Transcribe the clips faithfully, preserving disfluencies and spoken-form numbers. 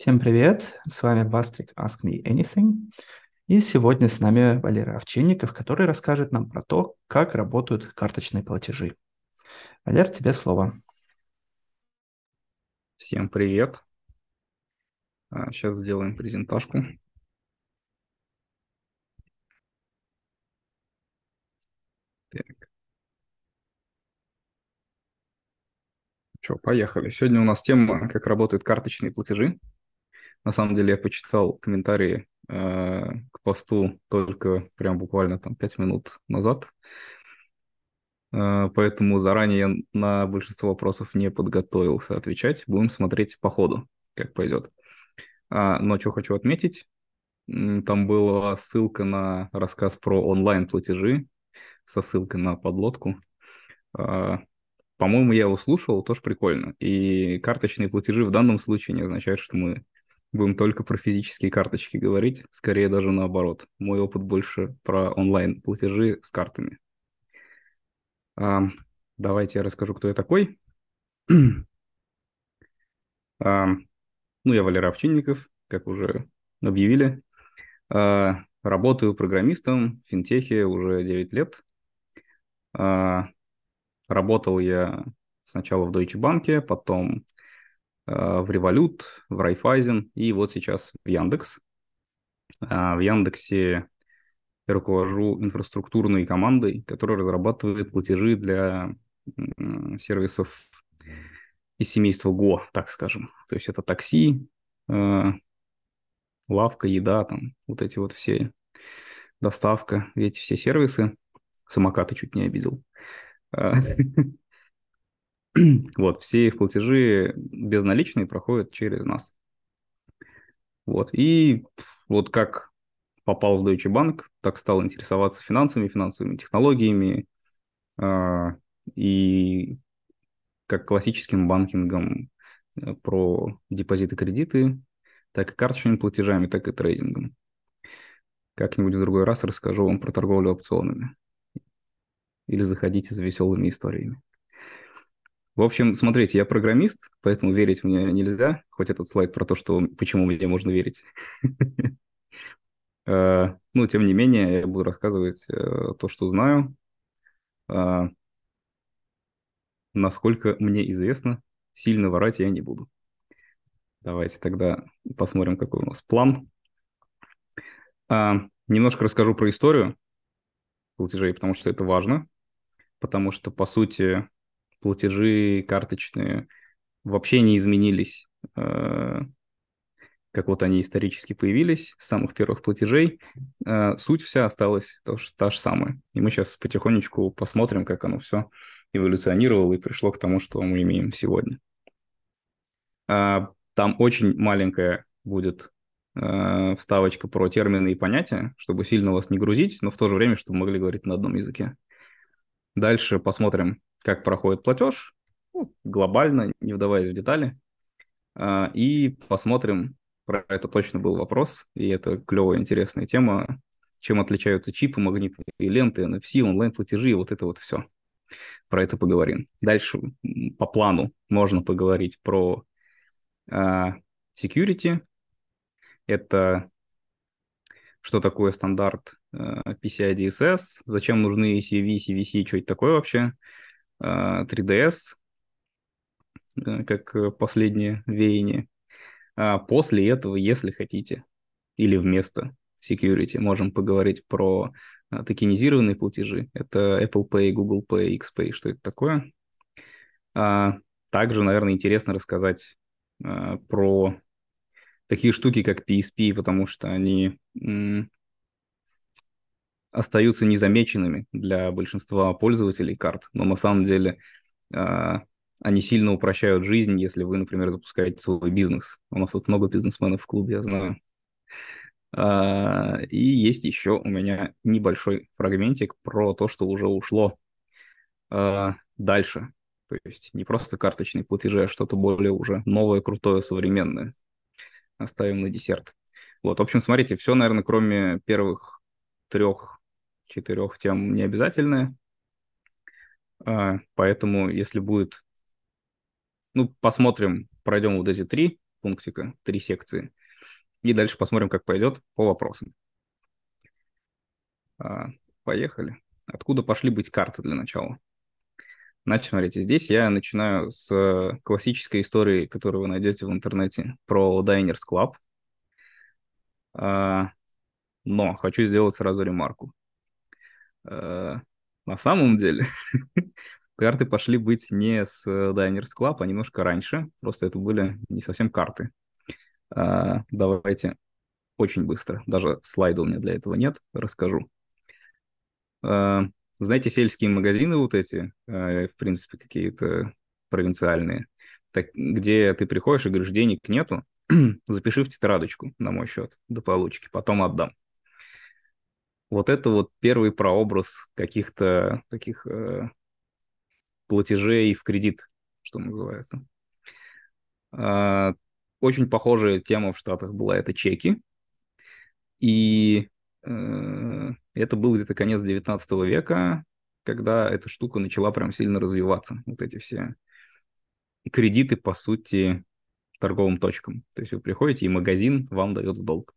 Всем привет, с вами Бастрик Ask Me Anything. И сегодня с нами Валера Овчинников, который расскажет нам про то, как работают карточные платежи. Валер, тебе слово. Всем привет. Сейчас сделаем презентажку. Так, что, поехали. Сегодня у нас тема, как работают карточные платежи. На самом деле я почитал комментарии э, к посту только прям буквально там пять минут назад. Э, поэтому заранее я на большинство вопросов не подготовился отвечать. Будем смотреть по ходу, как пойдет. А, но что хочу отметить, м, там была ссылка на рассказ про онлайн-платежи со ссылкой на подлодку. А, По-моему, я его слушал, тоже прикольно. И карточные платежи в данном случае не означают, что мы будем только про физические карточки говорить, скорее даже наоборот. Мой опыт больше про онлайн-платежи с картами. А, Давайте я расскажу, кто я такой. А, Ну, я Валера Овчинников, как уже объявили. А, Работаю программистом в финтехе уже девять лет. А, Работал я сначала в Deutsche Bank, потом э, в Revolut, в Райфайзен и вот сейчас в Яндекс. А В Яндексе я руковожу инфраструктурной командой, которая разрабатывает платежи для м, сервисов из семейства Го, так скажем. То есть это такси, э, лавка, еда, там вот эти вот все, доставка, эти все сервисы. Самокаты чуть не обидел. А, Вот, все их платежи безналичные проходят через нас. Вот, и вот как попал в Deutsche Bank, так стал интересоваться финансами, финансовыми технологиями э, и как классическим банкингом э, про депозиты, кредиты, так и карточными платежами, так и трейдингом. Как-нибудь в другой раз расскажу вам про торговлю опционами или заходите за веселыми историями. В общем, смотрите, я программист, поэтому верить мне нельзя, хоть этот слайд про то, что почему мне можно верить. Э, Ну, тем не менее, я буду рассказывать э, то, что знаю. Э, Насколько мне известно, сильно врать я не буду. Давайте тогда посмотрим, какой у нас план. А, немножко расскажу про историю платежей, потому что это важно. Потому что, по сути, платежи карточные вообще не изменились, э, как вот они исторически появились, с самых первых платежей. Э, суть вся осталась тоже та же самая. И мы сейчас потихонечку посмотрим, как оно все эволюционировало и пришло к тому, что мы имеем сегодня. А, Там очень маленькая будет э, вставочка про термины и понятия, чтобы сильно вас не грузить, но в то же время, чтобы могли говорить на одном языке. Дальше посмотрим, как проходит платеж, ну, глобально, не вдаваясь в детали. А, И посмотрим, про это точно был вопрос, и это клевая, интересная тема, чем отличаются чипы, магнитные ленты, эн эф си, онлайн-платежи и вот это вот все. Про это поговорим. Дальше м, по плану можно поговорить про а, security. Это что такое стандарт э, пи си ай ди эс эс, зачем нужны си ви, си ви си, что это такое вообще, э, три ди эс, э, как э, последнее веяние. А после этого, если хотите, или вместо security, можем поговорить про э, токенизированные платежи. Это Apple Pay, Google Pay, X Pay, что это такое. А также, наверное, интересно рассказать э, про такие штуки, как пи эс пи, потому что они м, остаются незамеченными для большинства пользователей карт, но на самом деле э, они сильно упрощают жизнь, если вы, например, запускаете свой бизнес. У нас тут много бизнесменов в клубе, я знаю. А, и есть еще у меня небольшой фрагментик про то, что уже ушло а, дальше. То есть не просто карточные платежи, а что-то более уже новое, крутое, современное. Оставим на десерт. Вот, в общем, смотрите, все, наверное, кроме первых трех-четырех тем не обязательное. А, Поэтому, если будет, ну, посмотрим, пройдем вот эти три. пунктика, три секции. И дальше посмотрим, как пойдет по вопросам. А, поехали. Откуда пошли быть карты для начала? Значит, смотрите, здесь я начинаю с классической истории, которую вы найдете в интернете, про Diners Club. А, но хочу сделать сразу ремарку. А, на самом деле, карты пошли быть не с Diners Club, а немножко раньше. Просто это были не совсем карты. А, давайте очень быстро. Даже слайда у меня для этого нет. Расскажу. А, знаете, сельские магазины вот эти, а, в принципе, какие-то провинциальные, так, где ты приходишь и говоришь, денег нету, запиши в тетрадочку на мой счет до получки, потом отдам. Вот это вот первый прообраз каких-то таких э, платежей в кредит, что называется. А, очень похожая тема в Штатах была это чеки. И э, это был где-то конец девятнадцатого века, когда эта штука начала прям сильно развиваться. Вот эти все кредиты, по сути, торговым точкам. То есть вы приходите, и магазин вам дает в долг.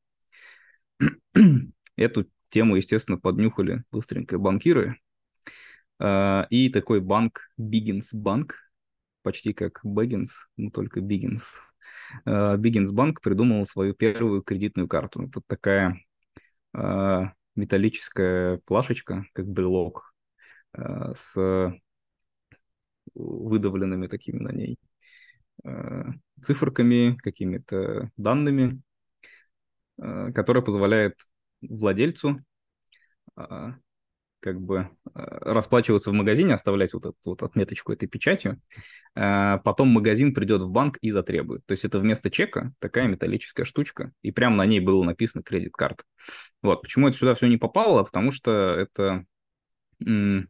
Эту тему, естественно, поднюхали быстренько банкиры. Э, и такой банк, Biggins банк, почти как Baggins, но только Biggins. Э, Biggins банк придумал свою первую кредитную карту. Это такая э, металлическая плашечка, как брелок, э, с выдавленными такими на ней э, циферками, какими-то данными, э, которая позволяет владельцу э, как бы э, расплачиваться в магазине, оставлять вот эту вот отметочку этой печатью. Э, потом магазин придет в банк и затребует. То есть это вместо чека такая металлическая штучка, и прямо на ней было написано кредит-карт. Вот. Почему это сюда все не попало? Потому что это м,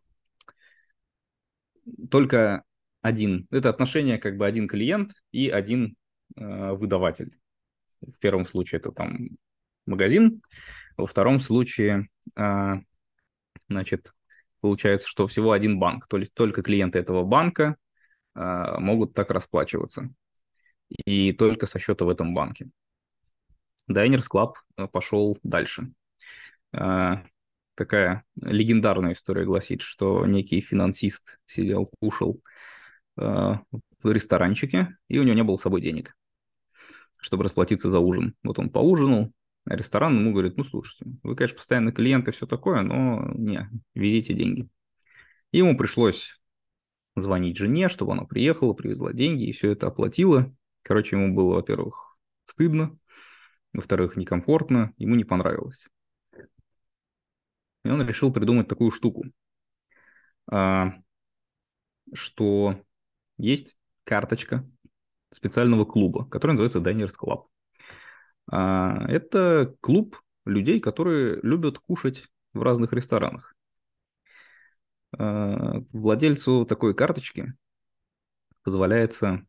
только один. Это отношение как бы один клиент и один э, выдаватель. В первом случае это там магазин, во втором случае, э, значит, получается, что всего один банк. То есть только клиенты этого банка э, могут так расплачиваться. И только со счета в этом банке. Diners Club пошел дальше. Э, такая легендарная история гласит, что некий финансист сидел, кушал э, в ресторанчике, и у него не было с собой денег, чтобы расплатиться за ужин. Вот он поужинал, а ресторан ему говорит, ну, слушайте, вы, конечно, постоянный клиент и все такое, но не, везите деньги. И ему пришлось звонить жене, чтобы она приехала, привезла деньги и все это оплатила. Короче, ему было, во-первых, стыдно, во-вторых, некомфортно, ему не понравилось. И он решил придумать такую штуку, что есть карточка специального клуба, который называется Diners Club. Это клуб людей, которые любят кушать в разных ресторанах. Владельцу такой карточки позволяется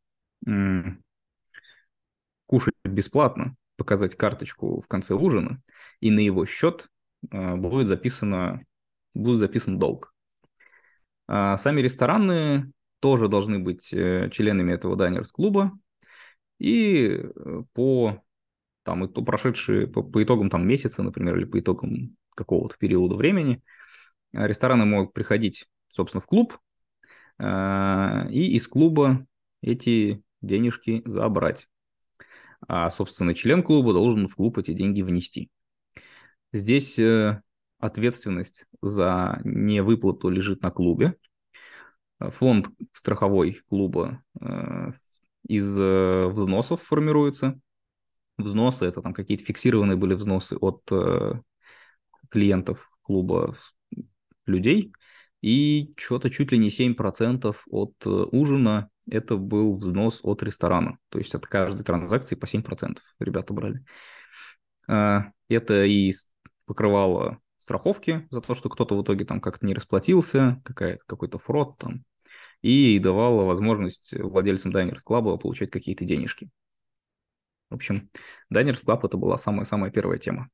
кушать бесплатно, показать карточку в конце ужина, и на его счет будет записано, будет записан долг. Сами рестораны тоже должны быть членами этого Diners-клуба, и по, там, и прошедшие, по, по итогам там, месяца, например, или по итогам какого-то периода времени, рестораны могут приходить, собственно, в клуб, и из клуба эти денежки забрать. А, собственно, член клуба должен в клуб эти деньги внести. Здесь ответственность за невыплату лежит на клубе. Фонд страховой клуба из взносов формируется. Взносы – это там какие-то фиксированные были взносы от клиентов клуба людей. И что-то чуть ли не семь процентов от ужина – это был взнос от ресторана. То есть от каждой транзакции по семь процентов ребята брали. Это и покрывало страховки за то, что кто-то в итоге там как-то не расплатился, какой-то фрод там, и давало возможность владельцам Diners Club получать какие-то денежки. В общем, Diners Club это была самая-самая первая тема.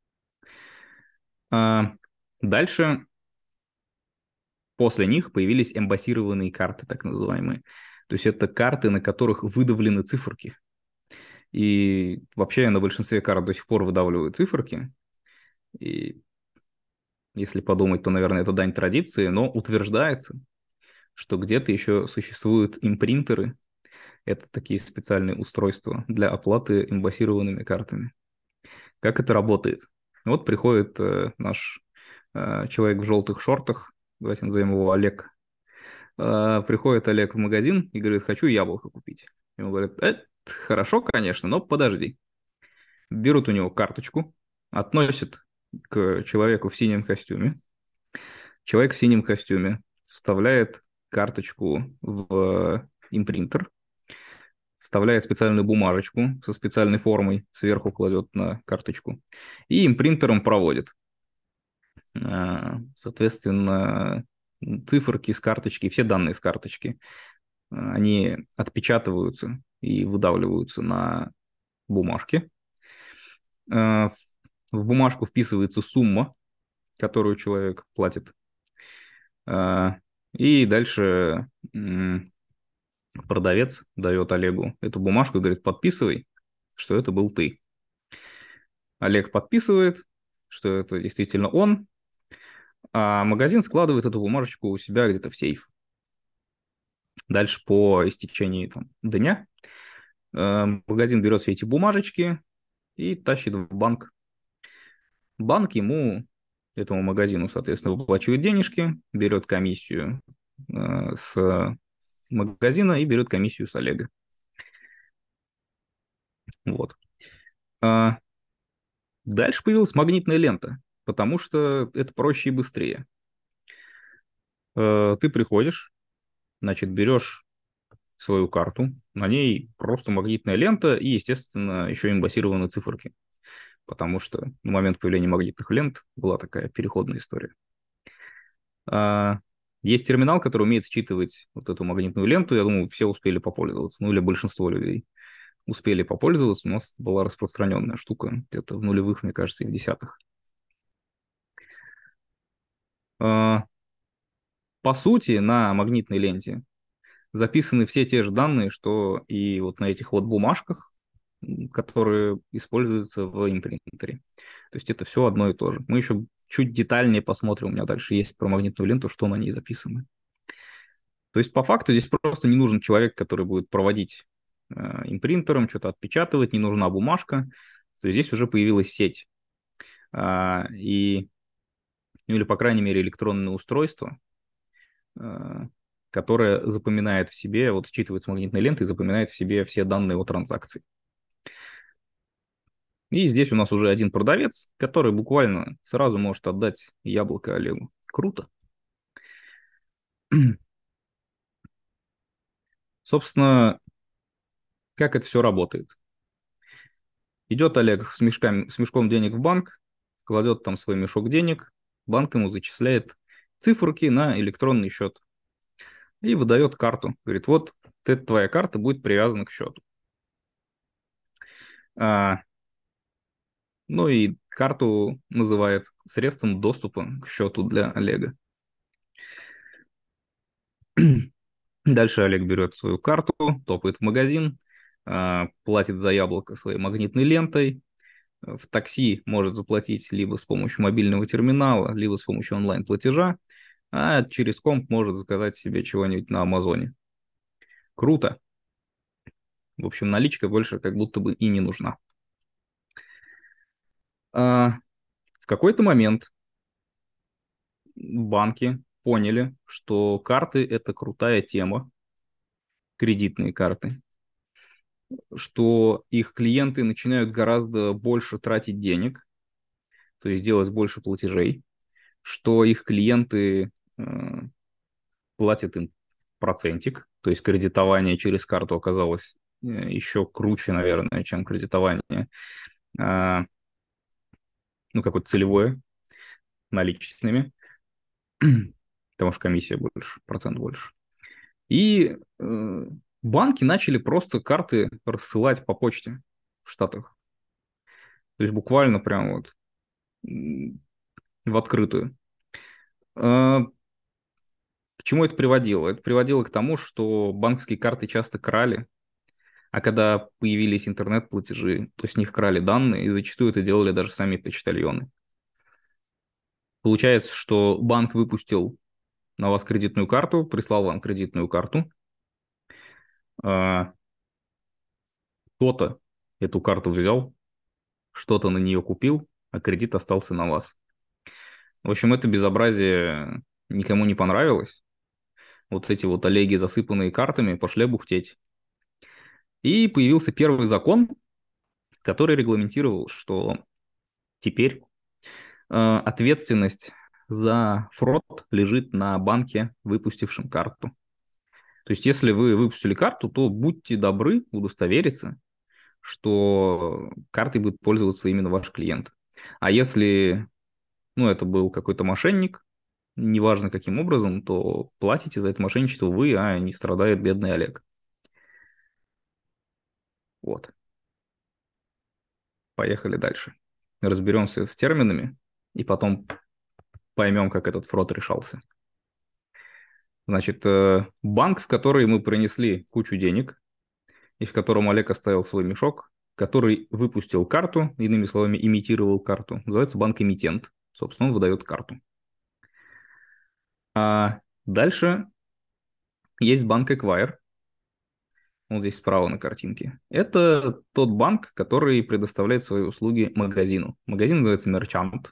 Дальше после них появились эмбоссированные карты, так называемые. То есть это карты, на которых выдавлены циферки. И вообще на большинстве карт до сих пор выдавливают циферки. И если подумать, то, наверное, это дань традиции, но утверждается, что где-то еще существуют импринтеры. Это такие специальные устройства для оплаты эмбассированными картами. Как это работает? Вот приходит э, наш э, человек в желтых шортах, давайте назовем его Олег. Э, приходит Олег в магазин и говорит: хочу яблоко купить. Ему говорят: это хорошо, конечно, но подожди. Берут у него карточку, относят к человеку в синем костюме. Человек в синем костюме вставляет карточку в импринтер, вставляет специальную бумажечку со специальной формой, сверху кладет на карточку и импринтером проводит. А, Соответственно, циферки с карточки, все данные с карточки, а, они отпечатываются и выдавливаются на бумажке. А, В в бумажку вписывается сумма, которую человек платит. А, И дальше м, продавец дает Олегу эту бумажку и говорит: подписывай, что это был ты. Олег подписывает, что это действительно он, а магазин складывает эту бумажечку у себя где-то в сейф. Дальше по истечении там, дня э, магазин берет все эти бумажечки и тащит в банк. Банк ему, этому магазину, соответственно, выплачивает денежки, берет комиссию э, с магазина и берет комиссию с Олега. Вот. А дальше появилась магнитная лента, потому что это проще и быстрее. Э, Ты приходишь, значит, берешь свою карту, на ней просто магнитная лента и, естественно, еще эмбассированные циферки, потому что на момент появления магнитных лент была такая переходная история. А, Есть терминал, который умеет считывать вот эту магнитную ленту. Я думаю, все успели попользоваться, ну или большинство людей успели попользоваться. У нас была распространенная штука где-то в нулевых, мне кажется, и в десятых. А, По сути, на магнитной ленте записаны все те же данные, что и вот на этих вот бумажках, которые используются в импринтере. То есть это все одно и то же. Мы еще чуть детальнее посмотрим, у меня дальше есть про магнитную ленту, что на ней записано. То есть по факту здесь просто не нужен человек, который будет проводить э, импринтером, что-то отпечатывать, не нужна бумажка. То есть здесь уже появилась сеть. А, и, ну или, по крайней мере, электронное устройство, э, которое запоминает в себе, вот считывает с магнитной ленты и запоминает в себе все данные о транзакции. И здесь у нас уже один продавец, который буквально сразу может отдать яблоко Олегу. Круто. Собственно, как это все работает? Идет Олег с, мешками, с мешком денег в банк, кладет там свой мешок денег, банк ему зачисляет циферки на электронный счет и выдает карту. Говорит: вот эта твоя карта будет привязана к счету. А, ну и карту называет средством доступа к счету для Олега. Дальше Олег берет свою карту, топает в магазин, а, платит за яблоко своей магнитной лентой. В такси может заплатить либо с помощью мобильного терминала, либо с помощью онлайн-платежа, а через комп может заказать себе чего-нибудь на Амазоне. Круто. В общем, наличка больше как будто бы и не нужна. А в какой-то момент банки поняли, что карты – это крутая тема, кредитные карты, что их клиенты начинают гораздо больше тратить денег, то есть делать больше платежей, что их клиенты э, платят им процентик, то есть кредитование через карту оказалось э, еще круче, наверное, чем кредитование, э, ну, какое-то целевое, наличными, потому что комиссия больше, процент больше. И э, банки начали просто карты рассылать по почте в Штатах. То есть буквально прям вот в открытую. Э, К чему это приводило? Это приводило к тому, что банковские карты часто крали, А когда появились интернет-платежи, то с них крали данные, и зачастую это делали даже сами почтальоны. Получается, что банк выпустил на вас кредитную карту, прислал вам кредитную карту, а, кто-то эту карту взял, что-то на нее купил, а кредит остался на вас. В общем, это безобразие никому не понравилось. Вот эти вот Олеги, засыпанные картами, пошли бухтеть. И появился первый закон, который регламентировал, что теперь э, ответственность за фрод лежит на банке, выпустившем карту. То есть, если вы выпустили карту, то будьте добры удостовериться, что картой будет пользоваться именно ваш клиент. А если, ну, это был какой-то мошенник, неважно каким образом, то платите за это мошенничество вы, а не страдает бедный Олег. Вот. Поехали дальше. Разберемся с терминами и потом поймем, как этот фрод решался. Значит, э, банк, в который мы принесли кучу денег, и в котором Олег оставил свой мешок, который выпустил карту, иными словами, имитировал карту, называется банк-эмитент. Собственно, он выдает карту. А дальше есть банк Эквайр. Вот здесь справа на картинке. Это тот банк, который предоставляет свои услуги магазину. Магазин называется Merchant.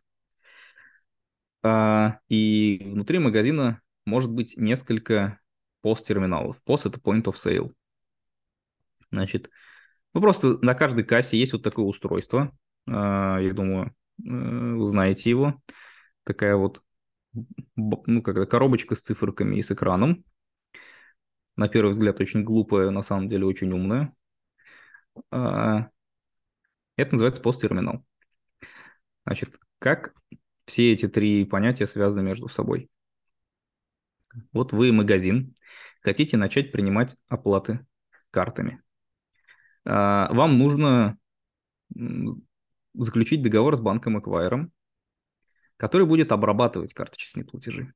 А, и внутри магазина может быть несколько пос-терминалов. пос – это Point of Sale. Значит, ну просто на каждой кассе есть вот такое устройство. А, я думаю, э, вы знаете его. Такая вот, ну, как коробочка с циферками и с экраном. На первый взгляд очень глупая, на самом деле очень умная. А, это называется пос-терминал. Значит, как все эти три понятия связаны между собой? Вот вы магазин, хотите начать принимать оплаты картами. А, Вам нужно м, заключить договор с банком Эквайром, который будет обрабатывать карточные платежи.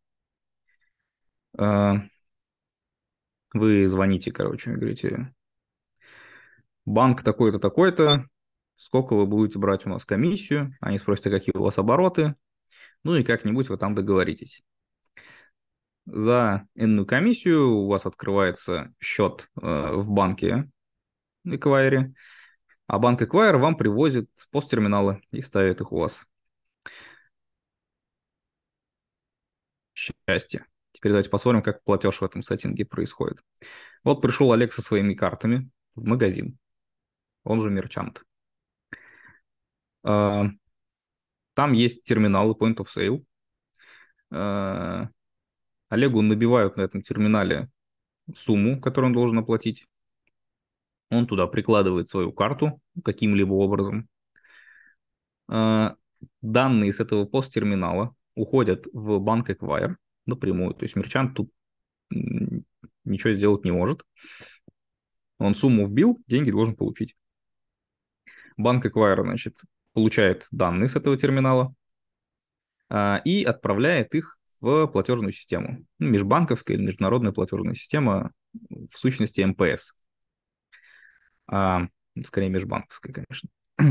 А, Вы звоните, короче, говорите, банк такой-то, такой-то, сколько вы будете брать у нас комиссию? Они спросят, а какие у вас обороты, ну и как-нибудь вы там договоритесь. За энную комиссию у вас открывается счет э, в банке Эквайре, а банк Эквайр вам привозит посттерминалы и ставит их у вас. Счастье. Теперь давайте посмотрим, как платеж в этом сеттинге происходит. Вот пришел Олег со своими картами в магазин, он же мерчант. Там есть терминалы Point of Sale. Олегу набивают на этом терминале сумму, которую он должен оплатить. Он туда прикладывает свою карту каким-либо образом. Данные с этого посттерминала уходят в банк Эквайр напрямую. То есть мерчант тут ничего сделать не может. Он сумму вбил, деньги должен получить. Банк Эквайр, значит, получает данные с этого терминала а, и отправляет их в платежную систему. Ну, межбанковская или международная платежная система, в сущности эм пэ эс. А, скорее межбанковская, конечно.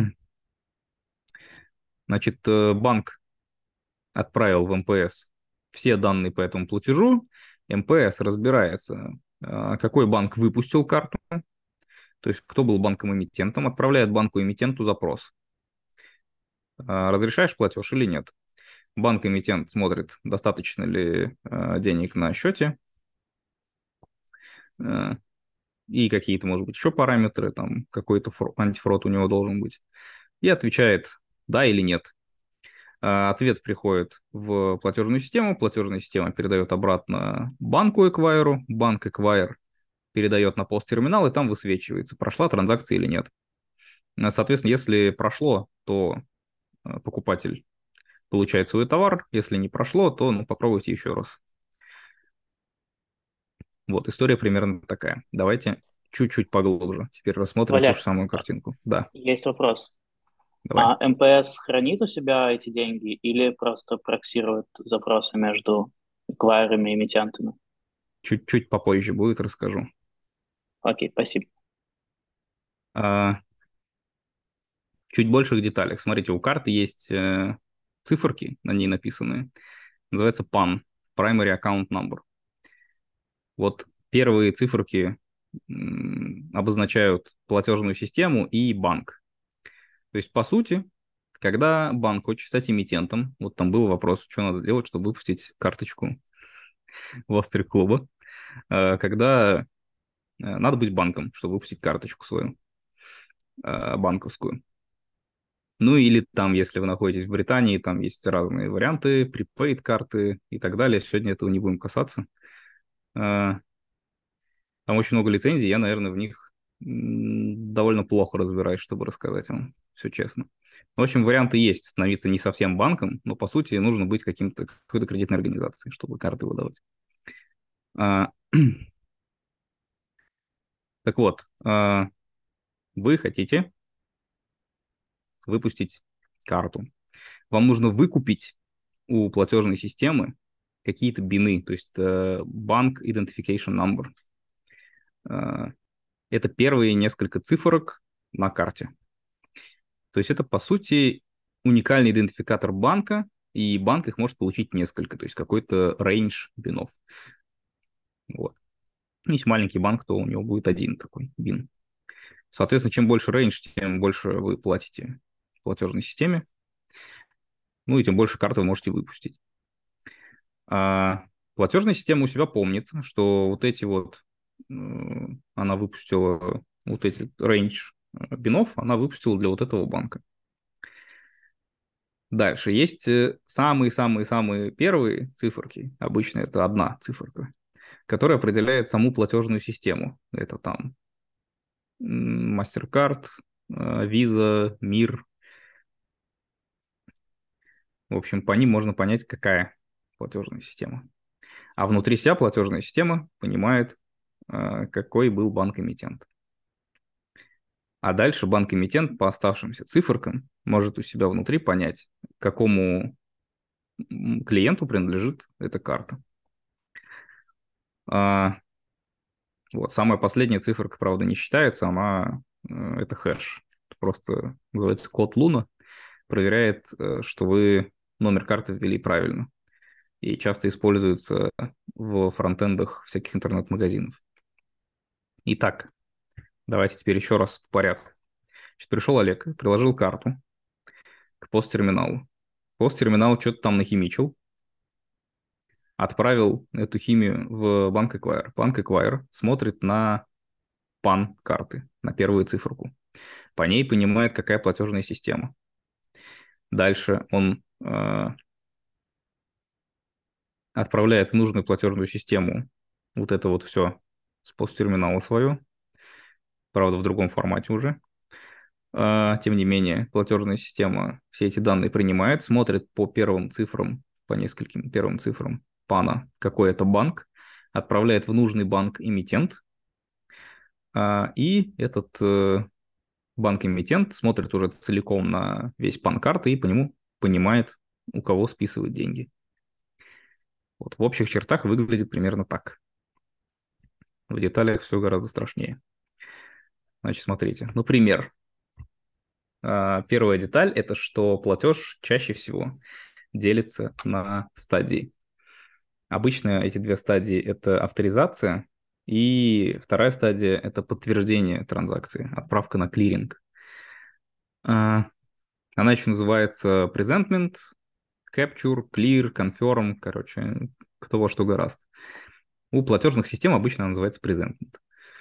Значит, банк отправил в эм пэ эс все данные по этому платежу. эм пэ эс разбирается, какой банк выпустил карту, то есть кто был банком-эмитентом, отправляет банку-эмитенту запрос. Разрешаешь платеж или нет? Банк-эмитент смотрит, достаточно ли денег на счете, и какие-то, может быть, еще параметры, там какой-то антифрод у него должен быть, и отвечает да или нет. Ответ приходит в платежную систему, платежная система передает обратно банку Эквайру, банк Эквайр передает на посттерминал, и там высвечивается, прошла транзакция или нет. Соответственно, если прошло, то покупатель получает свой товар, если не прошло, то ну, попробуйте еще раз. Вот, история примерно такая. Давайте чуть-чуть поглубже. Теперь рассмотрим ту же Валер, самую картинку. Да, есть вопрос. давай. А эм пэ эс хранит у себя эти деньги или просто проксирует запросы между эквайрами и эмитентами? Чуть-чуть попозже будет, расскажу. Окей, спасибо. А, чуть больших деталях. Смотрите, у карты есть э, циферки, на ней написанные. Называется пан, Primary Account Number. Вот первые циферки м, обозначают платежную систему и банк. То есть, по сути, когда банк хочет стать эмитентом, вот там был вопрос, что надо сделать, чтобы выпустить карточку в Астрик клуба, э, когда э, надо быть банком, чтобы выпустить карточку свою э, банковскую. Ну или там, если вы находитесь в Британии, там есть разные варианты, prepaid карты и так далее. Сегодня этого не будем касаться. Э, Там очень много лицензий, я, наверное, в них м, довольно плохо разбираюсь, чтобы рассказать вам все честно. В общем, варианты есть становиться не совсем банком, но, по сути, нужно быть каким-то, какой-то кредитной организацией, чтобы карты выдавать. А, так вот, а, вы хотите выпустить карту. Вам нужно выкупить у платежной системы какие-то бины, то есть э, Bank Identification Number. Э, это первые несколько цифрок на карте. То есть это, по сути, уникальный идентификатор банка, и банк их может получить несколько, то есть какой-то рейндж бинов. Вот. Если маленький банк, то у него будет один такой бин. Соответственно, чем больше рейндж, тем больше вы платите платежной системе, ну и тем больше карты вы можете выпустить. А платежная система у себя помнит, что вот эти вот, э, она выпустила вот эти рейндж бинов, она выпустила для вот этого банка. Дальше есть самые-самые-самые первые циферки, обычно это одна циферка, которая определяет саму платежную систему. Это там MasterCard, Visa, мир. В общем, по ним можно понять, какая платежная система. А внутри себя платежная система понимает, какой был банк-эмитент. А дальше банк-эмитент по оставшимся циферкам может у себя внутри понять, какому клиенту принадлежит эта карта. А, вот, самая последняя циферка, правда, не считается, она это хэш. Это просто называется код Луна. Проверяет, что вы номер карты ввели правильно. И часто используется в фронтендах всяких интернет-магазинов. Итак, давайте теперь еще раз по порядку. Значит, пришел Олег, приложил карту к посттерминалу. Посттерминал что-то там нахимичил, отправил эту химию в банк Acquire. Банк Acquire смотрит на пан карты, на первую циферку. По ней понимает, какая платежная система. Дальше он э, отправляет в нужную платежную систему вот это вот все с посттерминала свое. Правда, в другом формате уже. Э, тем не менее, платежная система все эти данные принимает, смотрит по первым цифрам, по нескольким первым цифрам пана, какой это банк, отправляет в нужный банк эмитент, э, и этот э, банк-эмитент смотрит уже целиком на весь пан карты и по нему понимает, у кого списывать деньги. Вот в общих чертах выглядит примерно так. В деталях все гораздо страшнее. Значит, смотрите. Ну, пример. Первая деталь – это что платеж чаще всего делится на стадии. Обычно эти две стадии – это авторизация, и вторая стадия – это подтверждение транзакции, отправка на клиринг. Она еще называется presentment, capture, clear, confirm, короче, кто во что гораст. У платежных систем обычно она называется presentment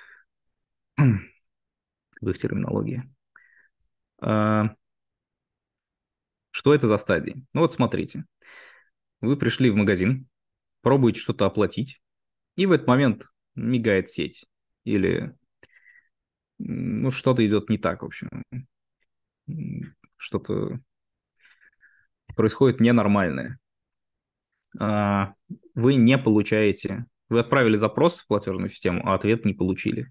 в их терминологии. Что это за стадии? Ну вот смотрите. Вы пришли в магазин, пробуете что-то оплатить, и в этот момент мигает сеть. Или ну, что-то идет не так, в общем. Что-то происходит ненормальное. Вы не получаете... Вы отправили запрос в платежную систему, а ответ не получили.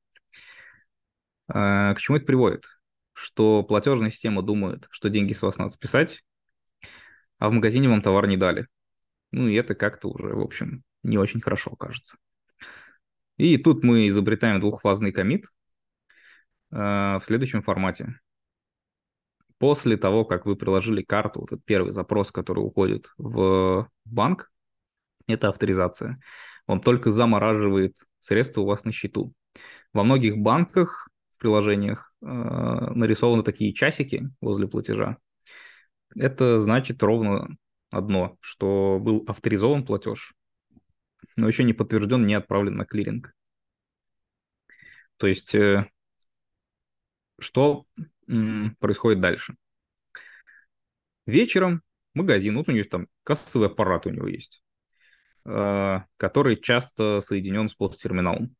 К чему это приводит? Что платежная система думает, что деньги с вас надо списать, а в магазине вам товар не дали. Ну и это как-то уже, в общем, не очень хорошо кажется. И тут мы изобретаем двухфазный коммит. в следующем формате. После того, как вы приложили карту, вот этот первый запрос, который уходит в банк, это авторизация. Он только замораживает средства у вас на счету. Во многих банках в приложениях э, нарисованы такие часики возле платежа. Это значит ровно одно, что был авторизован платеж, но еще не подтвержден, не отправлен на клиринг. То есть э, что м, происходит дальше? Вечером магазин, вот у него есть там кассовый аппарат у него есть, э, который часто соединен с посттерминалом.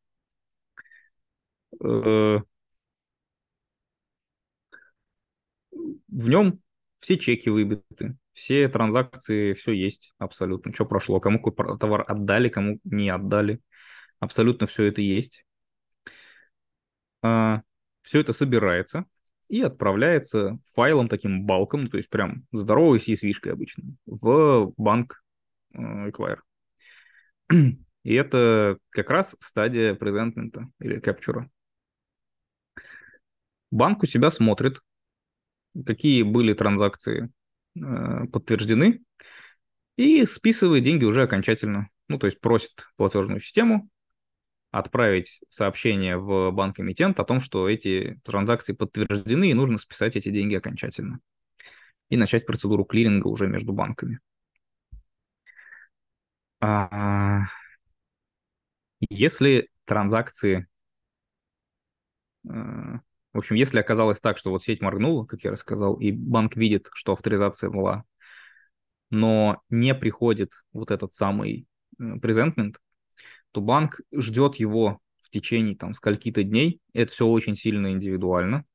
Э, в нем все чеки выбиты, все транзакции, все есть абсолютно, что прошло, кому какой товар отдали, кому не отдали, абсолютно все это есть. А, все это собирается и отправляется файлом таким балком, ну, то есть прям здоровой си эс ви-шкой обычно, в банк э, Acquire. И это как раз стадия презентмента или кэпчура. Банк у себя смотрит, какие были транзакции э, подтверждены, и списывает деньги уже окончательно. Ну, то есть просит платежную систему отправить сообщение в банк-эмитент о том, что эти транзакции подтверждены, и нужно списать эти деньги окончательно. И начать процедуру клиринга уже между банками. А, если транзакции... В общем, если оказалось так, что вот сеть моргнула, как я рассказал, и банк видит, что авторизация была, но не приходит вот этот самый презентмент, то банк ждет его в течение там скольки-то дней. Это все очень сильно индивидуально.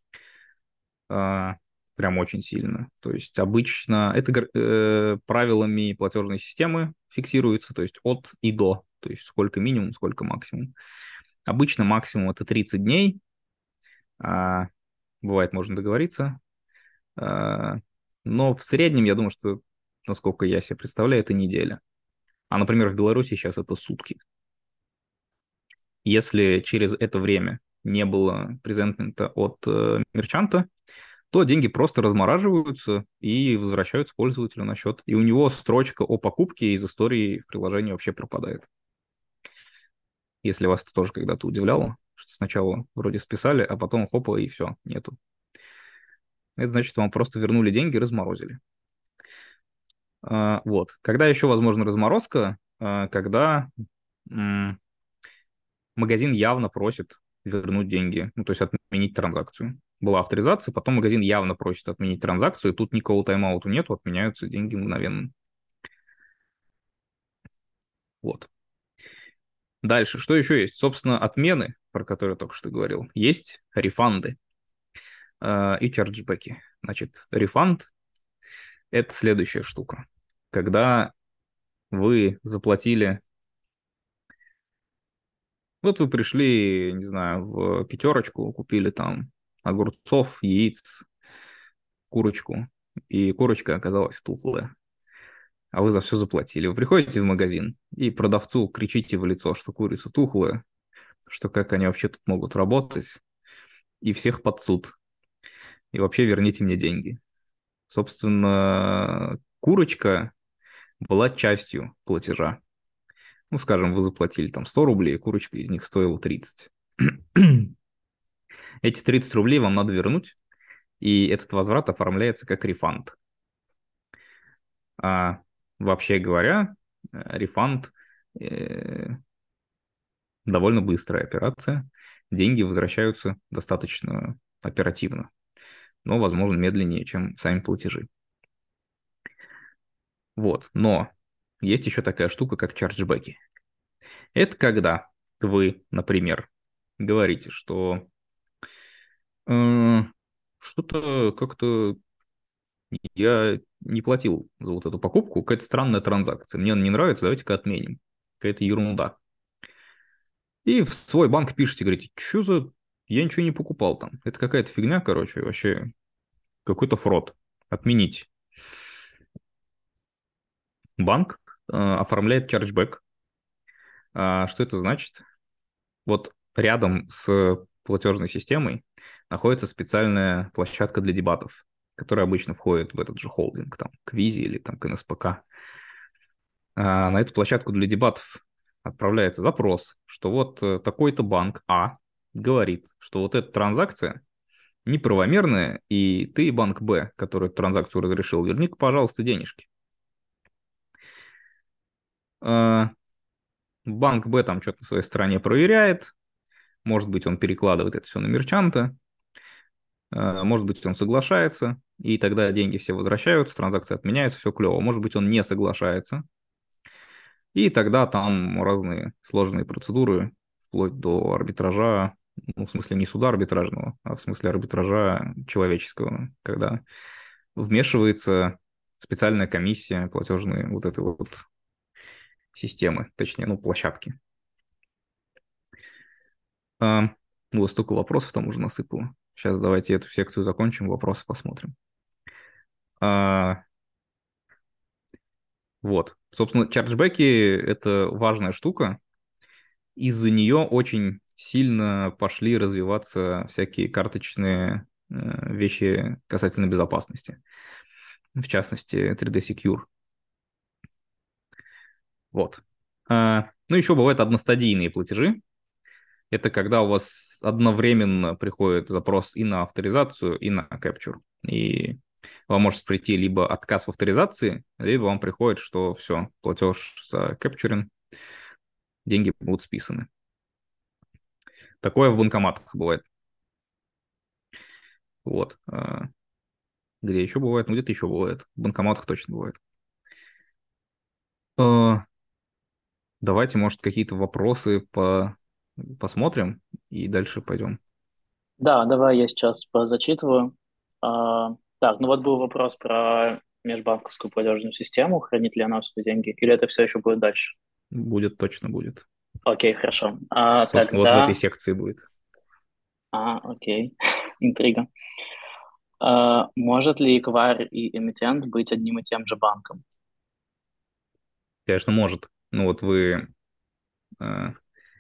Прям очень сильно. То есть обычно это э, правилами платежной системы фиксируется, то есть от и до, то есть сколько минимум, сколько максимум. Обычно максимум это тридцать дней, а, бывает можно договориться, а, но в среднем, я думаю, что, насколько я себе представляю, это неделя. А, например, в Беларуси сейчас это сутки. Если через это время не было презентмента от э, мерчанта, то деньги просто размораживаются и возвращаются пользователю на счет. И у него строчка о покупке из истории в приложении вообще пропадает. Если вас это тоже когда-то удивляло, что сначала вроде списали, а потом хопа, и все, нету. Это значит, вам просто вернули деньги, разморозили. А, вот. Когда еще возможна разморозка? А, когда м, магазин явно просит вернуть деньги, ну, то есть отменить транзакцию. Была авторизация, потом магазин явно просит отменить транзакцию, и тут никакого тайм-аута нету, отменяются деньги мгновенно. Вот. Дальше, что еще есть? Собственно, отмены, про которые я только что говорил. Есть рефанды э, и чарджбеки. Значит, рефанд– это следующая штука. Когда вы заплатили... Вот вы пришли, не знаю, в пятерочку, купили там огурцов, яиц, курочку, и курочка оказалась тухлая, а вы за все заплатили. Вы приходите в магазин и продавцу кричите в лицо, что курица тухлая, что как они вообще тут могут работать, и всех под суд. И вообще верните мне деньги. Собственно, курочка была частью платежа. Ну, скажем, вы заплатили там сто рублей, курочка из них стоила тридцать. Эти тридцать рублей вам надо вернуть, и этот возврат оформляется как рефанд. А вообще говоря, рефанд э, довольно быстрая операция. Деньги возвращаются достаточно оперативно, но, возможно, медленнее, чем сами платежи. Вот, но есть еще такая штука, как чарджбеки. Это когда вы, например, говорите, что э, что-то как-то я не платил за вот эту покупку, какая-то странная транзакция, мне она не нравится, давайте-ка отменим. Какая-то ерунда. И в свой банк пишите, говорите, что за... Я ничего не покупал там. Это какая-то фигня, короче, вообще какой-то фрод. Отменить. Банк э, оформляет чарджбэк. А что это значит? Вот рядом с платежной системой находится специальная площадка для дебатов, которая обычно входит в этот же холдинг, там, Квизи или там, к эн эс пэ ка. А на эту площадку для дебатов отправляется запрос, что вот э, такой-то банк А говорит, что вот эта транзакция неправомерная, и ты, банк Б, который эту транзакцию разрешил, верни, пожалуйста, денежки. А, банк Б там что-то на своей стороне проверяет, может быть, он перекладывает это все на мерчанта, а, может быть, он соглашается, и тогда деньги все возвращаются, транзакция отменяется, все клево. Может быть, он не соглашается, и тогда там разные сложные процедуры, вплоть до арбитража, ну, в смысле не суда арбитражного, а в смысле арбитража человеческого, когда вмешивается специальная комиссия платежной вот этой вот системы, точнее, ну, площадки. А, ну, вот столько вопросов там уже насыпало. Сейчас давайте эту секцию закончим, вопросы посмотрим. А, вот. Собственно, чарджбеки — это важная штука. Из-за нее очень сильно пошли развиваться всякие карточные э, вещи касательно безопасности. В частности, три дэ Secure. Вот. А, ну, еще бывают одностадийные платежи. Это когда у вас одновременно приходит запрос и на авторизацию, и на capture. И вам может прийти либо отказ в авторизации, либо вам приходит, что все, платеж за кэпчуринг, деньги будут списаны. Такое в банкоматах бывает. Вот. А, где еще бывает? Ну, где-то еще бывает. В банкоматах точно бывает. А, давайте, может, какие-то вопросы по... посмотрим и дальше пойдем. Да, давай я сейчас позачитываю. А, так, ну вот был вопрос про межбанковскую платежную систему, хранит ли она свои деньги, или это все еще будет дальше? Будет, точно будет. Окей, хорошо. А, Собственно, вот в этой тогда... секции будет. А, окей, интрига. А, может ли эквайр и эмитент быть одним и тем же банком? Конечно, может. Ну вот вы э,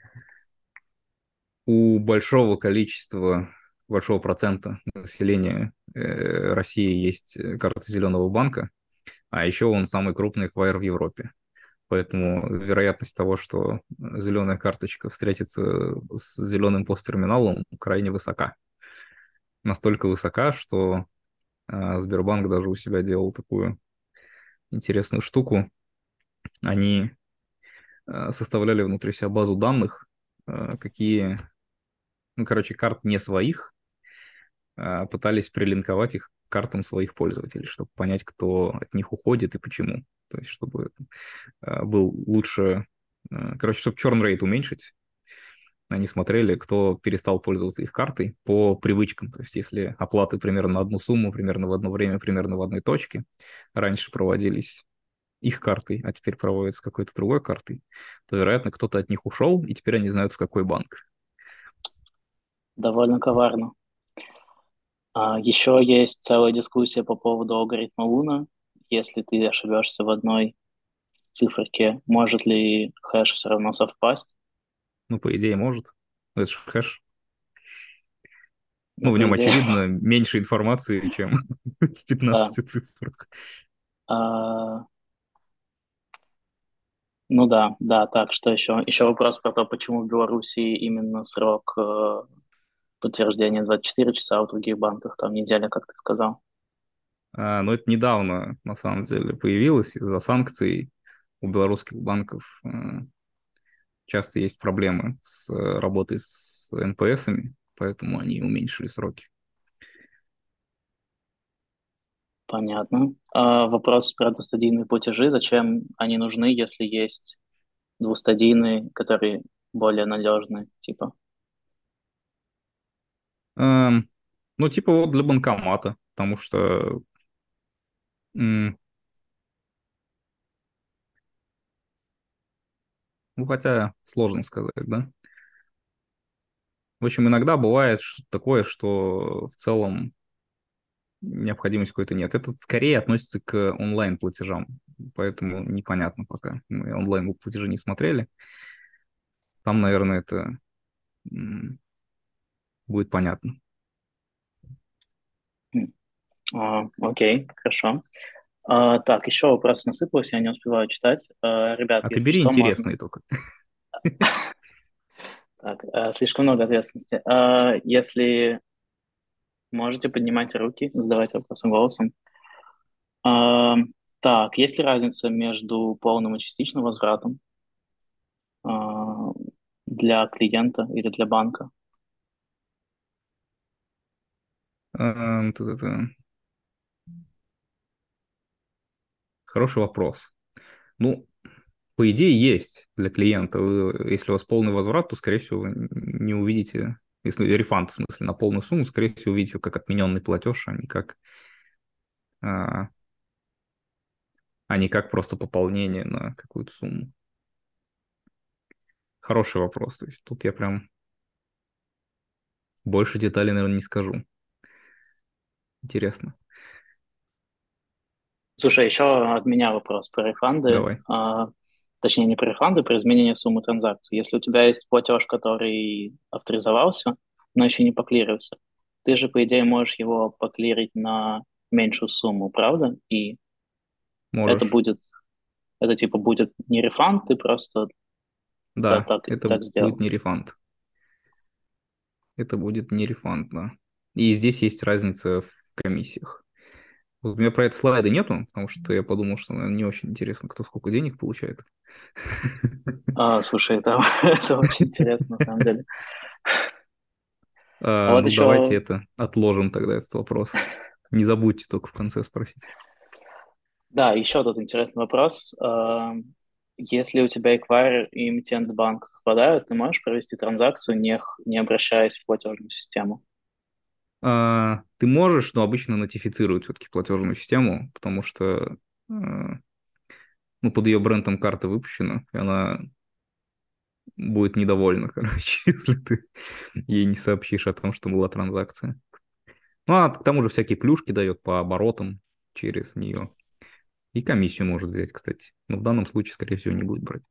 у большого количества, большого процента населения э, России есть э, карта зеленого банка, а еще он самый крупный эквайр в Европе. Поэтому вероятность того, что зеленая карточка встретится с зеленым посттерминалом, крайне высока. Настолько высока, что э, Сбербанк даже у себя делал такую интересную штуку. Они э, составляли внутри себя базу данных, э, какие, ну, короче, карт не своих, э, пытались прилинковать их к картам своих пользователей, чтобы понять, кто от них уходит и почему. То есть, чтобы э, был лучше... э, Короче, чтобы churn rate уменьшить, они смотрели, кто перестал пользоваться их картой по привычкам. То есть, если оплаты примерно на одну сумму, примерно в одно время, примерно в одной точке раньше проводились их картой, а теперь проводятся какой-то другой картой, то, вероятно, кто-то от них ушел, и теперь они знают, в какой банк. Довольно коварно. А, еще есть целая дискуссия по поводу алгоритма Луна. Если ты ошибешься в одной циферке, может ли хэш все равно совпасть? Ну, по идее, может. Это же хэш. Да, Ну, в по нем, идее, очевидно, меньше информации, чем в да. пятнадцати цифрах. А, ну да, да, так, что еще? Еще вопрос про то, почему в Беларуси именно срок э, подтверждения двадцать четыре часа, а в других банках там неделя, как ты сказал. А, но это недавно, на самом деле, появилось из-за санкций у белорусских банков. э, Часто есть проблемы с э, работой с эн пэ эсами, поэтому они уменьшили сроки. Понятно. А, вопрос про двустадийные платежи. Зачем они нужны, если есть двустадийные, которые более надежные, типа? Эм, Ну, типа вот для банкомата, потому что м, ну, хотя сложно сказать, да. В общем, иногда бывает ш- такое, что в целом необходимости какой-то нет. Это скорее относится к онлайн-платежам, поэтому непонятно пока. Мы онлайн-платежи не смотрели. Там, наверное, это м, будет понятно. А, окей, хорошо. А, так, еще вопрос насыпался, я не успеваю читать. А, ребят, А ты если бери что, можно... интересные только. Так, а, слишком много ответственности. А, если можете, поднимайте руки, задавайте вопросы голосом. А, так, есть ли разница между полным и частичным возвратом а, для клиента или для банка? Эм, та-та-та. Хороший вопрос. Ну, по идее, есть для клиента. Вы- Если у вас полный возврат, то, скорее всего, вы не увидите, если рефанд, в смысле, на полную сумму, скорее всего, увидите его как отмененный платеж, а не как, а, а не как просто пополнение на какую-то сумму. Хороший вопрос. То есть тут я прям больше деталей, наверное, не скажу. Интересно. Слушай, еще от меня вопрос про рефанды. Давай. А, точнее, не про рефанды, про изменение суммы транзакции. Если у тебя есть платеж, который авторизовался, но еще не поклирился, ты же, по идее, можешь его поклирить на меньшую сумму, правда? И это Можешь. будет, это типа будет не рефанд, ты просто да, Да, так, это так будет сделал. не рефанд. Это будет не рефанд, да. И здесь есть разница в комиссиях. Вот у меня про это слайда нету, потому что я подумал, что, наверное, не очень интересно, кто сколько денег получает. А, слушай, это, это очень интересно, на самом деле. А А, вот ну, давайте еще это отложим тогда, этот вопрос. Не забудьте только в конце спросить. да, еще тут интересный вопрос. А, Если у тебя эквайр и эмитент банк совпадают, ты можешь провести транзакцию, не, х- не обращаясь в платежную систему? А, ты можешь, но обычно нотифицируют все-таки платежную систему, потому что а, ну, под ее брендом карта выпущена, и она будет недовольна, короче, если ты ей не сообщишь о том, что была транзакция. Ну, а к тому же всякие плюшки дает по оборотам через нее. И комиссию может взять, кстати. Но в данном случае, скорее всего, не будет брать.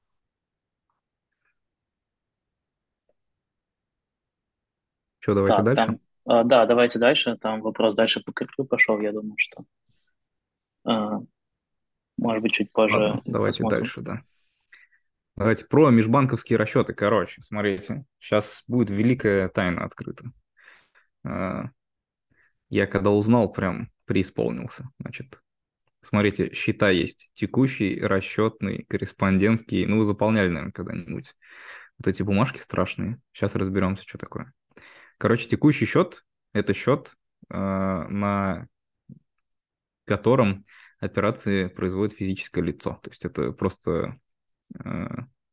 Что, давайте Так, дальше? там, а, да, давайте дальше. Там вопрос дальше по крипто пошел. Я думаю, что, а, может быть, чуть позже Ладно, давайте посмотрим. дальше, да. Давайте про межбанковские расчеты. Короче, смотрите, сейчас будет великая тайна открыта. А, Я когда узнал, прям преисполнился. Значит, смотрите, счета есть. Текущий, расчетный, корреспондентский. Ну, вы заполняли, наверное, когда-нибудь вот эти бумажки страшные. Сейчас разберемся, что такое. Короче, текущий счет– это счет, э, на котором операции производит физическое лицо. То есть это просто, э,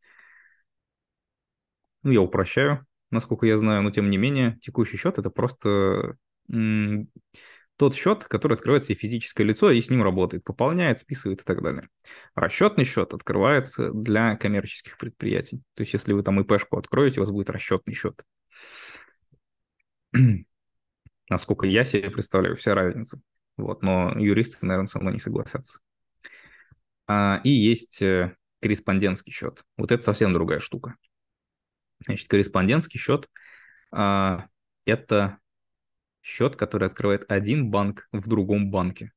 ну, я упрощаю, насколько я знаю, но тем не менее, текущий счет– это просто м, тот счет, который открывается и физическое лицо, и с ним работает, пополняет, списывает и так далее. Расчетный счет открывается для коммерческих предприятий. То есть если вы там ИПшку откроете, у вас будет расчетный счет. Насколько я себе представляю, вся разница. Вот, но юристы, наверное, со мной не согласятся. А, и есть э, корреспондентский счет. Вот это совсем другая штука. Значит, корреспондентский счет а, это счет, который открывает один банк в другом банке.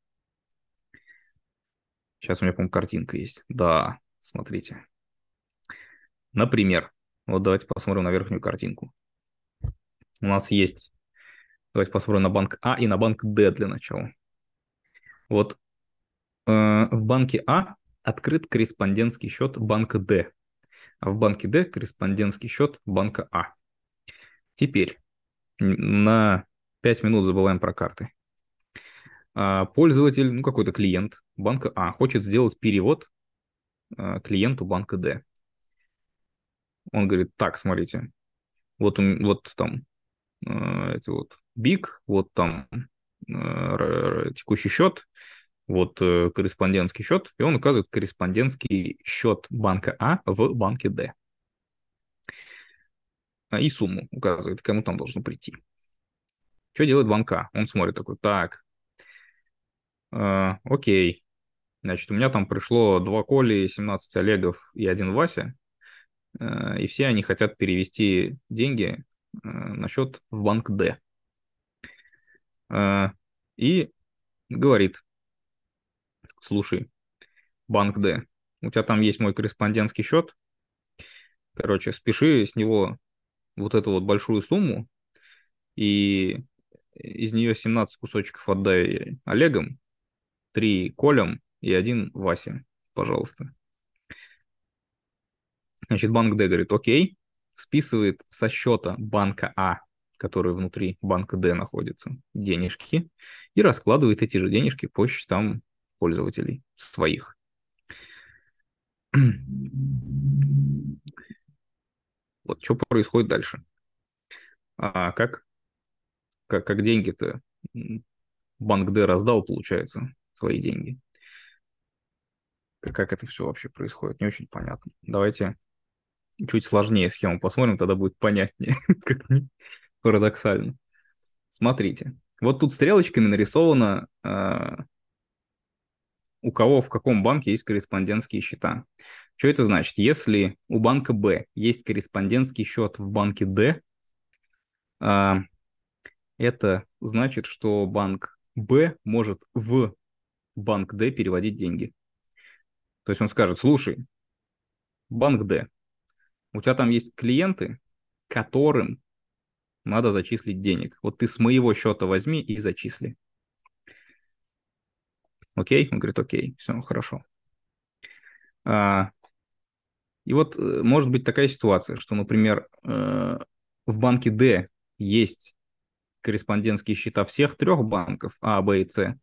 Сейчас у меня, по-моему, картинка есть. Да, смотрите. Например, вот давайте посмотрим на верхнюю картинку. У нас есть, давайте посмотрим на банк А и на банк Д для начала. Вот э, в банке А открыт корреспондентский счет банка Д, а в банке Д корреспондентский счет банка А. Теперь на пять минут забываем про карты. А, Пользователь, ну какой-то клиент банка А хочет сделать перевод а, клиенту банка Д. Он говорит, так, смотрите, вот, у- вот там э, эти вот биг, вот там э, р- р- текущий счет, вот э, корреспондентский счет, и он указывает корреспондентский счет банка А в банке Д. А, И сумму указывает, кому там должно прийти. Что делает банк А? Он смотрит такой, так, э, окей, значит, у меня там пришло два Коли, семнадцать Олегов и один Вася, э, и все они хотят перевести деньги э, на счет в банк Д. Э, и говорит: слушай, банк Д, у тебя там есть мой корреспондентский счет, короче, спеши с него вот эту вот большую сумму, и из нее семнадцать кусочков отдай Олегам, три Колям и один Васе, пожалуйста. Значит, банк Д говорит: окей, списывает со счета банка А, который внутри банка Д находится, денежки, и раскладывает эти же денежки по счетам пользователей своих. Вот что происходит дальше. А как, как, как деньги-то банк Д раздал, получается, свои деньги? Как это все вообще происходит? Не очень понятно. Давайте чуть сложнее схему посмотрим, тогда будет понятнее, как ни парадоксально. Смотрите, вот тут стрелочками нарисовано, э, у кого в каком банке есть корреспондентские счета. Что это значит? Если у банка Б есть корреспондентский счет в банке Д, э, это значит, что банк Б может в банк Д переводить деньги. То есть он скажет: слушай, банк Д, у тебя там есть клиенты, которым надо зачислить денег. Вот ты с моего счета возьми и зачисли. Окей? Он говорит: окей, все, хорошо. А, и вот э, может быть такая ситуация, что, например, э, в банке Д есть корреспондентские счета всех трех банков А, Б и С,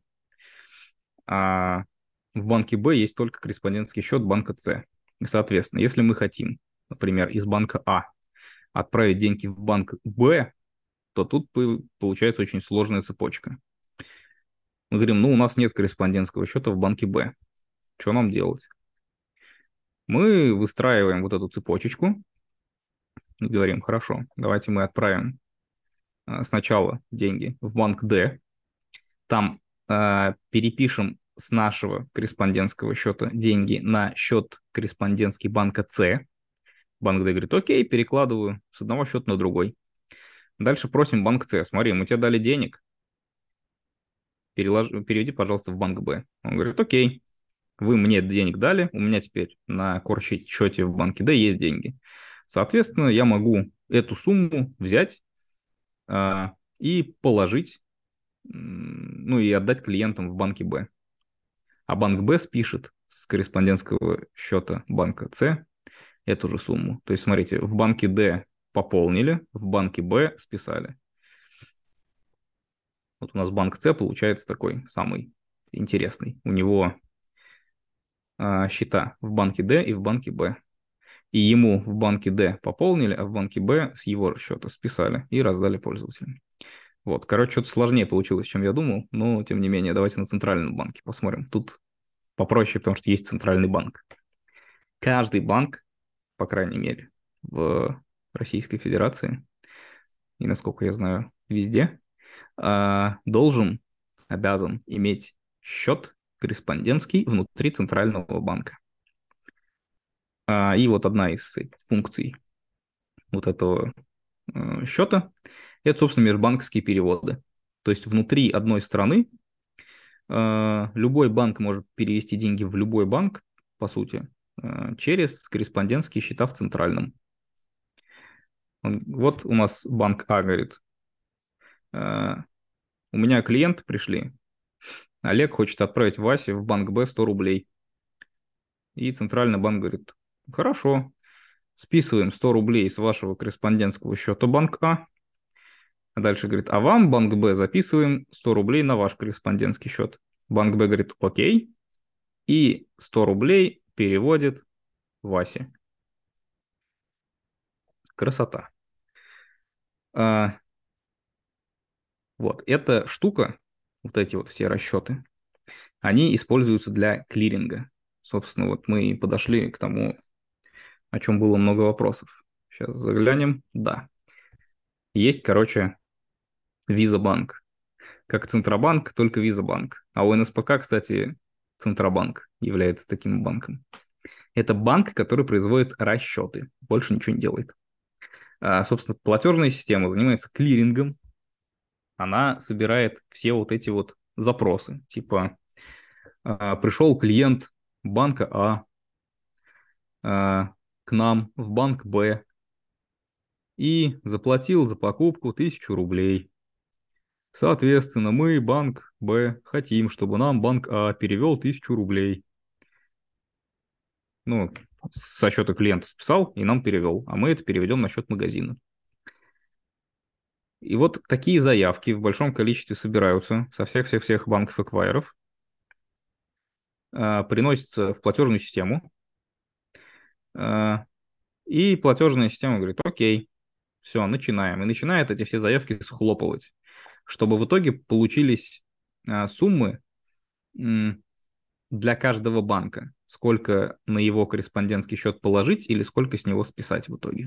а в банке Б есть только корреспондентский счет банка С. И, соответственно, если мы хотим, например, из банка А отправить деньги в банк Б, то тут получается очень сложная цепочка. Мы говорим: ну, у нас нет корреспондентского счета в банке Б. Что нам делать? Мы выстраиваем вот эту цепочечку и говорим: хорошо, давайте мы отправим э, сначала деньги в банк Д, там э, перепишем с нашего корреспондентского счета деньги на счет корреспондентский банка С. Банк Д говорит: окей, перекладываю с одного счета на другой. Дальше просим банк С: смотри, мы тебе дали денег, перелож... переведи, пожалуйста, в банк Б. Он говорит: окей, вы мне денег дали, у меня теперь на корсчете в банке Д есть деньги. Соответственно, я могу эту сумму взять а, и положить, ну и отдать клиентам в банке Б. А банк Б спишет с корреспондентского счета банка С эту же сумму. То есть, смотрите, в банке Д пополнили, в банке Б списали. Вот у нас банк С получается такой самый интересный. У него а, счета в банке Д и в банке Б. И ему в банке Д пополнили, а в банке Б с его счета списали и раздали пользователям. Вот, короче, что-то сложнее получилось, чем я думал, но, тем не менее, давайте на центральном банке посмотрим. Тут попроще, потому что есть центральный банк. Каждый банк, по крайней мере, в Российской Федерации, и, насколько я знаю, везде, должен, обязан иметь счет корреспондентский внутри центрального банка. И вот одна из функций вот этого счета – это, собственно, межбанковские переводы. То есть внутри одной страны любой банк может перевести деньги в любой банк, по сути, через корреспондентские счета в центральном. Вот у нас банк А говорит: у меня клиенты пришли, Олег хочет отправить Васе в банк Б сто рублей. И центральный банк говорит: хорошо, списываем сто рублей с вашего корреспондентского счета банк А. А дальше говорит: а вам, банк Б, записываем сто рублей на ваш корреспондентский счет. Банк Б говорит: окей. И сто рублей переводит Васе. Красота. А, вот, эта штука, вот эти вот все расчеты, они используются для клиринга. Собственно, вот мы подошли к тому, о чем было много вопросов. Сейчас заглянем. Да. Есть, короче, Виза-банк. Как Центробанк, только Виза-банк. А у эн эс пэ ка, кстати, Центробанк является таким банком. Это банк, который производит расчеты. Больше ничего не делает. А, собственно, платежная система занимается клирингом. Она собирает все вот эти вот запросы. Типа, а, пришел клиент банка А а, к нам в банк Б и заплатил за покупку тысячу рублей. Соответственно, мы, банк Б, хотим, чтобы нам банк А перевел тысячу рублей. Ну, со счета клиента списал и нам перевел, а мы это переведем на счет магазина. И вот такие заявки в большом количестве собираются со всех-всех-всех банков-эквайеров, а, приносятся в платежную систему, а, и платежная система говорит: окей, все, начинаем. И начинает эти все заявки схлопывать, чтобы в итоге получились а, суммы м, для каждого банка. Сколько на его корреспондентский счет положить или сколько с него списать в итоге.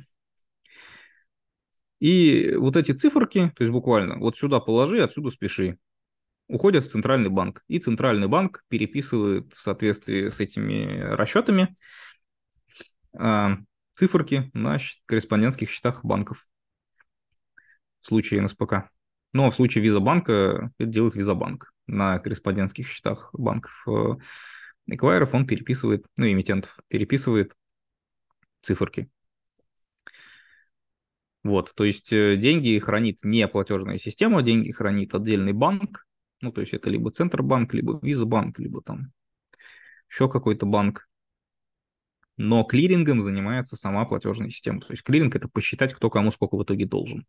И вот эти циферки, то есть буквально вот сюда положи, отсюда спиши, уходят в центральный банк. И центральный банк переписывает в соответствии с этими расчетами а, циферки на щ- корреспондентских счетах банков в случае эн эс пэ ка. Но в случае Виза банка это делает Виза банк. На корреспондентских счетах банков э, эквайров он переписывает, ну, эмитентов, переписывает циферки. Вот, то есть э, деньги хранит не платежная система, деньги хранит отдельный банк. Ну, то есть это либо Центробанк, либо Виза банк, либо там еще какой-то банк. Но клирингом занимается сама платежная система. То есть клиринг – это посчитать, кто кому сколько в итоге должен.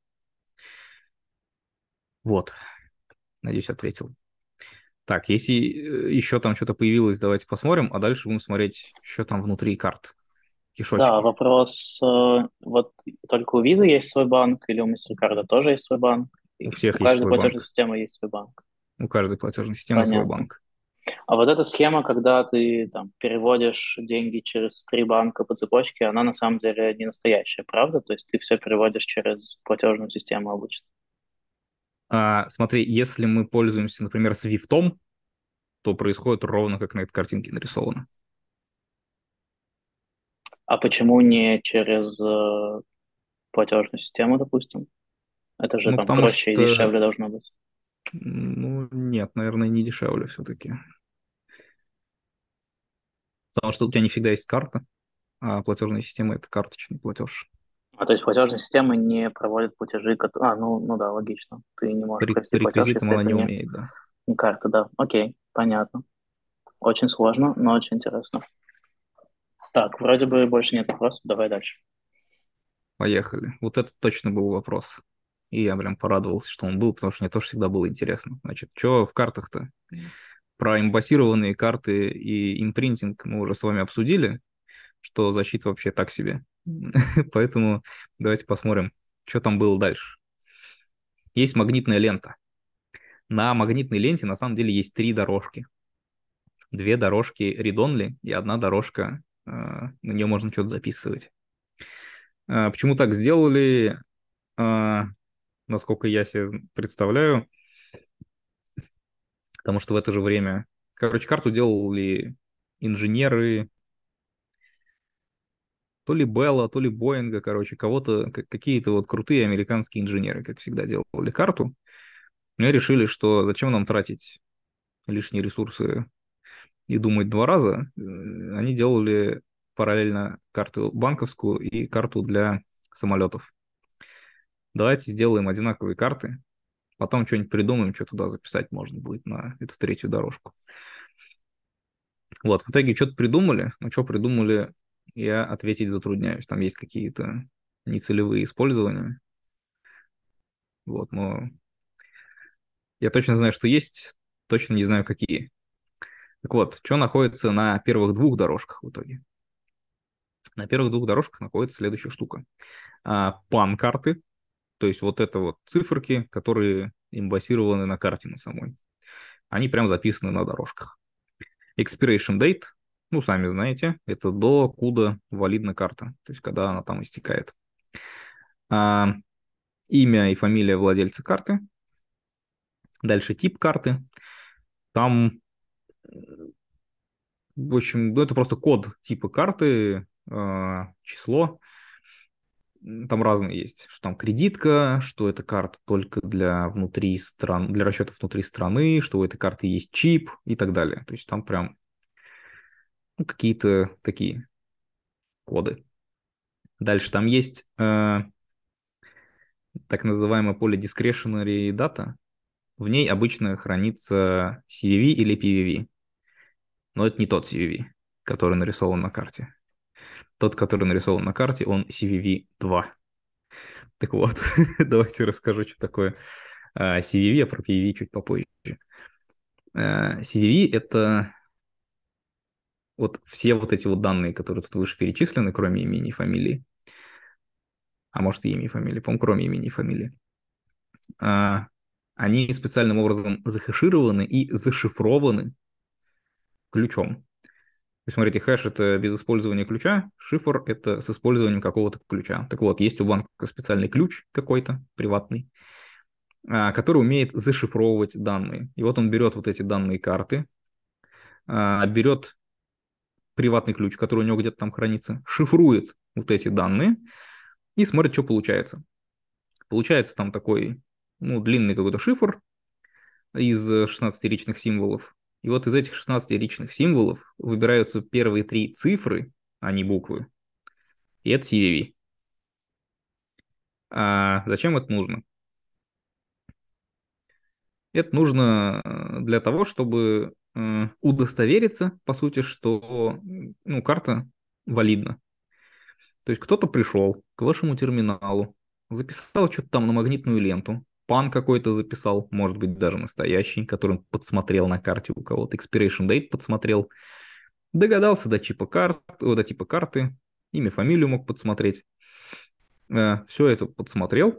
Вот, надеюсь, ответил. Так, если э, еще там что-то появилось, давайте посмотрим, а дальше будем смотреть, что там внутри карт, Да, кишочки. вопрос, э, вот только у Визы есть свой банк или у MasterCard тоже есть свой банк? У И у всех есть каждой свой платежной банк. системы есть свой банк. У каждой платежной системы свой Понятно. банк. А вот эта схема, когда ты там переводишь деньги через три банка по цепочке, она на самом деле не настоящая, правда? То есть ты все переводишь через платежную систему обычно. А, смотри, если мы пользуемся, например, свифтом, то происходит ровно как на этой картинке нарисовано. А почему не через э, платежную систему, допустим? Это же Ну, там потому проще и что, дешевле должно быть. ну, нет, наверное, не дешевле все-таки. Потому что у тебя не всегда есть карта, а платежная система – это карточный платеж. А то есть платежная система не проводит платежи, кото- а, ну, ну да, логично. Ты не можешь По, провести по платеж, реквизитам если она это не не, умеет, да. не карта, да. Окей, понятно. Очень сложно, но очень интересно. Так, вроде бы больше нет вопросов, давай дальше. Поехали. Вот это точно был вопрос. И я прям порадовался, что он был, потому что мне тоже всегда было интересно. Значит, что в картах-то? Про эмбассированные карты и импринтинг мы уже с вами обсудили, что защита вообще так себе. Поэтому давайте посмотрим, что там было дальше. Есть магнитная лента. На магнитной ленте на самом деле есть три дорожки. Две дорожки read-only и одна дорожка, э, на нее можно что-то записывать. Э, Почему так сделали? Э, Насколько я себе представляю, потому что в это же время, короче, карту делали инженеры, то ли Белла, то ли Боинга, короче, кого-то, какие-то вот крутые американские инженеры, как всегда, делали карту. Мы решили, что зачем нам тратить лишние ресурсы и думать два раза. Э, Они делали параллельно карту банковскую и карту для самолетов. Давайте сделаем одинаковые карты, потом что-нибудь придумаем, что туда записать можно будет на эту третью дорожку. Вот, в итоге что-то придумали, но что придумали, я ответить затрудняюсь. Там есть какие-то нецелевые использования. Вот, но я точно знаю, что есть, точно не знаю, какие. Так вот, что находится на первых двух дорожках в итоге? На первых двух дорожках находится следующая штука. А, пан-карты, то есть вот это вот циферки, которые эмбассированы на карте на самой. Они прям записаны на дорожках. Expiration date, ну, сами знаете, это до куда валидна карта, то есть когда она там истекает. А, имя и фамилия владельца карты. Дальше тип карты. Там, в общем, ну, это просто код типа карты, а, число. там разные есть, что там кредитка, что эта карта только для внутри стран, для расчетов внутри страны, что у этой карты есть чип и так далее. То есть там прям ну, какие-то такие коды. Дальше там есть э, так называемое поле discretionary data. В ней обычно хранится си ви ви или пи ви ви. Но это не тот си ви ви, который нарисован на карте. Тот, который нарисован на карте, он си ви ви два. Так вот, давайте расскажу, что такое э, си ви ви, а про пи ви ви чуть попозже. Э, си ви ви — это вот все вот эти вот данные, которые тут выше перечислены, кроме имени и фамилии. А может и имя и фамилии, по-моему, кроме имени и фамилии. А, они специальным образом захэшированы и зашифрованы ключом. То есть, смотрите, хэш — это без использования ключа, шифр — это с использованием какого-то ключа. Так вот, есть у банка специальный ключ какой-то, приватный, а, который умеет зашифровывать данные. И вот он берет вот эти данные карты, а, берет приватный ключ, который у него где-то там хранится, шифрует вот эти данные и смотрит, что получается. Получается там такой, ну, длинный какой-то шифр из шестнадцатиричных символов. И вот из этих шестнадцатиричных символов выбираются первые три цифры, а не буквы. И это си ви ви. А зачем это нужно? Это нужно для того, чтобы э, удостовериться, по сути, что ну, карта валидна. То есть кто-то пришел к вашему терминалу, записал что-то там на магнитную ленту, пан какой-то записал, может быть, даже настоящий, который он подсмотрел на карте у кого-то, expiration date подсмотрел, догадался до чипа карт, до типа карты, имя, фамилию мог подсмотреть. Все это подсмотрел,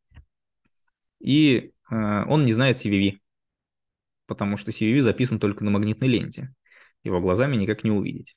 и он не знает си ви ви, потому что си ви ви записан только на магнитной ленте. Его глазами никак не увидеть.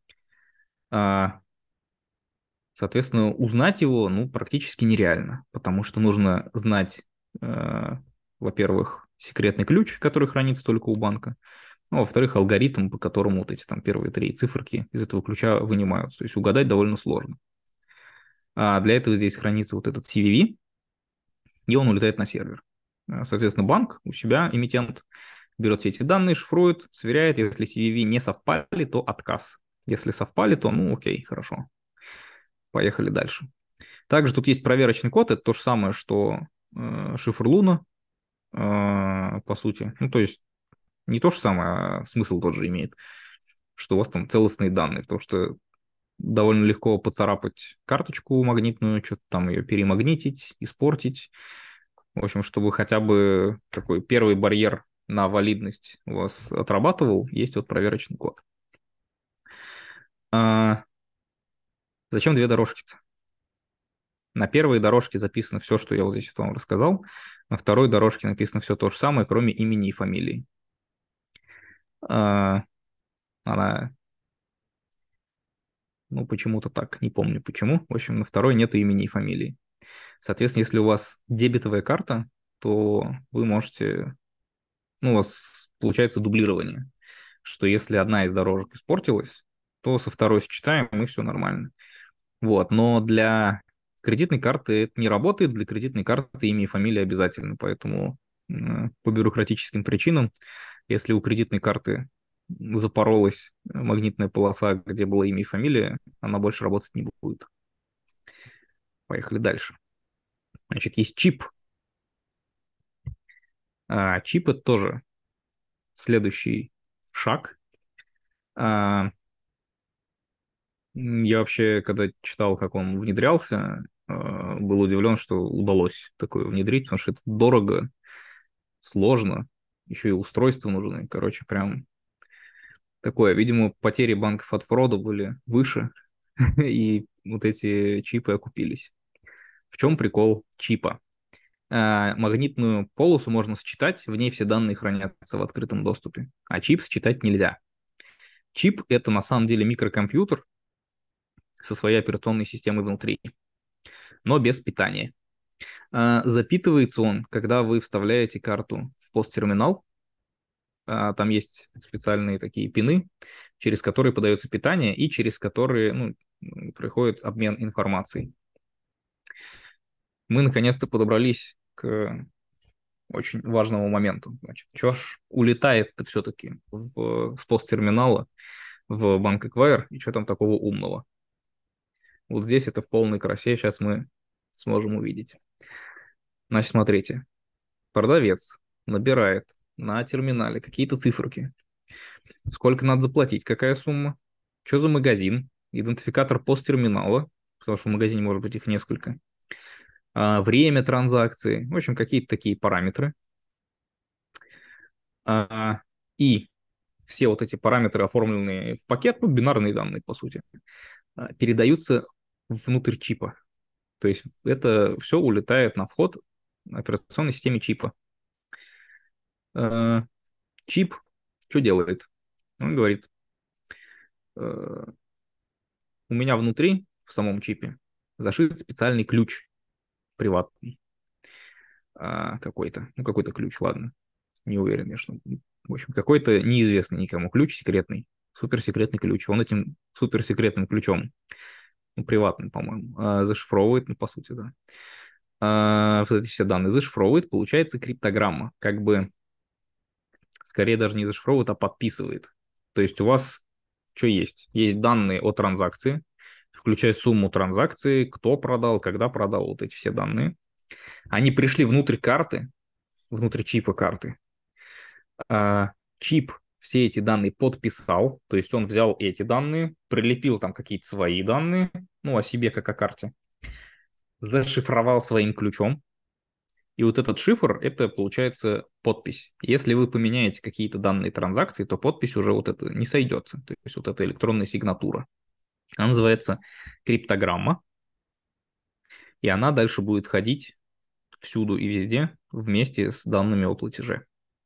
Соответственно, узнать его ну, практически нереально, потому что нужно знать, э, во-первых, секретный ключ, который хранится только у банка, ну, во-вторых, алгоритм, по которому вот эти там первые три циферки из этого ключа вынимаются. То есть угадать довольно сложно. А для этого здесь хранится вот этот си ви ви, и он улетает на сервер. Соответственно, банк у себя, эмитент, берет все эти данные, шифрует, сверяет. Если си ви ви не совпали, то отказ. Если совпали, то ну окей, хорошо. Поехали дальше. Также тут есть проверочный код. Это то же самое, что э, шифр Луна, э, по сути. Ну, то есть не то же самое, а смысл тот же имеет, что у вас там целостные данные. Потому что довольно легко поцарапать карточку магнитную, что-то там ее перемагнитить, испортить. В общем, чтобы хотя бы такой первый барьер на валидность у вас отрабатывал, есть вот проверочный код. А зачем две дорожки-то? На первой дорожке записано все, что я вот здесь вам рассказал. На второй дорожке написано все то же самое, кроме имени и фамилии. А, она, ну, почему-то так, не помню почему. В общем, на второй нету имени и фамилии. Соответственно, если у вас дебетовая карта, то вы можете... Ну, у вас получается дублирование, что если одна из дорожек испортилась, то со второй считаем, и все нормально. Вот, но для кредитной карты это не работает, для кредитной карты имя и фамилия обязательно, поэтому э, по бюрократическим причинам, если у кредитной карты запоролась магнитная полоса, где было имя и фамилия, она больше работать не будет. Поехали дальше. Значит, есть чип. А, чип — это тоже следующий шаг. А, я вообще, когда читал, как он внедрялся, был удивлен, что удалось такое внедрить, потому что это дорого, сложно, еще и устройства нужны. Короче, прям такое. Видимо, потери банков от фрода были выше, и вот эти чипы окупились. В чем прикол чипа? Магнитную полосу можно считать, в ней все данные хранятся в открытом доступе, а чип считать нельзя. Чип — это на самом деле микрокомпьютер со своей операционной системой внутри, но без питания. Запитывается он, когда вы вставляете карту в посттерминал. Там есть специальные такие пины, через которые подается питание и через которые ну, происходит обмен информацией. мы наконец-то подобрались к очень важному моменту. Значит, что ж улетает-то все-таки в, с посттерминала в банк Acquire, и что там такого умного? Вот здесь это в полной красе сейчас мы сможем увидеть. Значит, смотрите, продавец набирает на терминале какие-то циферки. Сколько надо заплатить, какая сумма, что за магазин, идентификатор посттерминала, потому что в магазине может быть их несколько, а, время транзакции, в общем, какие-то такие параметры. А, И все вот эти параметры, оформленные в пакет, ну, бинарные данные, по сути, а, передаются внутрь чипа. То есть это все улетает на вход операционной системе чипа. А, Чип что делает? Он говорит, э, у меня внутри, в самом чипе, зашит специальный ключ приватный а, какой-то. Ну, какой-то ключ, ладно. Не уверен я, что... В общем, какой-то неизвестный никому ключ секретный. Суперсекретный ключ. Он этим суперсекретным ключом, ну, приватным, по-моему, а, зашифровывает, ну, по сути, да. А, вот эти все данные зашифровывает, получается криптограмма. Как бы, скорее даже не зашифровывает, а подписывает. То есть у вас что есть? Есть данные о транзакции, включая сумму транзакции, кто продал, когда продал, вот эти все данные. Они пришли внутрь карты, внутрь чипа карты. А, чип все эти данные подписал, то есть он взял эти данные, прилепил там какие-то свои данные, ну, о себе как о карте, зашифровал своим ключом, и вот этот шифр, это получается подпись. Если вы поменяете какие-то данные транзакции, то подпись уже вот это не сойдется, то есть вот эта электронная сигнатура. Она называется криптограмма, и она дальше будет ходить всюду и везде вместе с данными о платеже.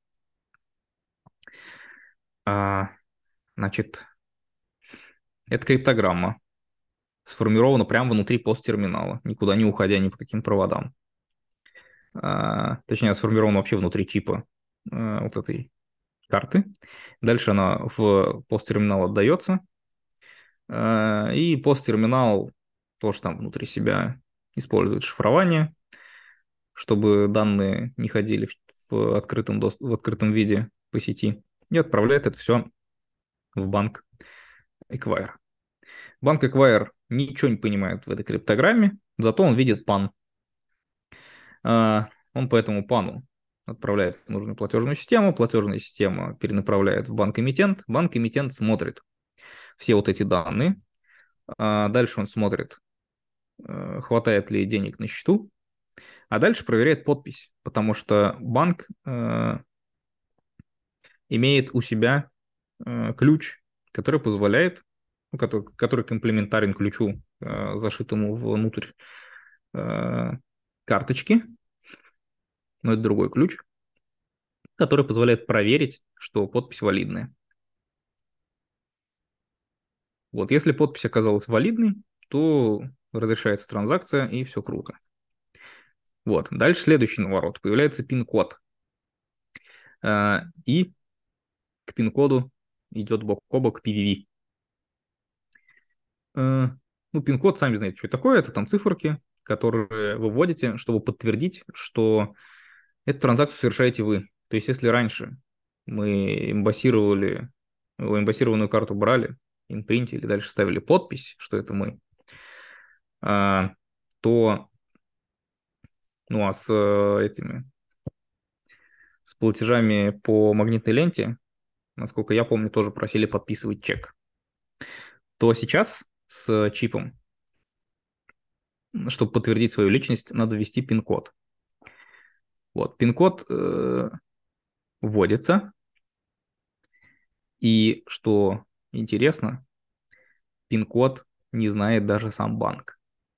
А, значит, эта криптограмма сформирована прямо внутри посттерминала, никуда не уходя ни по каким проводам. А, точнее, сформирована вообще внутри чипа а, вот этой карты. Дальше она в посттерминал отдается, а, и посттерминал тоже там внутри себя использует шифрование, чтобы данные не ходили в, в, открытом, дост- в открытом виде по сети, и отправляет это все в банк Acquire. Банк Acquire ничего не понимает в этой криптограмме, зато он видит пан. А, Он по этому пану отправляет в нужную платежную систему, платежная система перенаправляет в банк-эмитент, банк-эмитент смотрит все вот эти данные, а дальше он смотрит, э, хватает ли денег на счету, а дальше проверяет подпись, потому что банк э, имеет у себя э, ключ, который позволяет, ну, который, который комплементарен ключу, э, зашитому внутрь э, карточки, но это другой ключ, который позволяет проверить, что подпись валидная. Вот, если подпись оказалась валидной, то разрешается транзакция, и все круто. Вот, дальше следующий наворот. Появляется пин-код. А, И к пин-коду идет бок о бок пи ви ви. А, Ну, пин-код, сами знаете, что это такое. Это там циферки, которые вы вводите, чтобы подтвердить, что эту транзакцию совершаете вы. То есть, если раньше мы эмбассировали, ну, эмбассированную карту брали, импринтили, дальше ставили подпись, что это мы, а, то, ну, а с э, этими, с платежами по магнитной ленте, насколько я помню, тоже просили подписывать чек. То сейчас с чипом, чтобы подтвердить свою личность, надо ввести пин-код. Вот, пин-код э, вводится, и, что интересно, пин-код не знает даже сам банк.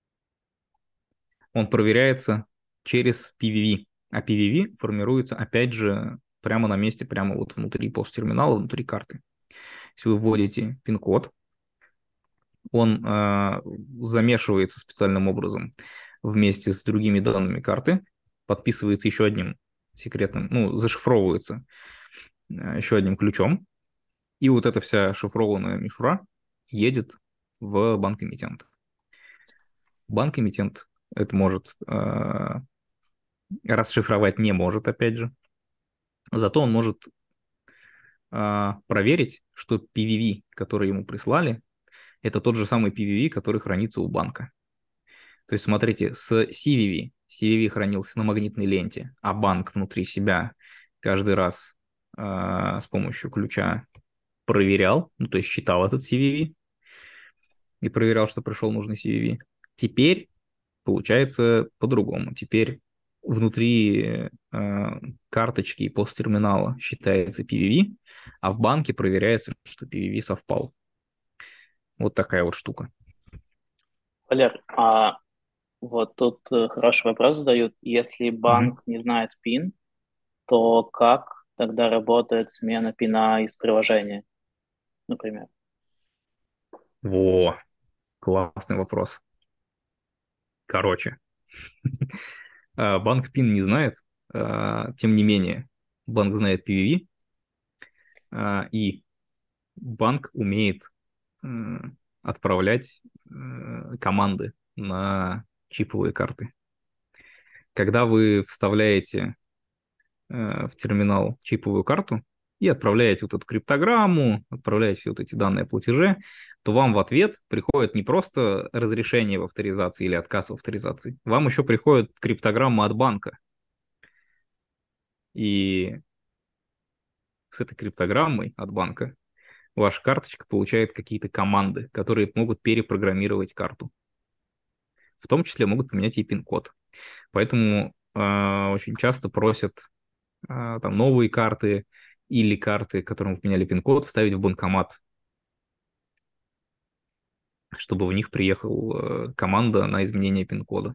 Он проверяется через пи ви ви, а пи ви ви формируется, опять же, прямо на месте, прямо вот внутри посттерминала, внутри карты. Если вы вводите пин-код, он э, замешивается специальным образом вместе с другими данными карты, подписывается еще одним секретным, ну, зашифровывается э, еще одним ключом, и вот эта вся шифрованная мишура едет в банк-эмитент. Банк-эмитент это может э, расшифровать не может, опять же. Зато он может э, проверить, что пи ви ви, который ему прислали, это тот же самый пи ви ви, который хранится у банка. То есть, смотрите, с си ви ви, си ви ви хранился на магнитной ленте, а банк внутри себя каждый раз э, с помощью ключа проверял, ну, то есть считал этот си ви ви и проверял, что пришел нужный си ви ви. Теперь получается по-другому. Теперь внутри э, карточки и посттерминала считается пи ви ви, а в банке проверяется, что пи ви ви совпал. Вот такая вот штука. Валер, а вот тут э, хороший вопрос задают. Если Мгм. банк не знает пин, то как тогда работает смена пина из приложения, например? Во, классный вопрос. Короче, а, банк пин не знает, а, тем не менее, банк знает пи ви ви, а, и банк умеет м, отправлять э, команды на чиповые карты. Когда вы вставляете э, в терминал чиповую карту и отправляете вот эту криптограмму, отправляете все вот эти данные о платеже, то вам в ответ приходит не просто разрешение в авторизации или отказ в авторизации, вам еще приходит криптограмма от банка. И с этой криптограммой от банка ваша карточка получает какие-то команды, которые могут перепрограммировать карту. В том числе могут поменять и пин-код. Поэтому э, очень часто просят э, там новые карты или карты, которым вы поменяли пин-код, вставить в банкомат, чтобы в них приехала э, команда на изменение пин-кода.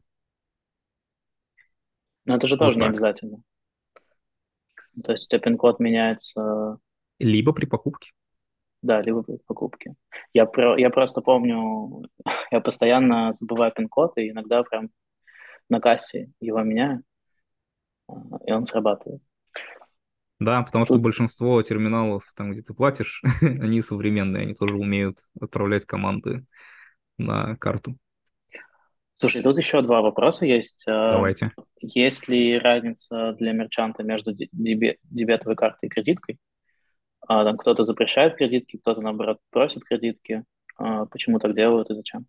Но это же тоже Вот не так. обязательно. То есть у тебя пин-код меняется, Либо при покупке. да, либо при покупке. Я, про, я просто помню, я постоянно забываю пин-код, и иногда прям на кассе его меняю, а, и он срабатывает. Да, потому что Тут, большинство терминалов, там, где ты платишь, они современные, они тоже умеют отправлять команды на карту. слушай, тут еще два вопроса есть. А, Давайте. Есть ли разница для мерчанта между де- дебе- дебетовой картой и кредиткой? А, там кто-то запрещает кредитки, кто-то, наоборот, просит кредитки. А, почему так делают и зачем?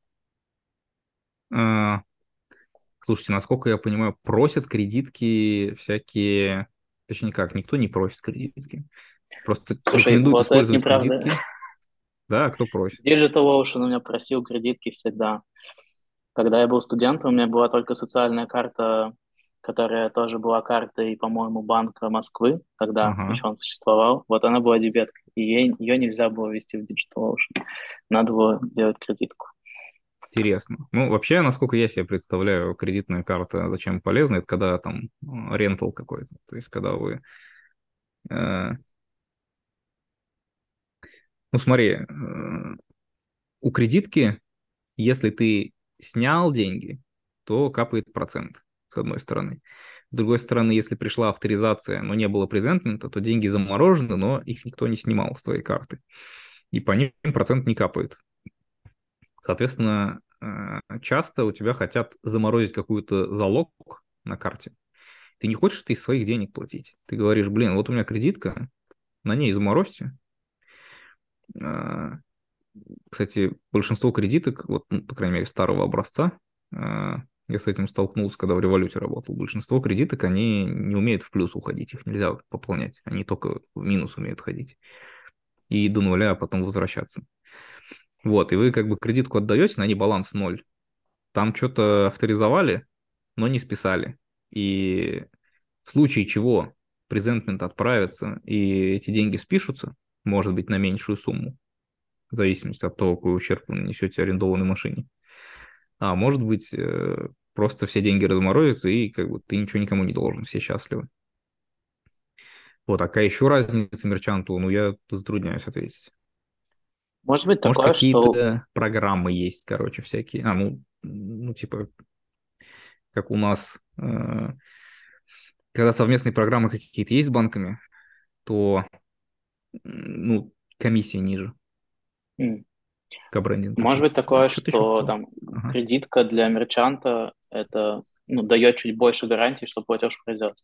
А, Слушайте, насколько я понимаю, просят кредитки всякие... Точнее как, никто не просит кредитки. Просто Слушай, рекомендуют вот это использовать неправда. кредитки. Да, кто просит? Digital Ocean у меня просил кредитки всегда. Когда я был студентом, у меня была только социальная карта, которая тоже была картой, по-моему, Банка Москвы, тогда Ага, еще он существовал. Вот она была дебеткой, и ей- ее нельзя было ввести в Digital Ocean. Надо было делать кредитку. интересно. Ну, вообще, насколько я себе представляю, кредитная карта зачем полезна, это когда там э, рентал какой-то. То есть, когда вы... э, ну, смотри, э, у кредитки, если ты снял деньги, то капает процент, с одной стороны. С другой стороны, если пришла авторизация, но не было презентмента, то деньги заморожены, но их никто не снимал с твоей карты. И по ним процент не капает. Соответственно, э, часто у тебя хотят заморозить какую-то залог на карте. Ты не хочешь ты из своих денег платить. Ты говоришь, блин, вот у меня кредитка, на ней заморозьте. А, Кстати, большинство кредиток, вот, ну, по крайней мере, старого образца, а, я с этим столкнулся, когда в революте работал. Большинство кредиток, они не умеют в плюс уходить, их нельзя пополнять. Они только в минус умеют ходить. И до нуля, а потом возвращаться. Вот, и вы как бы кредитку отдаете, на ней баланс ноль. Там что-то авторизовали, но не списали. И в случае чего презентмент отправится, и эти деньги спишутся, может быть, на меньшую сумму, в зависимости от того, какой ущерб вы нанесете арендованной машине. А может быть, э, просто все деньги разморозятся, и как бы ты ничего никому не должен, все счастливы. Вот, а какая еще разница мерчанту? Ну, я затрудняюсь ответить. Может быть Может, такое, что какие-то программы есть, короче, всякие. А, ну, ну типа, как у нас, э, когда совместные программы какие-то есть с банками, то, ну, комиссия ниже, м, кабрендинг может такой. быть такое, Что-то еще что хотел. там Ага. кредитка для мерчанта это ну, дает чуть больше гарантий, что платеж пройдет.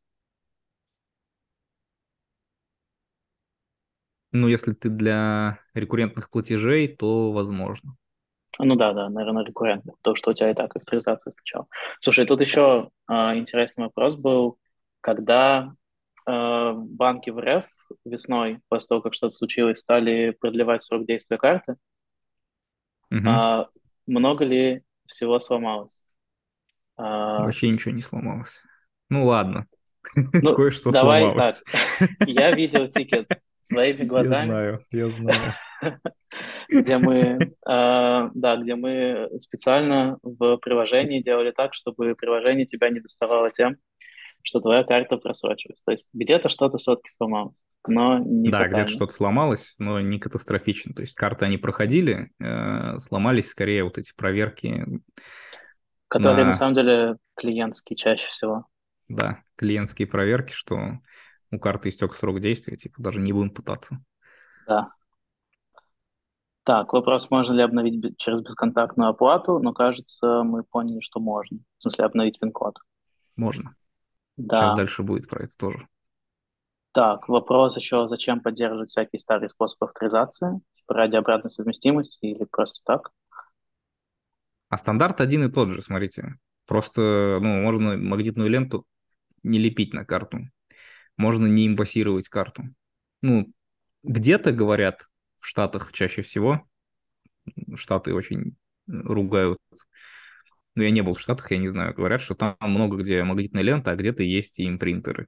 Ну, если ты для рекуррентных платежей, то возможно. Ну да, да, наверное, рекуррентно, потому что у тебя и так авторизация сначала. Слушай, тут еще а, интересный вопрос был, когда а, банки в РФ весной, после того, как что-то случилось, стали продлевать срок действия карты, Мгм. а, много ли всего сломалось? А, Вообще ничего не сломалось. Ну ладно, ну, кое-что давай так, сломалось. я видел тикет своими Я глазами, знаю, я знаю. где мы, э, да, где мы специально в приложении делали так, чтобы приложение тебя не доставало тем, что твоя карта просрочилась. То есть где-то что-то все-таки сломалось, но не Да, где-то фатально. что-то сломалось, но не катастрофично. То есть карты они проходили, э, сломались скорее вот эти проверки Которые на на, самом деле клиентские чаще всего. да, клиентские проверки, что у карты истек срок действия, типа даже не будем пытаться. Да. Так, вопрос, можно ли обновить бе- через бесконтактную оплату, но кажется, мы поняли, что можно. В смысле, обновить пин-код. Можно. Сейчас Да. дальше будет про это тоже. Так, вопрос еще, зачем поддерживать всякие старые способы авторизации? Типа ради обратной совместимости или просто так? А стандарт один и тот же, смотрите. Просто, ну, можно магнитную ленту не лепить на карту. Можно не импосировать карту. Ну, где-то говорят в Штатах чаще всего, Штаты очень ругают. Ну, я не был в Штатах, я не знаю. Говорят, что там много где магнитная лента, а где-то есть и импринтеры.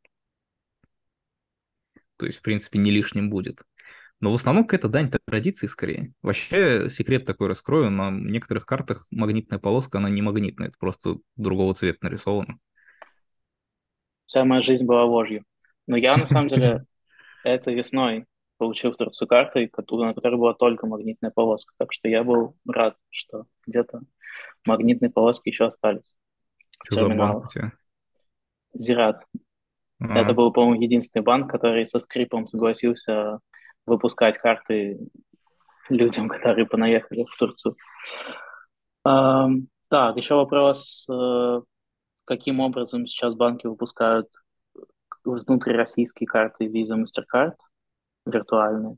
То есть, в принципе, не лишним будет. Но в основном какая-то дань традиции скорее. Вообще, секрет такой раскрою, на некоторых картах магнитная полоска, она не магнитная, это просто другого цвета нарисовано. Вся моя жизнь была ложью. Но я, на самом деле, этой весной получил в Турцию карту, и кото- на которой была только магнитная полоска. Так что я был рад, что где-то магнитные полоски еще остались в Что за банк у терминалах. тебя? Зират. Это А, был, по-моему, единственный банк, который со скрипом согласился выпускать карты людям, которые понаехали в Турцию. Ам, так, еще вопрос, э, каким образом сейчас банки выпускают внутрироссийские карты Visa, MasterCard виртуальные?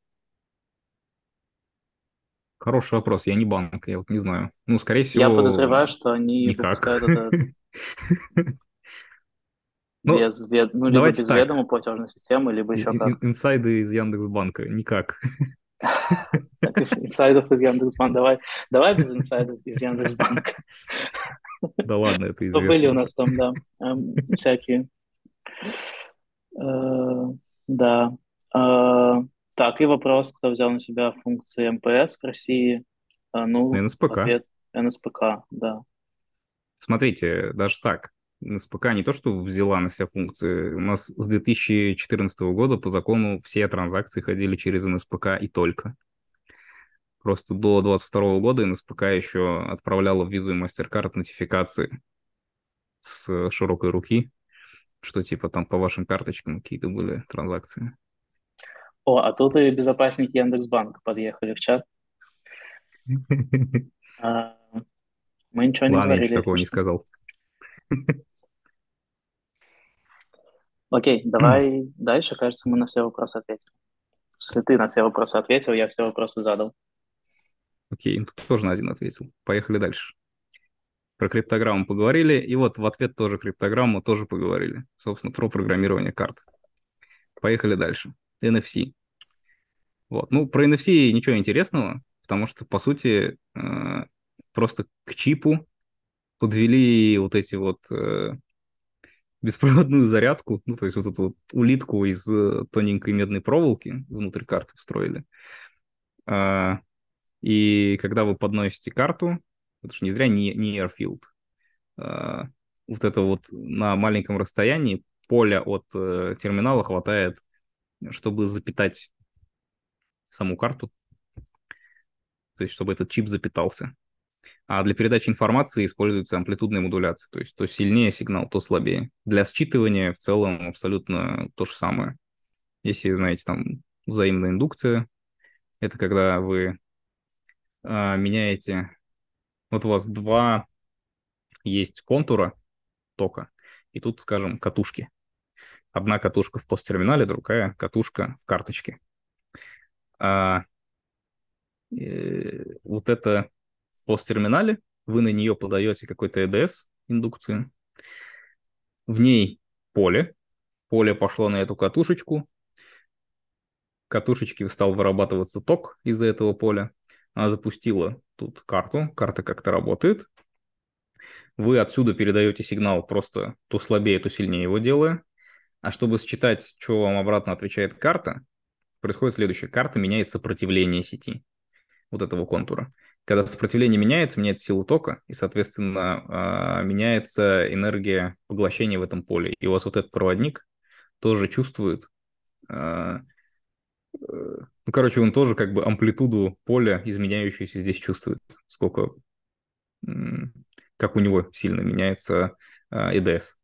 хороший вопрос, я не банк, я вот не знаю. Ну, скорее Я всего, подозреваю, что они никак. выпускают это Ну, без, вед- ну, либо давайте без так. ведома платежной системы, либо И- еще и- как. Инсайды из Яндекс.Банка, никак. Так, из инсайдов из Яндекс.Банка. Давай, давай без инсайдов из Яндекс.Банка. Да ладно, это То были известно у уже. нас там, да, эм, всякие. Э, да. Э, так, и вопрос, кто взял на себя функции эм пэ эс в России? Э, ну, На НСПК. ответ эн эс пэ ка, да. Смотрите, даже так. НСПК не то, что взяла на себя функции. У нас с две тысячи четырнадцатого года по закону все транзакции ходили через НСПК и только. Просто до двадцать второго года НСПК еще отправляла в Visa и MasterCard нотификации с широкой руки, что типа там по вашим карточкам какие-то были транзакции. О, а тут и безопасники Яндекс.Банка подъехали в чат. А, мы ничего не Ладно, я ничего говорили, если такого не что. сказал. Окей, давай дальше. Кажется, мы на все вопросы ответили. Если ты на все вопросы ответил, я все вопросы задал. Окей, ну, тут тоже на один ответил. Поехали дальше. Про криптограмму поговорили, и вот в ответ тоже криптограмму тоже поговорили. Собственно, про программирование карт. Поехали дальше. эн эф си. Вот. Ну, про эн эф си ничего интересного, потому что, по сути, э, просто к чипу подвели вот эти вот э, беспроводную зарядку, ну, то есть вот эту вот улитку из э, тоненькой медной проволоки внутрь карты встроили. А, и когда вы подносите карту, это же не зря не, не Airfield, а, вот это вот на маленьком расстоянии поля от э, терминала хватает, чтобы запитать саму карту, то есть чтобы этот чип запитался. А для передачи информации используется амплитудная модуляция, то есть то сильнее сигнал, то слабее. Для считывания в целом абсолютно то же самое. Если знаете, там взаимная индукция, это когда вы а, меняете, вот у вас два есть контура тока, и тут, скажем, катушки. Одна катушка в посттерминале, другая катушка в карточке. А, э, вот это в посттерминале, вы на нее подаете какой-то и ди эс, индукцию. В ней поле. Поле пошло на эту катушечку. Катушечке стал вырабатываться ток из-за этого поля. Она запустила тут карту. Карта как-то работает. Вы отсюда передаете сигнал просто то слабее, то сильнее его делая. А чтобы считать, что вам обратно отвечает карта, происходит следующее. Карта меняет сопротивление сети вот этого контура. Когда сопротивление меняется, меняется сила тока, и, соответственно, меняется энергия поглощения в этом поле. И у вас вот этот проводник тоже чувствует, ну, короче, он тоже как бы амплитуду поля, изменяющуюся здесь чувствует, сколько, как у него сильно меняется и ди эс.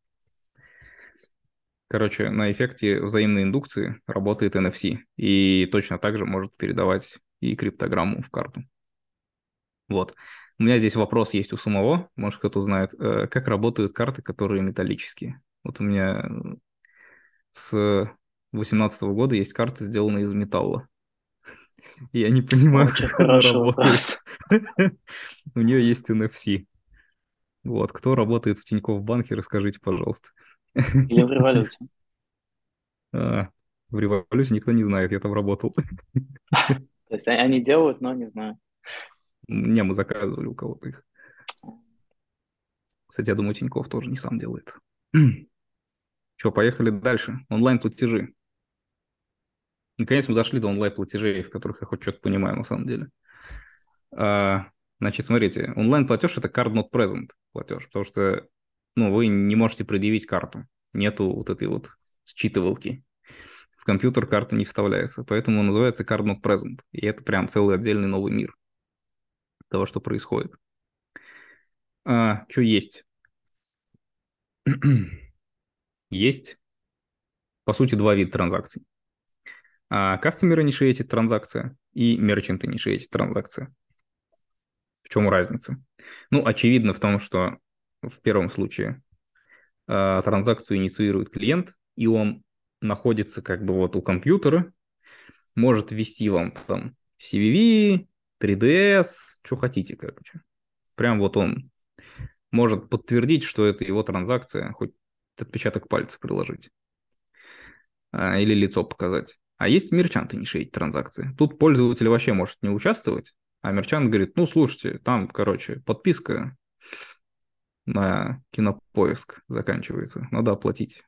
Короче, на эффекте взаимной индукции работает эн эф си, и точно так же может передавать и криптограмму в карту. Вот. У меня здесь вопрос есть у самого, может, кто-то знает, как работают карты, которые металлические. Вот у меня с две тысячи восемнадцатого года есть карты, сделанные из металла. Я не понимаю, Очень как она хороший работает. вопрос. У нее есть эн эф си. Вот. Кто работает в Тинькофф банке, расскажите, пожалуйста. Или в революте. А, в революции никто не знает, я там работал. То есть они делают, но не знаю. Не, мы заказывали у кого-то их. Кстати, я думаю, Тинькофф тоже не сам делает. Что, поехали дальше. Онлайн-платежи. Наконец мы дошли до онлайн-платежей, в которых я хоть что-то понимаю на самом деле. А, значит, смотрите, онлайн-платеж – это card not present платеж, потому что ну, вы не можете предъявить карту. Нету вот этой вот считывалки. В компьютер карта не вставляется, поэтому он называется card not present. И это прям целый отдельный новый мир того, что происходит. А, что есть? Есть, по сути, два вида транзакций. Customer Initiated транзакция и Merchant Initiated транзакция. В чем разница? Ну, очевидно в том, что в первом случае э, транзакцию инициирует клиент, и он находится как бы вот у компьютера, может ввести вам там си ви ви, три ди эс, что хотите, короче. Прям вот он может подтвердить, что это его транзакция, хоть отпечаток пальца приложить э, или лицо показать. А есть мерчант initiate транзакции. Тут пользователь вообще может не участвовать, а мерчант говорит, ну, слушайте, там, короче, подписка на Кинопоиск заканчивается, надо оплатить.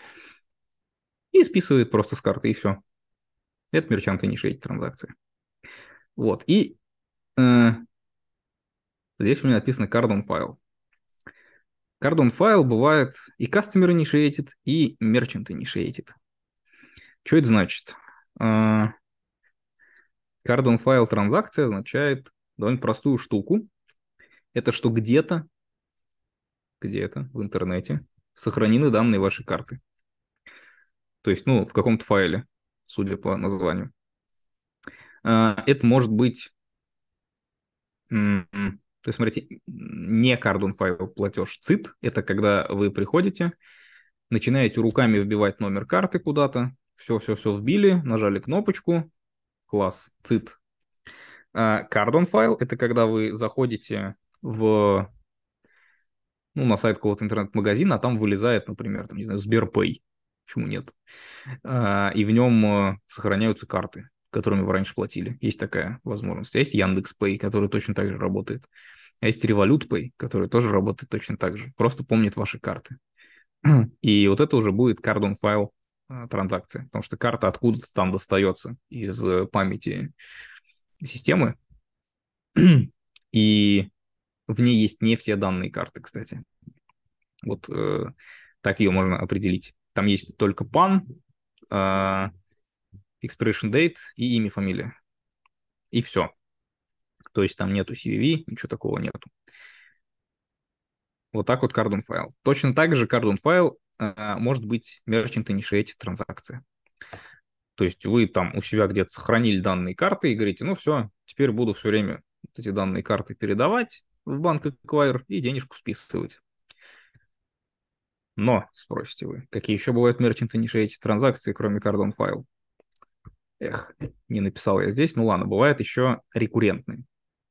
И списывает просто с карты, и все. Это мерчант initiate транзакция. Вот, и э, здесь у меня написано card on file. Card on file бывает и customer initiated, и merchant initiated. Что это значит? Э, Card on file транзакция означает довольно простую штуку. Это что где-то, где-то в интернете сохранены данные вашей карты. То есть, ну, в каком-то файле, судя по названию. Это может быть, то есть, смотрите, не card on file платеж цит. Это когда вы приходите, начинаете руками вбивать номер карты куда-то, все-все-все вбили, нажали кнопочку, класс, цит. Card on file – это когда вы заходите в, ну, на сайт какого-то интернет-магазина, а там вылезает, например, там, не знаю, Сберпэй. Почему нет? И в нем сохраняются карты, которыми вы раньше платили. Есть такая возможность. А есть Яндекс.Пэй, который точно так же работает. А есть Revolut.Pay, который тоже работает точно так же. Просто помнит ваши карты. И вот это уже будет card on file транзакция, потому что карта откуда-то там достается из памяти системы. И в ней есть не все данные карты, кстати. Вот э, так ее можно определить. Там есть только пан, э, expiration date и имя, фамилия. И все. То есть там нету си ви ви, ничего такого нету. Вот так вот card on file. Точно так же card on file э, может быть merchant initiated транзакция. То есть вы там у себя где-то сохранили данные карты и говорите, ну все, теперь буду все время вот эти данные карты передавать в банк Acquire и денежку списывать. Но, спросите вы, какие еще бывают Merchant Initiated транзакции, кроме Card on File? Эх, не написал я здесь. Ну ладно, бывают еще рекуррентные.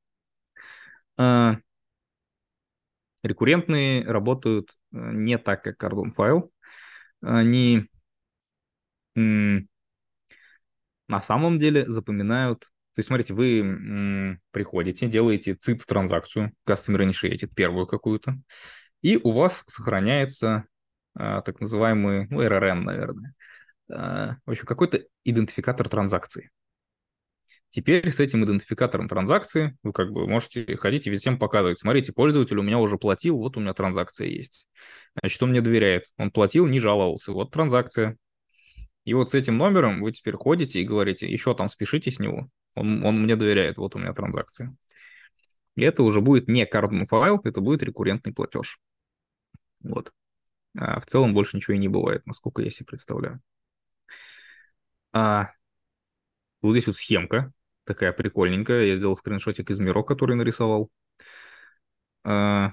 А, рекуррентные работают не так, как Card on File. Они м, на самом деле запоминают. То есть, смотрите, вы м, приходите, делаете цит-транзакцию, Customer Initiated, первую какую-то, и у вас сохраняется а, так называемый, ну, эр эр эм, наверное. А, в общем, какой-то идентификатор транзакции. Теперь с этим идентификатором транзакции вы как бы можете ходить и всем показывать. Смотрите, пользователь у меня уже платил, вот у меня транзакция есть. Значит, он мне доверяет. Он платил, не жаловался. Вот транзакция. И вот с этим номером вы теперь ходите и говорите, еще там спешите с него. Он, он мне доверяет, вот у меня транзакция. И это уже будет не cardon файл, это будет рекуррентный платеж. Вот. А в целом больше ничего и не бывает, насколько я себе представляю. А вот здесь вот схемка такая прикольненькая. Я сделал скриншотик из Миро, который нарисовал. А,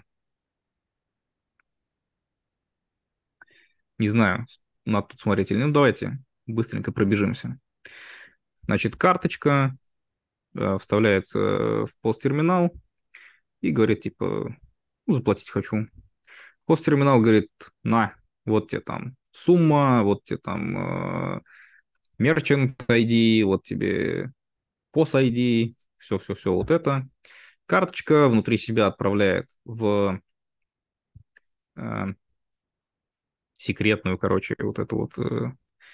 не знаю, надо тут смотреть или нет. Ну, давайте быстренько пробежимся. Значит, карточка э, вставляется в POS-терминал и говорит, типа, ну, заплатить хочу. POS-терминал говорит, на, вот тебе там сумма, вот тебе там э, Merchant ай ди, вот тебе пос ай ди, все-все-все вот это. Карточка внутри себя отправляет в э, секретную, короче, вот эту вот, э,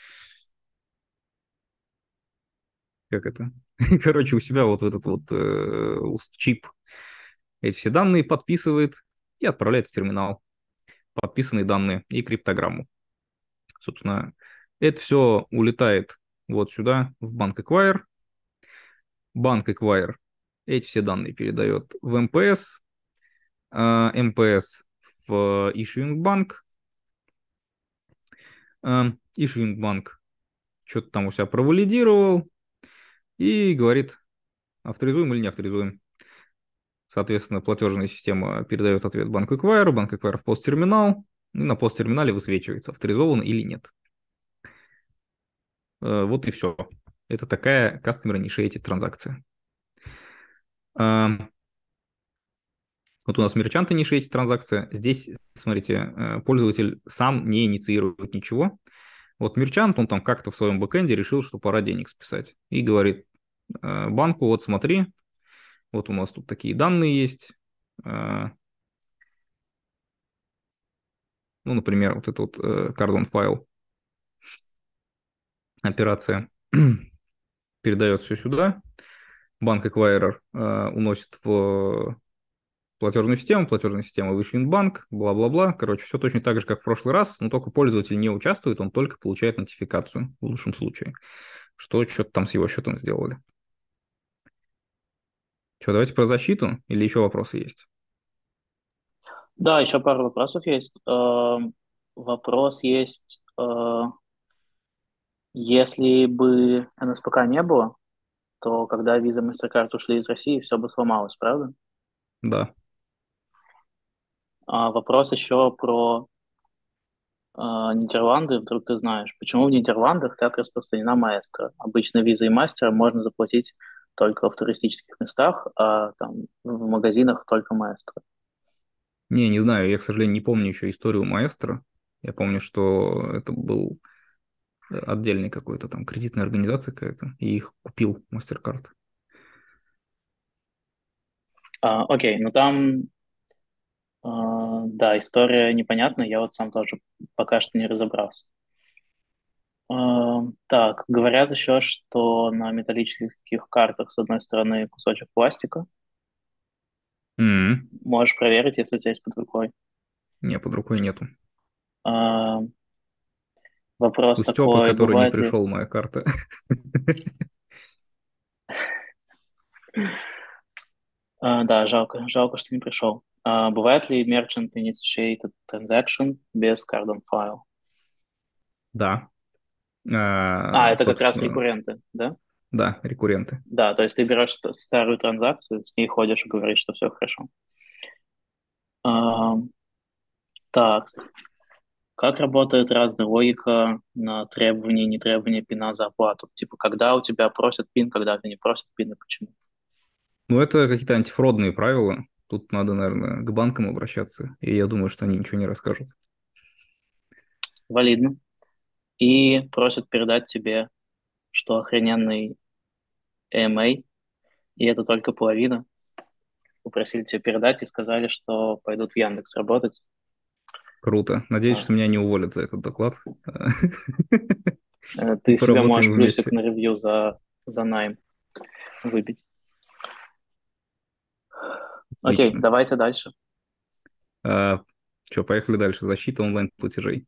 как это? Короче, у себя вот в этот вот э, чип эти все данные подписывает и отправляет в терминал подписанные данные и криптограмму. Собственно, это все улетает вот сюда, в банк Acquire. Банк Acquire эти все данные передает в эм пэ эс, э, эм пэ эс в Issuing Bank. Э, Issuing Bank что-то там у себя провалидировал и говорит, авторизуем или не авторизуем. Соответственно, платежная система передает ответ банку Acquire, банк Acquire в POS-терминал, и на POS-терминале высвечивается, авторизован или нет. Э, Вот и все. Это такая Customer Initiated транзакция. Э, Вот у нас Merchant Initiated транзакция. Здесь, смотрите, э, пользователь сам не инициирует ничего. Вот Merchant, он там как-то в своем бэкэнде решил, что пора денег списать. И говорит э, банку, вот смотри, вот у нас тут такие данные есть. Э, Ну, например, вот этот вот cardon файл операция передает все сюда. Банк Acquirer э, уносит в платежную систему, платежная система в Issuing банк, бла-бла-бла. Короче, все точно так же, как в прошлый раз, но только пользователь не участвует, он только получает нотификацию в лучшем случае, что что-то там с его счетом сделали. Что, давайте про защиту или еще вопросы есть? Да, еще пару вопросов есть. Эм, Вопрос есть, э, если бы эн эс пэ ка не было, то когда Visa и MasterCard ушли из России, все бы сломалось, правда? Да. А вопрос еще про э, Нидерланды, вдруг ты знаешь, почему в Нидерландах так распространена маэстро? Обычно Visa и Master можно заплатить только в туристических местах, а там в магазинах только маэстро. Не, не знаю, я, к сожалению, не помню еще историю маэстро. Я помню, что это был отдельный какой-то там кредитная организация какая-то, и их купил MasterCard. А, окей, ну там, а, да, история непонятна, я вот сам тоже пока что не разобрался. А, так, говорят еще, что на металлических картах с одной стороны кусочек пластика. М, Можешь проверить, если у тебя есть под рукой. Не, под рукой нету. А, вопрос У Степы, такой, который не бывает ли... пришел, моя карта. А, да, жалко, жалко, что не пришел. А, бывает ли merchant initiated transaction без card on file? Да. А, А, это как раз собственно, рекурренты, да? да, рекурренты. Да, то есть ты берешь ст- старую транзакцию, с ней ходишь и говоришь, что все хорошо. А, так, как работает разная логика на требование и нетребование пина за оплату? Типа, когда у тебя просят пин, когда ты не просят пин и почему? Ну, это какие-то антифродные правила. Тут надо, наверное, к банкам обращаться. И я думаю, что они ничего не расскажут. Валидно. И просят передать тебе, что охрененный A M A, и это только половина. Попросили тебе передать и сказали, что пойдут в Яндекс работать. Круто. Надеюсь, А, что меня не уволят за этот доклад. э, И Ты себе можешь поработаем плюсик вместе. на ревью за, за найм выбить. Окей, Отлично. давайте дальше. Что, поехали дальше. Защита онлайн-платежей.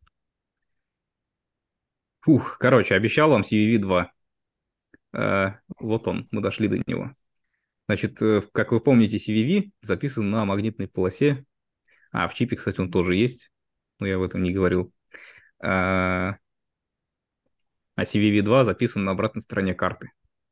Фух, короче, обещал вам си ви ви два. Э, Вот он, мы дошли до него. Значит, э, как вы помните, си ви ви записан на магнитной полосе. А, в чипе, кстати, он тоже есть, но я об этом не говорил. А а си ви ви два записан на обратной стороне карты.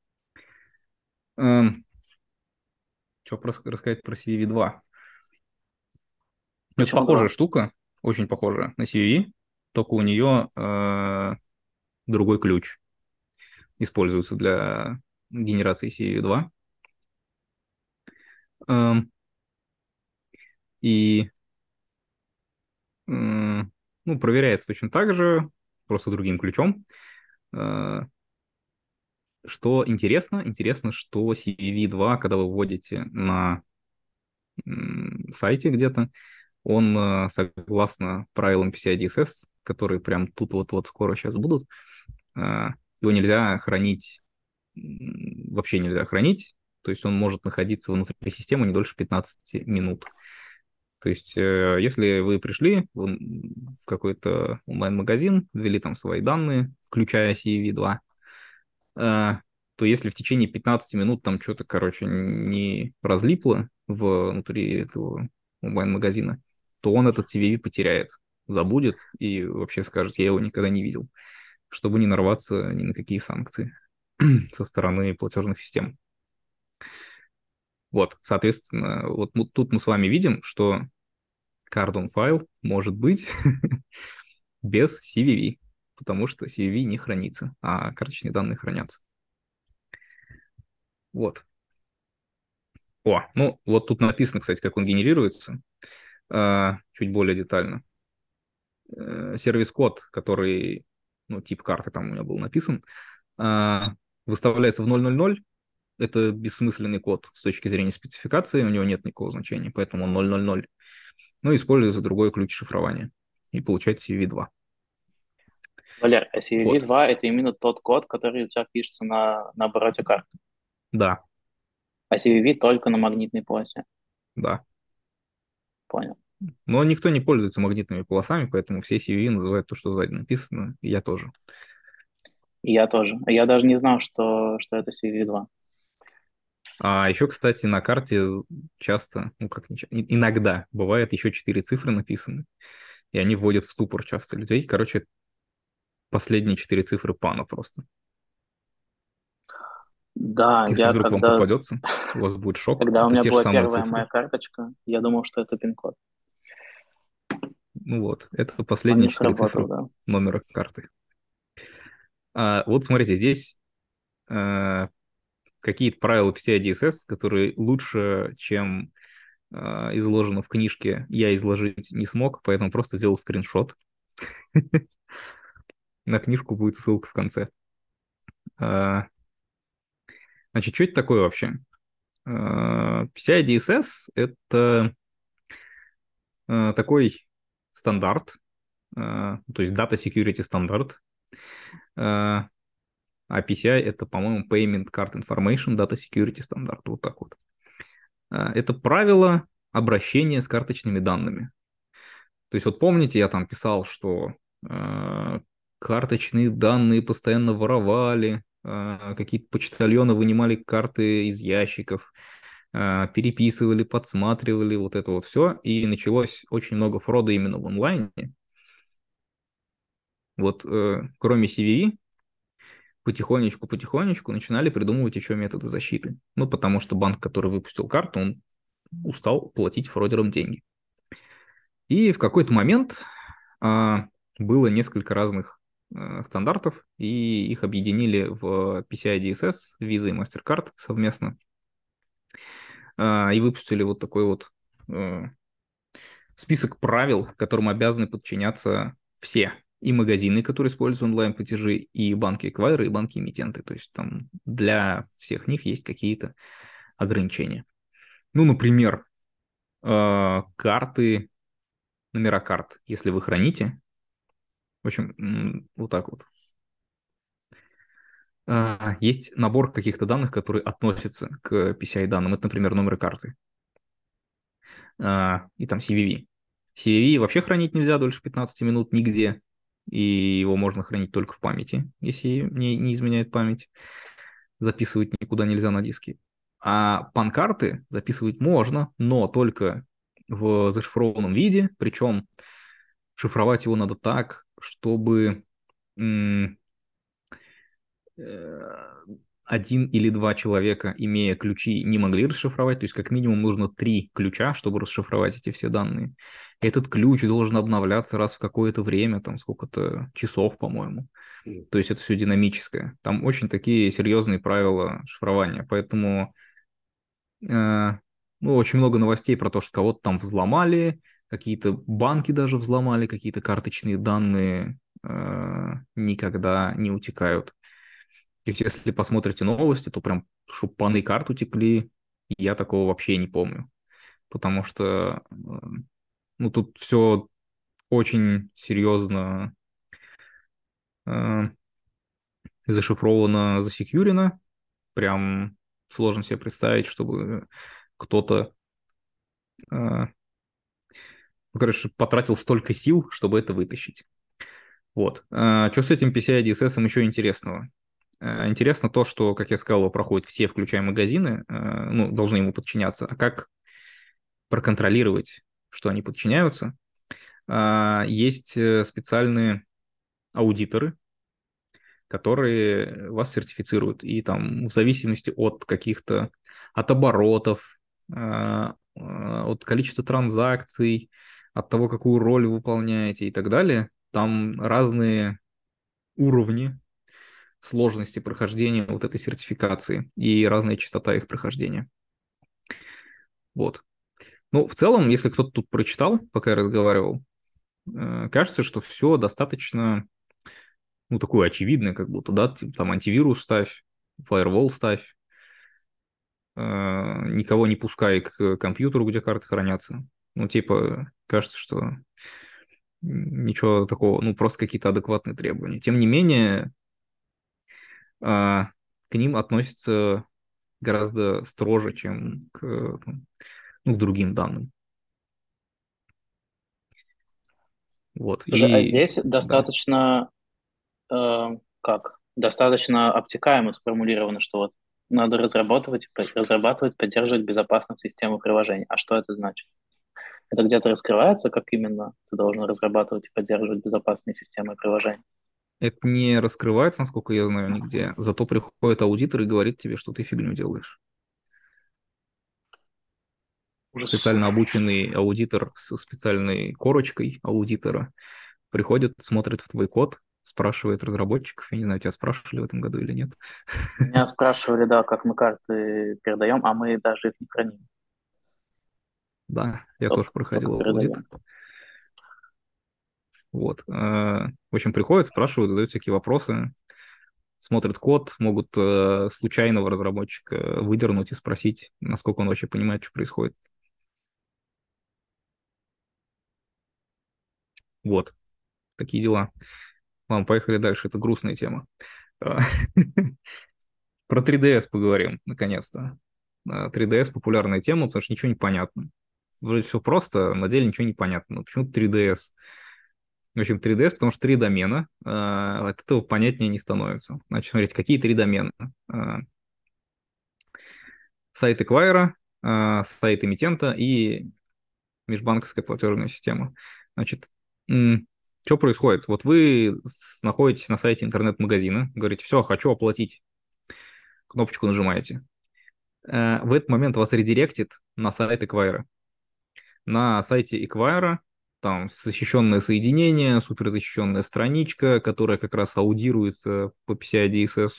Эм, Что рассказать про си ви ви два? Ну, это Почему похожая два? штука, очень похожая на си ви ви, только у нее э, другой ключ используется для генерации си ви ви два. Эм, и м, ну, проверяется точно так же, просто другим ключом. Э, Что интересно? Интересно, что си ви ви два, когда вы вводите на м, сайте где-то, он, э, согласно правилам пи си ай ди эс эс, которые прям тут вот-вот скоро сейчас будут, э, его нельзя хранить, м, вообще нельзя хранить, то есть он может находиться внутри системы не дольше пятнадцати минут. То есть, э, если вы пришли в, в какой-то онлайн-магазин, ввели там свои данные, включая си ви ви два, э, то если в течение пятнадцати минут там что-то, короче, не разлипло внутри этого онлайн-магазина, то он этот си ви ви потеряет, забудет и вообще скажет, я его никогда не видел, чтобы не нарваться ни на какие санкции со стороны платежных систем. Вот, соответственно, вот мы- тут мы с вами видим, что card on file может быть без си ви ви, потому что си ви ви не хранится, а карточные данные хранятся. Вот. О, ну вот тут написано, кстати, как он генерируется, а, чуть более детально. Э, Сервис-код, который, ну, тип карты там у меня был написан, а, выставляется в ноль ноль ноль. Это бессмысленный код с точки зрения спецификации, у него нет никакого значения, поэтому он ноль ноль ноль. Но используется другой ключ шифрования и получает си ви ви два. Валер, а си ви ви Вот, два это именно тот код, который у тебя пишется на, на обороте карты. да, А си ви ви только на магнитной полосе. да. Понял. Но никто не пользуется магнитными полосами, поэтому все си ви ви называют то, что сзади написано, и я тоже. И я тоже. А я даже не знал, что, что это си ви ви два. А еще, кстати, на карте часто, ну как не часто, иногда бывает еще четыре цифры написаны, и они вводят в ступор часто людей. Короче, последние четыре цифры пана просто. Да, Если я вдруг вам когда, попадется, у вас будет шок. когда у Это меня те же была самые первая моя цифры. карточка, я думал, что это пин-код. Ну вот, это Он последние не четыре сработал, цифры да. номера карты. А, вот смотрите, здесь а, какие-то правила пи си ай ди эс эс, которые лучше, чем а, изложено в книжке, я изложить не смог, поэтому просто сделал скриншот. На книжку будет ссылка в конце. А, Значит, что это такое вообще? А, пи си ай ди эс эс — это а, такой стандарт, а, то есть Data Security стандарт. А а пи си ай — это, по-моему, Payment Card Information Data Security стандарт. Вот так вот. А, Это правило обращения с карточными данными. То есть вот помните, я там писал, что э, карточные данные постоянно воровали, э, какие-то почтальоны вынимали карты из ящиков, э, переписывали, подсматривали, вот это вот все. И началось очень много фрода именно в онлайне. Вот э, кроме си ви ви, потихонечку-потихонечку начинали придумывать еще методы защиты. Ну, потому что банк, который выпустил карту, он устал платить фродерам деньги. И в какой-то момент а, было несколько разных а, стандартов, и их объединили в пи си ай ди эс эс, Visa и MasterCard совместно, а, и выпустили вот такой вот а, список правил, которым обязаны подчиняться все. И магазины, которые используют онлайн-платежи, и банки-эквайры, и банки-эмитенты. То есть там для всех них есть какие-то ограничения. Ну, например, э, карты, номера карт, если вы храните. В общем, м, вот так вот. Э, Есть набор каких-то данных, которые относятся к пи си ай данным. Это, например, номер карты. Э, И там си ви ви. си ви ви вообще хранить нельзя дольше пятнадцати минут нигде. И его можно хранить только в памяти, если не, не изменяет память. Записывать никуда нельзя на диске. А пан-карты записывать можно, но только в зашифрованном виде, причем шифровать его надо так, чтобы м, э, один или два человека, имея ключи, не могли расшифровать. То есть как минимум нужно три ключа, чтобы расшифровать эти все данные. Этот ключ должен обновляться раз в какое-то время, там сколько-то часов, по-моему. То есть это все динамическое. Там очень такие серьезные правила шифрования. Поэтому э, ну, очень много новостей про то, что кого-то там взломали, какие-то банки даже взломали, какие-то карточные данные э, никогда не утекают. То есть если посмотрите новости, то прям чтобы паны карт утекли, я такого вообще не помню. Потому что э, ну, тут все очень серьезно э, зашифровано, засекьюрено. Прям сложно себе представить, чтобы кто-то, э, ну, короче, потратил столько сил, чтобы это вытащить. Вот. Э, что с этим пи си ай ди эс эс еще интересного? Э, интересно то, что, как я сказал, его проходят все, включая магазины, э, ну, должны ему подчиняться. А как проконтролировать, что они подчиняются? Э, есть э, специальные аудиторы, которые вас сертифицируют. И там в зависимости от каких-то, от оборотов, э, э, от количества транзакций, от того, какую роль вы выполняете и так далее, там разные уровни сложности прохождения вот этой сертификации и разная частота их прохождения. Вот. Ну, в целом, если кто-то тут прочитал, пока я разговаривал, э, кажется, что все достаточно, ну, такое очевидное, как будто, да, типа, там антивирус ставь, фаервол ставь, э, никого не пускай к компьютеру, где карты хранятся. Ну, типа, кажется, что ничего такого, ну, просто какие-то адекватные требования. Тем не менее, э, к ним относятся гораздо строже, чем к, ну, к другим данным. Вот, Слушай, а и здесь да. достаточно, э, как? Достаточно обтекаемо сформулировано, что вот надо разрабатывать, разрабатывать, поддерживать безопасную систему приложений. А что это значит? Это где-то раскрывается, как именно ты должен разрабатывать и поддерживать безопасные системы приложений? Это не раскрывается, насколько я знаю, нигде. Зато приходит аудитор и говорит тебе, что ты фигню делаешь. Ужас. Специально обученный аудитор с специальной корочкой аудитора приходит, смотрит в твой код, спрашивает разработчиков. Я не знаю, тебя спрашивали в этом году или нет. Меня спрашивали, да, как мы карты передаем, а мы даже их не храним, Да, я тоже только, только проходил аудит. передаем. Вот. Э, В общем, приходят, спрашивают, задают всякие вопросы, смотрят код, могут э, случайного разработчика выдернуть и спросить, насколько он вообще понимает, что происходит. Вот, такие дела. Ладно, поехали дальше, это грустная тема. А, Про три дэ эс поговорим, наконец-то. А, три дэ эс популярная тема, потому что ничего не понятно. Вроде все просто, а на деле ничего не понятно. Но почему три дэ эс? В общем, три дэ эс, потому что три домена, а, от этого понятнее не становится. Значит, смотрите, какие три домена? А, Сайт эквайра, а, сайт эмитента и межбанковская платежная система. Значит, что происходит? Вот вы с- находитесь на сайте интернет-магазина, говорите, все, хочу оплатить. Кнопочку нажимаете. Э, В этот момент вас редиректит на сайт эквайра. На сайте эквайра там защищенное соединение, суперзащищенная страничка, которая как раз аудируется по пи си ай ди эс эс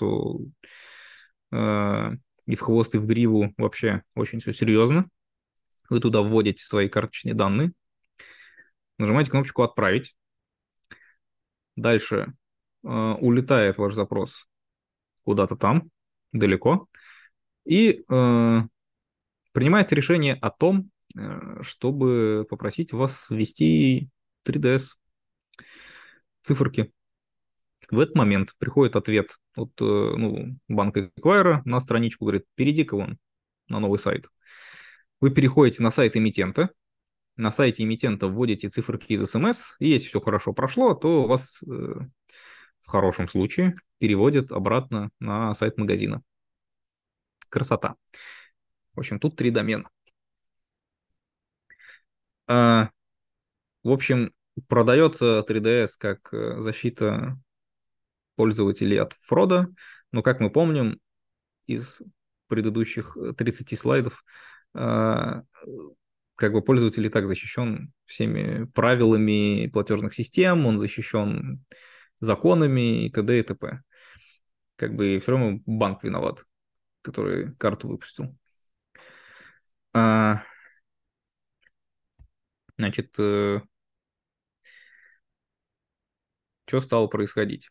э, и в хвост, и в гриву. Вообще очень все серьезно. Вы туда вводите свои карточные данные, нажимаете кнопочку «Отправить». Дальше э, улетает ваш запрос куда-то там, далеко, и э, принимается решение о том, э, чтобы попросить вас ввести три дэ эс циферки. В этот момент приходит ответ от э, ну, банка Эквайра на страничку, говорит, перейди-ка вон на новый сайт. Вы переходите на сайт эмитента, на сайте эмитента вводите циферки из эс эм эс, и если все хорошо прошло, то вас э, в хорошем случае переводят обратно на сайт магазина. Красота. В общем, тут три домена. А, в общем, продается три дэ эс как э, защита пользователей от фрода, но, как мы помним из предыдущих тридцати слайдов, а, как бы пользователь и так защищен всеми правилами платежных систем, он защищен законами и т.д. и т.п. Как бы все равно банк виноват, который карту выпустил. А, значит, э, что стало происходить?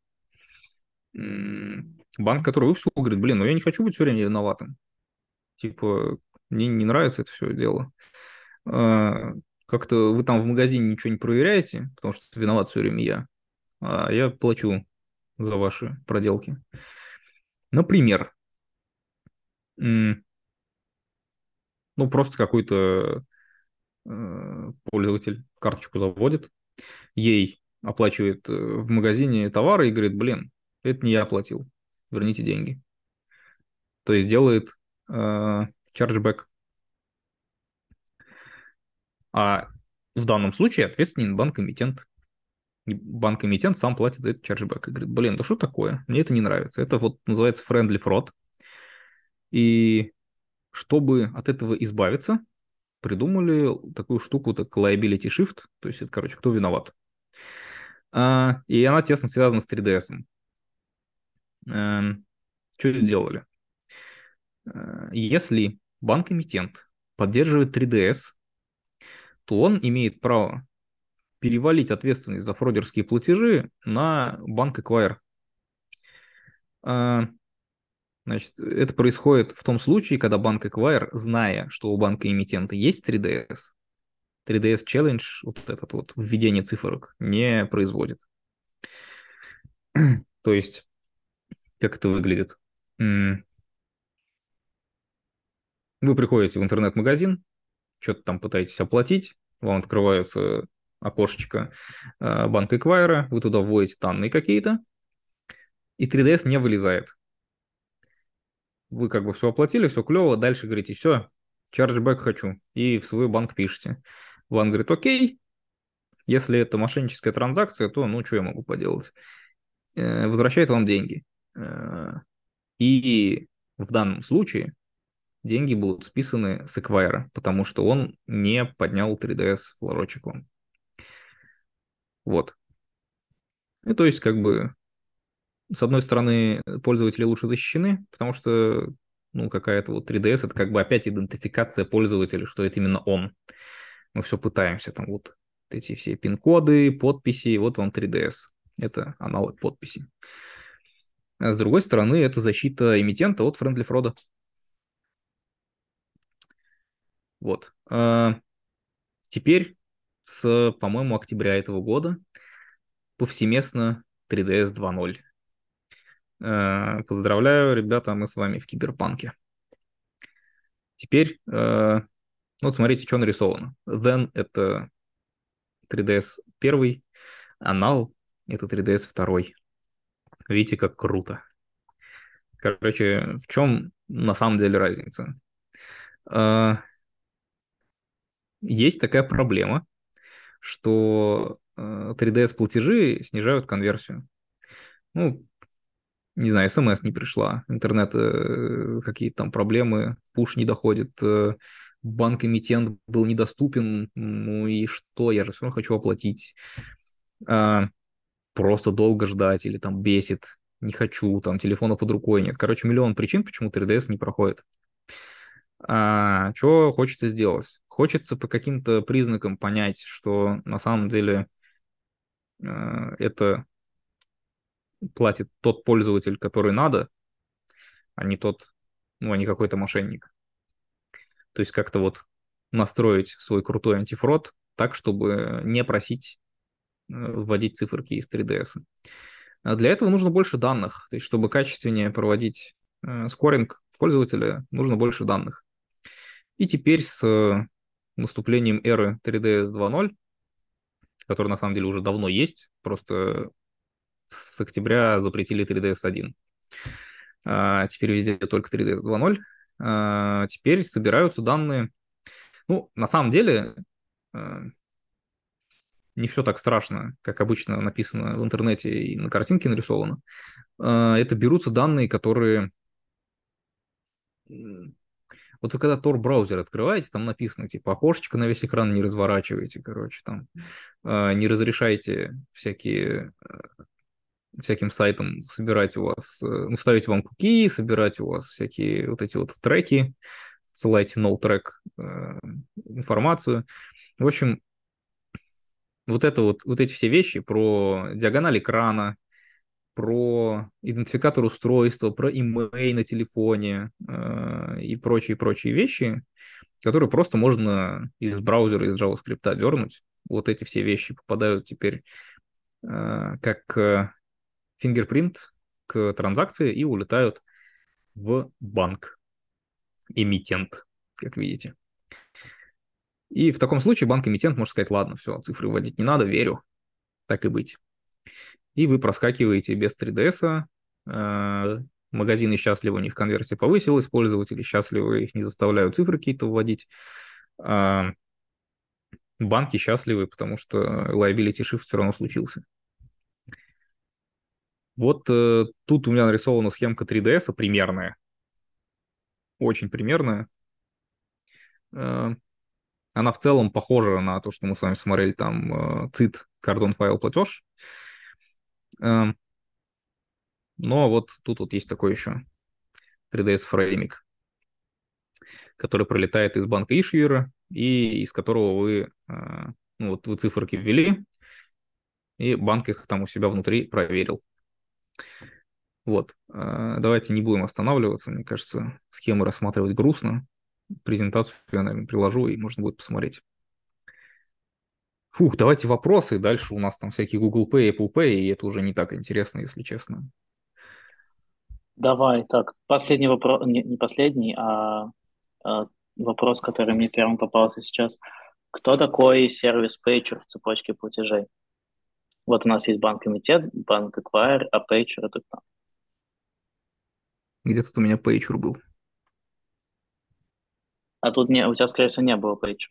Банк, который выпустил, говорит, блин, ну я не хочу быть все время виноватым. Типа, мне не нравится это все дело. А, как-то вы там в магазине ничего не проверяете, потому что виноват все время я, а я плачу за ваши проделки. Например, м, ну просто какой-то э, пользователь карточку заводит, ей оплачивает э, в магазине товары и говорит, блин, это не я оплатил, верните деньги. То есть делает э, чарджбэк. А в данном случае ответственен банк-эмитент. И банк-эмитент сам платит за этот чарджбэк. И говорит, блин, да что такое? Мне это не нравится. Это вот называется friendly fraud. И чтобы от этого избавиться, придумали такую штуку, как liability shift. То есть это, короче, кто виноват. А, и она тесно связана с три дэ эс. Эм, что сделали? Э, Если банк-эмитент поддерживает три дэ эс, то он имеет право перевалить ответственность за фродерские платежи на банк Acquire. А, Значит, это происходит в том случае, когда банк Acquire, зная, что у банка-эмитента есть три дэ эс, три дэ эс Challenge, вот этот вот введение цифрок, не производит. То есть, как это выглядит? М, Вы приходите в интернет-магазин, что-то там пытаетесь оплатить, вам открывается окошечко э, банка Эквайра, вы туда вводите данные какие-то, и три дэ эс не вылезает. Вы как бы все оплатили, все клево, дальше говорите, все, чарджбэк хочу, и в свой банк пишете. Банк говорит, окей, если это мошенническая транзакция, то ну что я могу поделать? Э, Возвращает вам деньги. Э, И в данном случае деньги будут списаны с Эквайра, потому что он не поднял три дэ эс флажочек вам. Вот. И то есть, как бы, с одной стороны, пользователи лучше защищены, потому что, ну, какая-то вот три дэ эс, это как бы опять идентификация пользователя, что это именно он. Мы все пытаемся, там вот эти все пин-коды, подписи, вот вам три дэ эс. Это аналог подписи. А с другой стороны, это защита эмитента от friendly фрода. Вот. А теперь с, по-моему, октября этого года повсеместно три дэ эс два ноль. Э, Поздравляю, ребята, мы с вами в киберпанке. Теперь, э, вот смотрите, что нарисовано. Then это три дэ эс первый, а now это три дэ эс второй. Видите, как круто. Короче, в чем на самом деле разница? Э, Есть такая проблема, что э, три дэ эс платежи снижают конверсию. Ну, не знаю, смс не пришла, интернет, э, какие-то там проблемы, пуш не доходит, э, банк-эмитент был недоступен, ну и что, я же все равно хочу оплатить. А, просто долго ждать или там бесит, не хочу, там телефона под рукой нет. Короче, миллион причин, почему три дэ эс не проходит. А, что хочется сделать? Хочется по каким-то признакам понять, что на самом деле э, это платит тот пользователь, который надо, а не тот, ну, а не какой-то мошенник. То есть как-то вот настроить свой крутой антифрод так, чтобы не просить э, вводить циферки из три дэ эс. А для этого нужно больше данных. То есть чтобы качественнее проводить э, скоринг пользователя, нужно больше данных. И теперь с э, наступлением эры три дэ эс два ноль, которая на самом деле уже давно есть, просто с октября запретили три дэ эс один. А теперь везде только три дэ эс два ноль. А теперь собираются данные. Ну, на самом деле, э, не все так страшно, как обычно написано в интернете и на картинке нарисовано. Э, Это берутся данные, которые... м, Вот вы когда Tor-браузер открываете, там написано, типа, окошечко на весь экран не разворачивайте, короче, там, э, не разрешайте всякие всяким сайтам собирать у вас, э, ну, вставить вам куки, собирать у вас всякие вот эти вот треки, ссылайте no track э, информацию. В общем, вот это вот, вот эти все вещи про диагональ экрана, про идентификатор устройства, про имей на телефоне э, и прочие-прочие вещи, которые просто можно из браузера, из JavaScript дернуть. Вот эти все вещи попадают теперь э, как э, фингерпринт к транзакции и улетают в банк, эмитент, как видите. И в таком случае банк-эмитент может сказать, ладно, все, цифры вводить не надо, верю, так и быть. И вы проскакиваете без три дэ эс, э, магазины счастливы, у них конверсия повысилась, пользователи счастливы, их не заставляют цифры какие-то вводить. А банки счастливы, потому что liability shift все равно случился. Вот э, тут у меня нарисована схемка три дэ эс примерная, очень примерная. Э, Она в целом похожа на то, что мы с вами смотрели там э, цит, кордон файл платеж. Э, но вот тут вот есть такой еще три дэ эс фреймик, который пролетает из банка ишьюера и из которого вы, э, ну вот вы циферки ввели, и банк их там у себя внутри проверил. Вот. Э, давайте не будем останавливаться. Мне кажется, схемы рассматривать грустно. Презентацию я, наверное, приложу, и можно будет посмотреть. Фух, давайте вопросы. Дальше у нас там всякие Google Pay, Apple Pay, и это уже не так интересно, если честно. Давай, так, последний вопрос, не, не последний, а, а вопрос, который мне первым попался сейчас. Кто такой сервис Pager в цепочке платежей? Вот у нас есть банк Комитет, банк Acquire, а Pager это кто? Где тут у меня пейджер был? А тут не, у тебя, скорее всего, не было Pager.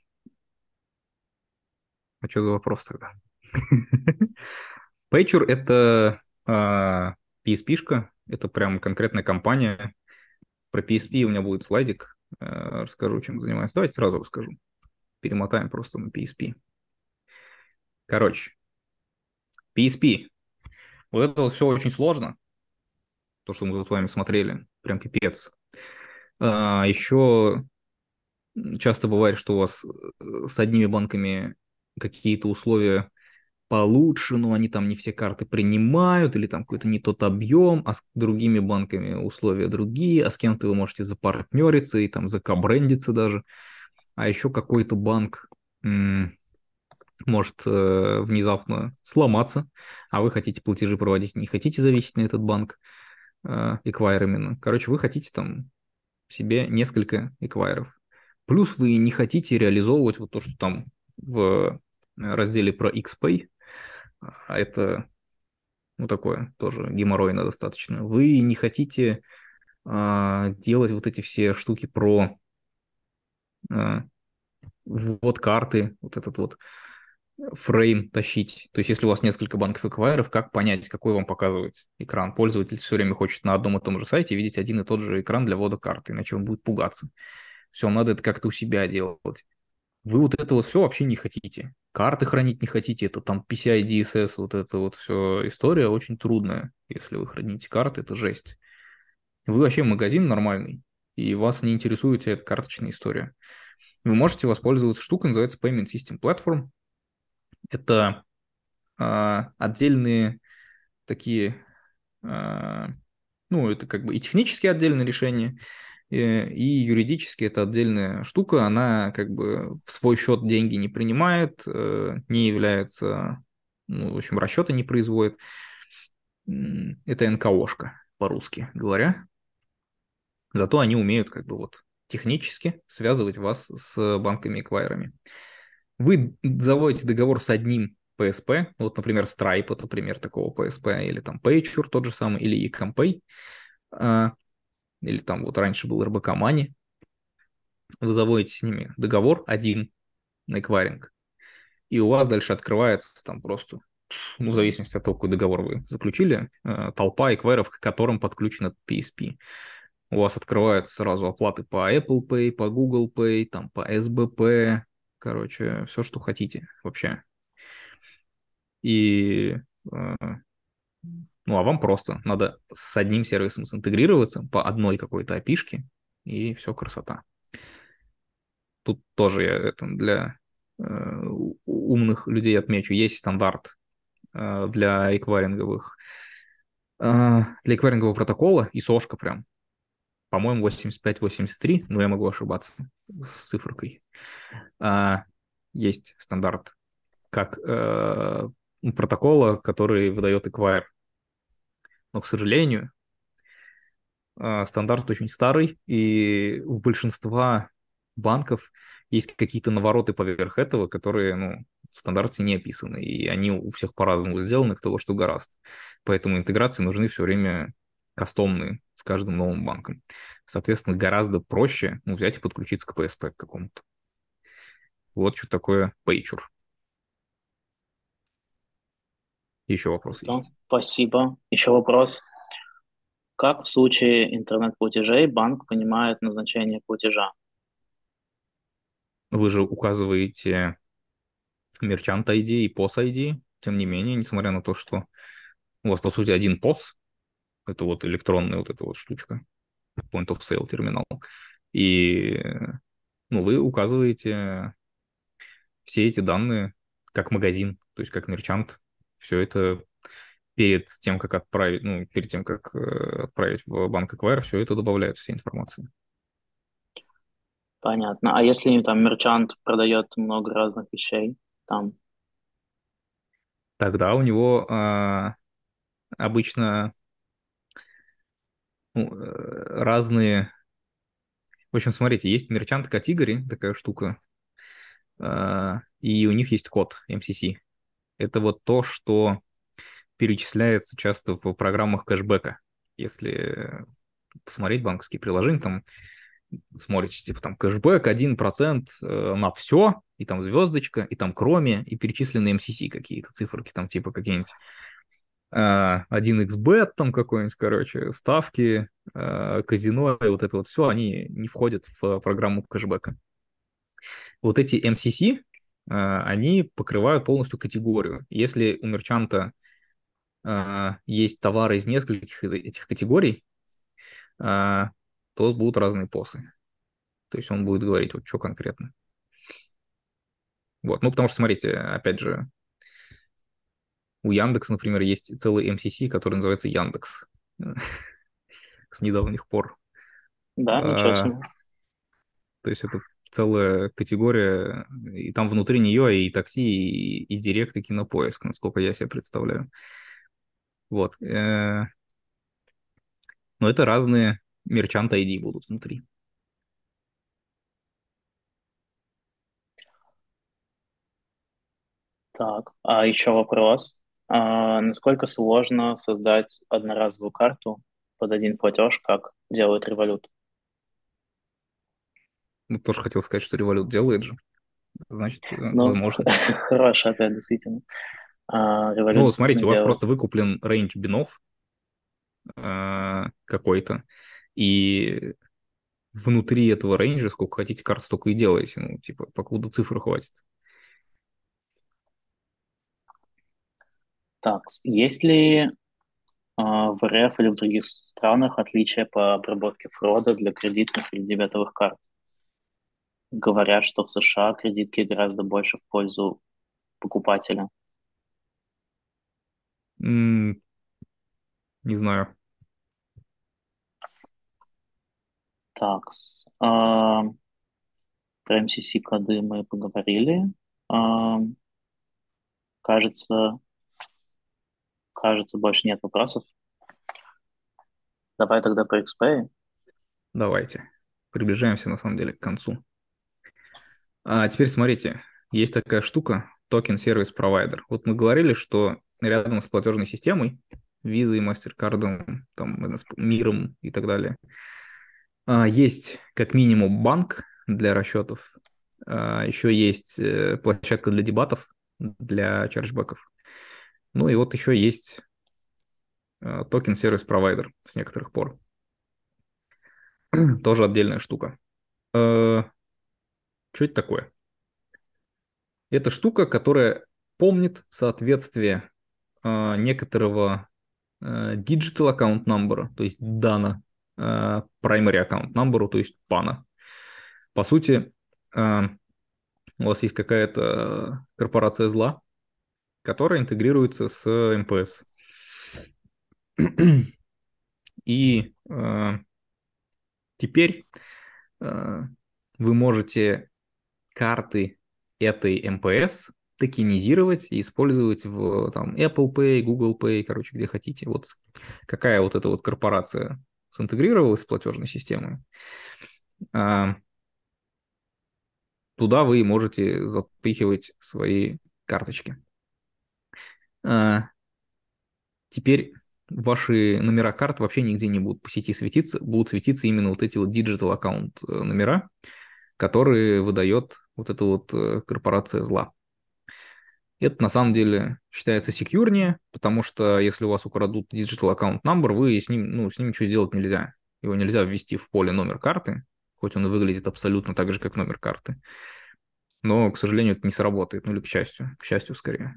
А что за вопрос тогда? Pager — это а, пи эс пи-шка, это прям конкретная компания. Про пи эс пи у меня будет слайдик, а, расскажу, чем занимаюсь. Давайте сразу расскажу. Перемотаем просто на пи эс пи. Короче, пи эс пи. Вот это вот все очень сложно, то, что мы тут с вами смотрели, прям пипец. А, еще часто бывает, что у вас э, с одними банками какие-то условия получше, но они там не все карты принимают, или там какой-то не тот объем, а с другими банками условия другие, а с кем-то вы можете запартнериться и там закабрендиться даже. А еще какой-то банк м, может э, внезапно сломаться, а вы хотите платежи проводить, не хотите зависеть на этот банк, э, эквайр именно. Короче, вы хотите там себе несколько эквайров. Плюс вы не хотите реализовывать вот то, что там в разделе про икс пэй, а это, ну, такое тоже геморройно достаточно. Вы не хотите а, делать вот эти все штуки про а, ввод карты, вот этот вот фрейм тащить. То есть если у вас несколько банков эквайров, как понять, какой вам показывает экран? Пользователь все время хочет на одном и том же сайте видеть один и тот же экран для ввода карты, иначе он будет пугаться. Все, надо это как-то у себя делать. Вы вот это вот все вообще не хотите. Карты хранить не хотите, это там пи си ай, ди эс эс, вот это вот все история очень трудная. Если вы храните карты, это жесть. Вы вообще магазин нормальный, и вас не интересует вся эта карточная история. Вы можете воспользоваться штукой, называется Payment System Platform. Это а, отдельные такие, а, ну, это как бы и технически отдельное решение, и, и юридически это отдельная штука. Она как бы в свой счет деньги не принимает, э, не является, ну, в общем, расчеты не производит. Это эн ка о-шка, по-русски говоря. Зато они умеют как бы вот технически связывать вас с банками-эквайрами. Вы заводите договор с одним пи эс пи, вот, например, Stripe, это пример такого пи эс пи, или там Paysure тот же самый, или eCompay, а, или там вот раньше был эр бэ ка Money. Вы заводите с ними договор один на эквайринг, и у вас дальше открывается там просто, ну, в зависимости от того, какой договор вы заключили, э, толпа эквайров, к которым подключен этот пи эс пи. У вас открываются сразу оплаты по Apple Pay, по Google Pay, там по эс бэ пэ, короче, все, что хотите вообще. И, э, ну, а вам просто надо с одним сервисом синтегрироваться по одной какой-то эй пи шке, и все, красота. Тут тоже я это для э, умных людей отмечу. Есть стандарт э, для эквайринговых, э, для эквайрингового протокола, и сошка прям. По-моему, восемьдесят пять восемьдесят три, но я могу ошибаться с цифрой. А, есть стандарт как э, протокола, который выдает эквайр. Но, к сожалению, э, стандарт очень старый, и у большинства банков есть какие-то навороты поверх этого, которые, ну, в стандарте не описаны, и они у всех по-разному сделаны, кто во что гораст. Поэтому интеграции нужны все время кастомные с каждым новым банком. Соответственно, гораздо проще, ну, взять и подключиться к пи эс пи к какому-то. Вот что такое Paysure. Еще вопросы Круто. есть? Спасибо. Еще вопрос. Как в случае интернет-платежей банк понимает назначение платежа? Вы же указываете Merchant ай ди и пос ай ди, тем не менее, несмотря на то, что у вас, по сути, один пос, это вот электронная вот эта вот штучка, point of sale терминал, и, ну, вы указываете все эти данные как магазин, то есть как мерчант. Все это перед тем, как отправить, ну, перед тем, как э, отправить в банк Эквайр, все это добавляет вся информация. Понятно. А если там мерчант продает много разных вещей, там, Тогда у него э, обычно ну, э, разные... В общем, смотрите, есть мерчант категории, такая штука, э, и у них есть код эм си си. Это вот то, что перечисляется часто в программах кэшбэка. Если посмотреть банковские приложения, там смотрите, типа там кэшбэк один процент э, на все, и там звездочка, и там кроме, и перечислены эм си си какие-то циферки, там типа какие-нибудь э, один икс бет там какой-нибудь, короче, ставки, э, казино, и вот это вот все, они не входят в программу кэшбэка. Вот эти эм си си, э, они покрывают полностью категорию. Если у мерчанта э, есть товары из нескольких из этих категорий, э, то будут разные посы. То есть он будет говорить, вот что конкретно. Вот, ну, потому что, смотрите, опять же, у Яндекса, например, есть целый эм си си, который называется Яндекс с недавних пор. да, ничего А, себе. То есть это целая категория, и там внутри нее и такси, и, и директ, и кинопоиск, насколько я себе представляю. Вот. э, Но это разные мерчант ай ди будут внутри. Так, а еще вопрос. А, насколько сложно создать одноразовую карту под один платеж, как делает Revolut? Ну, тоже хотел сказать, что Revolut делает же. значит, э, Ну, возможно. хороший ответ, действительно. А, Ну, революция смотрите, у вас делает. просто выкуплен рейндж бинов э, какой-то, и внутри этого рейнджа сколько хотите карт, столько и делаете. Ну, типа, покуда цифр хватит. Так, есть ли а, в РФ или в других странах отличия по обработке фрода для кредитных или дебетовых карт? Говорят, что в США кредитки гораздо больше в пользу покупателя. М, не знаю. Так, с- а, про эм си си-коды мы поговорили. А, кажется, кажется, больше нет вопросов. Давай тогда по икс пи. Давайте. Приближаемся, на самом деле, к концу. А теперь смотрите, есть такая штука, токен сервис провайдер. Вот мы говорили, что рядом с платежной системой, Visa и MasterCard, там, эн эс пэ, миром и так далее, а, есть как минимум банк для расчетов, а, еще есть э, площадка для дебатов, для чарджбеков. Ну и вот еще есть э, токен сервис провайдер с некоторых пор. Тоже отдельная штука. Э, Что это такое? Это штука, которая помнит соответствие э, некоторого э, digital account number, то есть дана, э, primary account number, то есть пана. По сути, э, у вас есть какая-то корпорация зла, которая интегрируется с эм пэ эс. И э, теперь э, вы можете карты этой эм пэ эс токенизировать и использовать в там, Apple Pay, Google Pay, короче, где хотите. Вот какая вот эта вот корпорация синтегрировалась с платежной системой, а, туда вы можете запихивать свои карточки. А, теперь ваши номера карт вообще нигде не будут по сети светиться, будут светиться именно вот эти вот digital аккаунт номера, которые выдает вот эта вот э, корпорация зла. Это на самом деле считается секьюрнее, потому что если у вас украдут digital account number, вы с ним, ну, с ним ничего сделать нельзя. Его нельзя ввести в поле номер карты, хоть он и выглядит абсолютно так же, как номер карты. Но, к сожалению, это не сработает, ну или к счастью, к счастью скорее.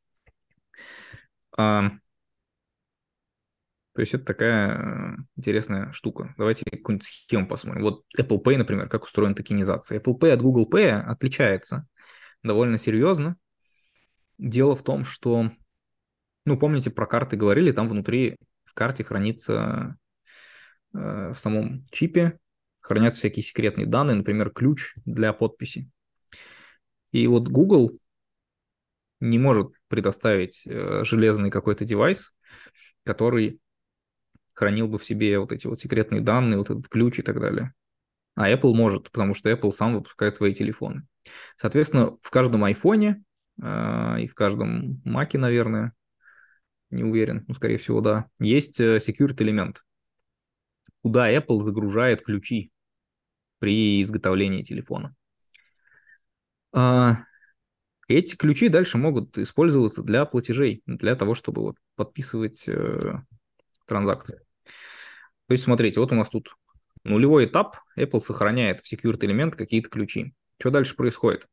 А, то есть это такая э, интересная штука. Давайте какую-нибудь схему посмотрим. Вот Apple Pay, например, как устроена токенизация. Apple Pay от Google Pay отличается довольно серьезно. Дело в том, что, ну, помните, про карты говорили, там внутри в карте хранится, э, в самом чипе, хранятся всякие секретные данные, например, ключ для подписи. И вот Google не может предоставить э, железный какой-то девайс, который хранил бы в себе вот эти вот секретные данные, вот этот ключ и так далее. А Apple может, потому что Apple сам выпускает свои телефоны. Соответственно, в каждом айфоне э, и в каждом Маке, наверное, не уверен, ну, скорее всего, да, есть э, security элемент, куда Apple загружает ключи при изготовлении телефона. А, эти ключи дальше могут использоваться для платежей, для того, чтобы вот подписывать э, транзакции. То есть, смотрите, вот у нас тут нулевой этап, Apple сохраняет в security элемент какие-то ключи. Что дальше происходит?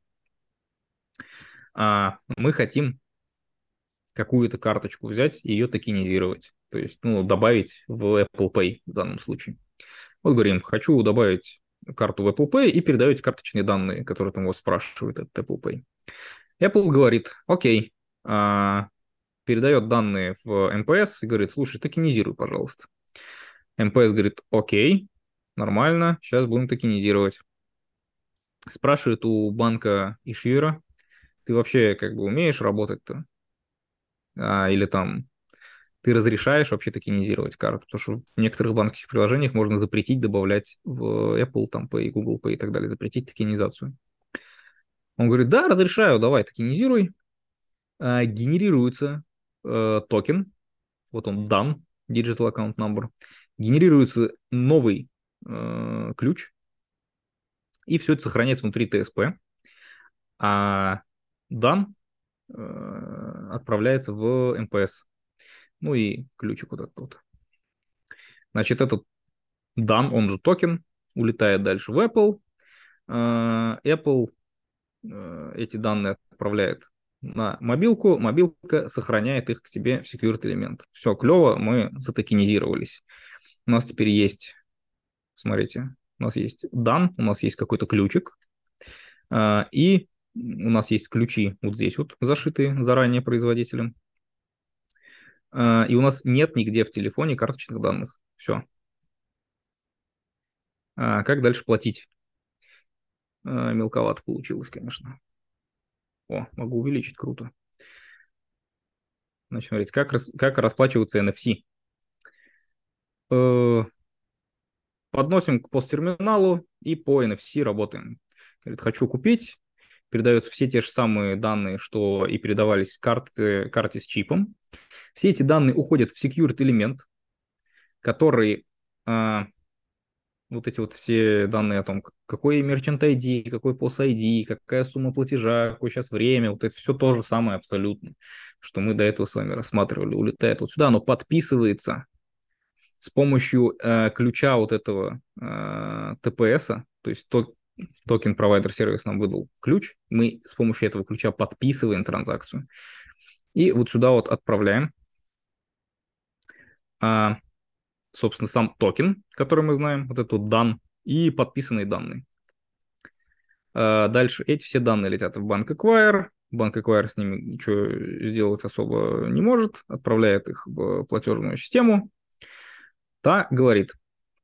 А, мы хотим какую-то карточку взять и ее токенизировать, то есть, ну, добавить в Apple Pay в данном случае. Вот говорим, хочу добавить карту в Apple Pay и передаете карточные данные, которые там у вас спрашивает этот Apple Pay. Apple говорит, окей, а, передает данные в эм пэ эс и говорит, слушай, токенизируй, пожалуйста. эм пэ эс говорит, окей, нормально, сейчас будем токенизировать. Спрашивает у банка ишьюера, ты вообще как бы умеешь работать-то? А, или там ты разрешаешь вообще токенизировать карту? Потому что в некоторых банковских приложениях можно запретить добавлять в Apple там, Pay, Google Pay и так далее, запретить токенизацию. Он говорит, да, разрешаю, давай, токенизируй. А, генерируется э, токен, вот он дан, Digital Account Number, генерируется новый э, ключ, и все это сохраняется внутри тэ эс пэ. а дан э, отправляется в эм пэ эс. Ну и ключик вот этот вот. Значит, этот дан, он же токен, улетает дальше в Apple. Э, Apple э, эти данные отправляет на мобилку, мобилка сохраняет их к себе в security элемент. Все, клево, мы затокенизировались. У нас теперь есть, смотрите, у нас есть дан, у нас есть какой-то ключик, э, и у нас есть ключи вот здесь вот зашитые заранее производителем. Э, и у нас нет нигде в телефоне карточных данных. Все. А как дальше платить? Э, мелковато получилось, конечно. О, могу увеличить, круто. Значит, смотрите, как, рас, как расплачиваться эн эф си. Э, подносим к посттерминалу и по эн эф си работаем. Говорит, хочу купить. Передаются все те же самые данные, что и передавались карты, карте с чипом. Все эти данные уходят в security элемент, который э, вот эти вот все данные о том, какой merchant ай ди, какой пос ай ди, какая сумма платежа, какое сейчас время, вот это все то же самое абсолютно, что мы до этого с вами рассматривали, улетает вот сюда, оно подписывается с помощью э, ключа вот этого э, тэ пэ эс, то есть то, токен провайдер сервис нам выдал ключ, мы с помощью этого ключа подписываем транзакцию и вот сюда вот отправляем, а, собственно, сам токен, который мы знаем, вот этот вот дан, и подписанные данные. А дальше эти все данные летят в банк Acquire, банк Acquire с ними ничего сделать особо не может, отправляет их в платежную систему. Та говорит,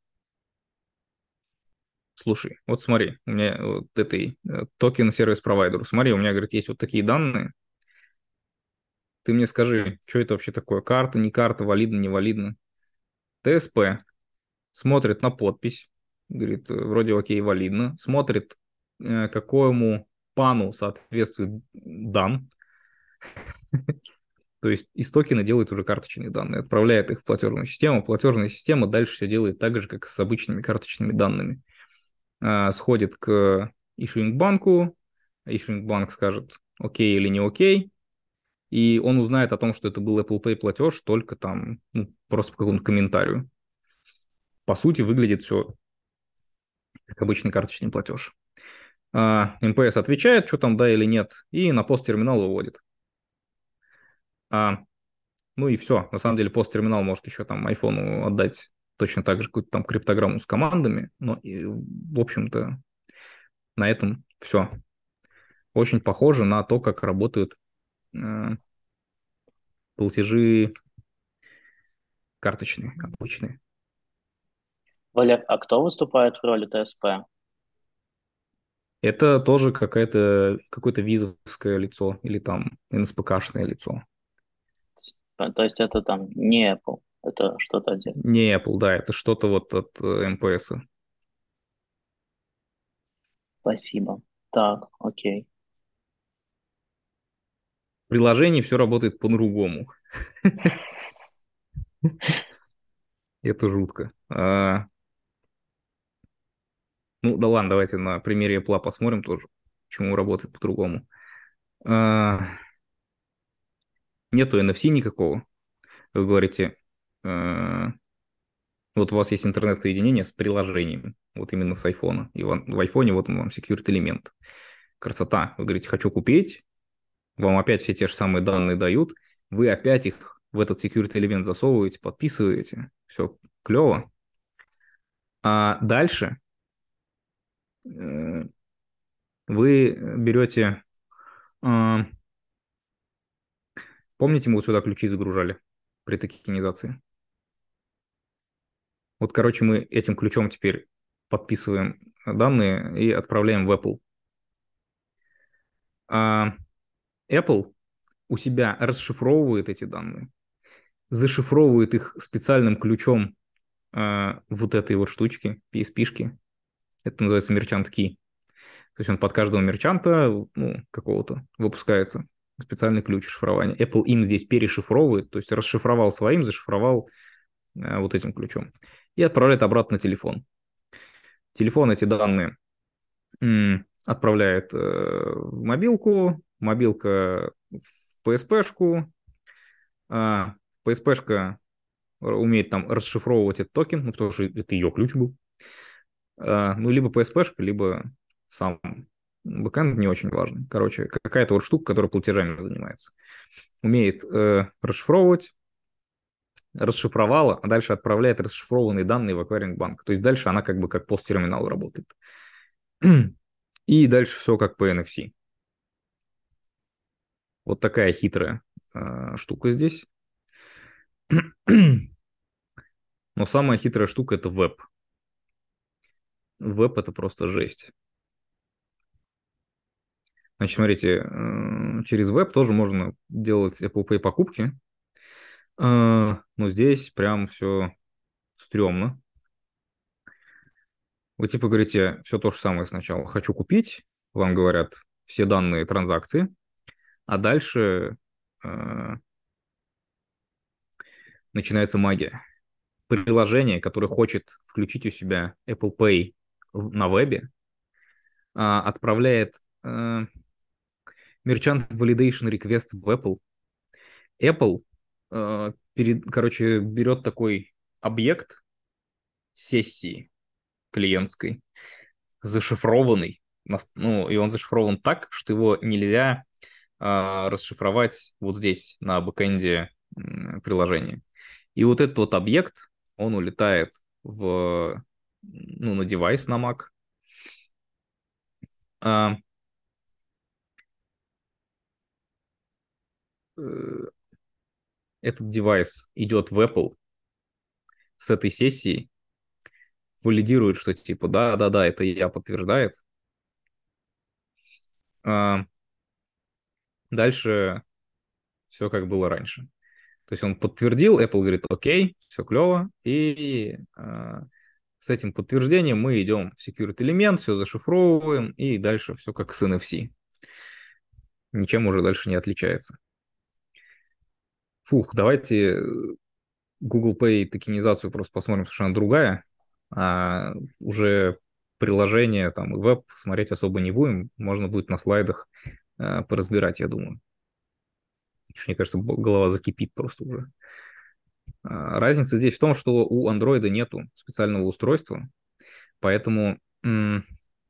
слушай, вот смотри, у меня вот этой э, токен сервис-провайдеру, смотри, у меня, говорит, есть вот такие данные, ты мне скажи, что это вообще такое, карта, не карта, валидно, не валидно. тэ эс пэ смотрит на подпись, говорит, вроде окей, валидно, смотрит, э, какому пану соответствует дан, то есть из токена делает уже карточные данные, отправляет их в платежную систему, платежная система дальше все делает так же, как и с обычными карточными данными. А, сходит к issuing банку, issuing банк скажет окей или не окей, и он узнает о том, что это был Apple Pay платеж только там, ну, просто по какому-то комментарию. По сути, выглядит все как обычный карточный платеж. А, эм пэ эс отвечает, что там да или нет, и на посттерминал выводит. А, ну и все. На самом деле посттерминал может еще там айфону отдать точно так же какую-то там криптограмму с командами, но, и, в общем-то, на этом все. Очень похоже на то, как работают э, платежи карточные, обычные. Валер, а кто выступает в роли тэ эс пэ? Это тоже какая-то, какое-то визовское лицо или там эн эс пэ ка-шное лицо. То есть это там не Apple, это что-то отдельное. Не Apple, да, это что-то вот от эм пэ эс. Спасибо. Так, окей. В приложении все работает по-другому. Это жутко. А, ну, да ладно, давайте на примере Apple посмотрим тоже, почему работает по-другому. А, нету эн эф си никакого. Вы говорите, а, вот у вас есть интернет-соединение с приложением, вот именно с iPhone. И в, в iPhone вот он вам security элемент. Красота. Вы говорите, хочу купить, вам опять все те же самые данные дают, вы опять их в этот security элемент засовываете, подписываете, все клево. А дальше э, вы берете, э, помните, мы вот сюда ключи загружали при токенизации? Вот, короче, мы этим ключом теперь подписываем данные и отправляем в Apple. А Apple у себя расшифровывает эти данные, зашифровывает их специальным ключом э, вот этой вот штучки, пи эс пи-шки. Это называется Merchant Key. То есть он под каждого мерчанта, ну, какого-то выпускается специальный ключ шифрования. Apple им здесь перешифровывает, то есть расшифровал своим, зашифровал э, вот этим ключом. И отправляет обратно на телефон. Телефон эти данные м, отправляет э, в мобилку, мобилка в пи эс пи-шку, а пи эс пи-шка умеет там расшифровывать этот токен, ну, потому что это ее ключ был. А, ну, либо пи эс пи-шка, либо сам бэкэнд, не очень важно. Короче, какая-то вот штука, которая платежами занимается. Умеет э, расшифровывать, расшифровала, а дальше отправляет расшифрованные данные в аквайринг-банк. То есть дальше она как бы как посттерминал работает. И дальше все как по эн эф си. Вот такая хитрая э, штука здесь. Но самая хитрая штука — это веб. Веб — это просто жесть. Значит, смотрите, э, через веб тоже можно делать Apple Pay покупки. Э, но здесь прям все стрёмно. Вы типа говорите все то же самое сначала. Хочу купить, вам говорят все данные транзакции, а дальше э, начинается магия. Приложение, которое хочет включить у себя Apple Pay на вебе, э, отправляет э, Merchant Validation Request в Apple. Apple, э, перед, короче, берет такой объект сессии клиентской, зашифрованный, ну, и он зашифрован так, что его нельзя э, расшифровать вот здесь, на бэкэнде э, приложения. И вот этот вот объект, он улетает в, ну, на девайс, на Mac. А, э, этот девайс идет в Apple с этой сессией, валидирует, что типа да-да-да, это я, подтверждает. А, дальше все как было раньше. То есть он подтвердил, Apple говорит, окей, все клево, и э, с этим подтверждением мы идем в security элемент, все зашифровываем, и дальше все как с эн эф си. Ничем уже дальше не отличается. Фух, давайте Google Pay токенизацию просто посмотрим, потому что она другая. А уже приложение там и веб смотреть особо не будем. Можно будет на слайдах э, поразбирать, я думаю. Мне кажется, голова закипит просто уже. Разница здесь в том, что у Android нету специального устройства, поэтому м-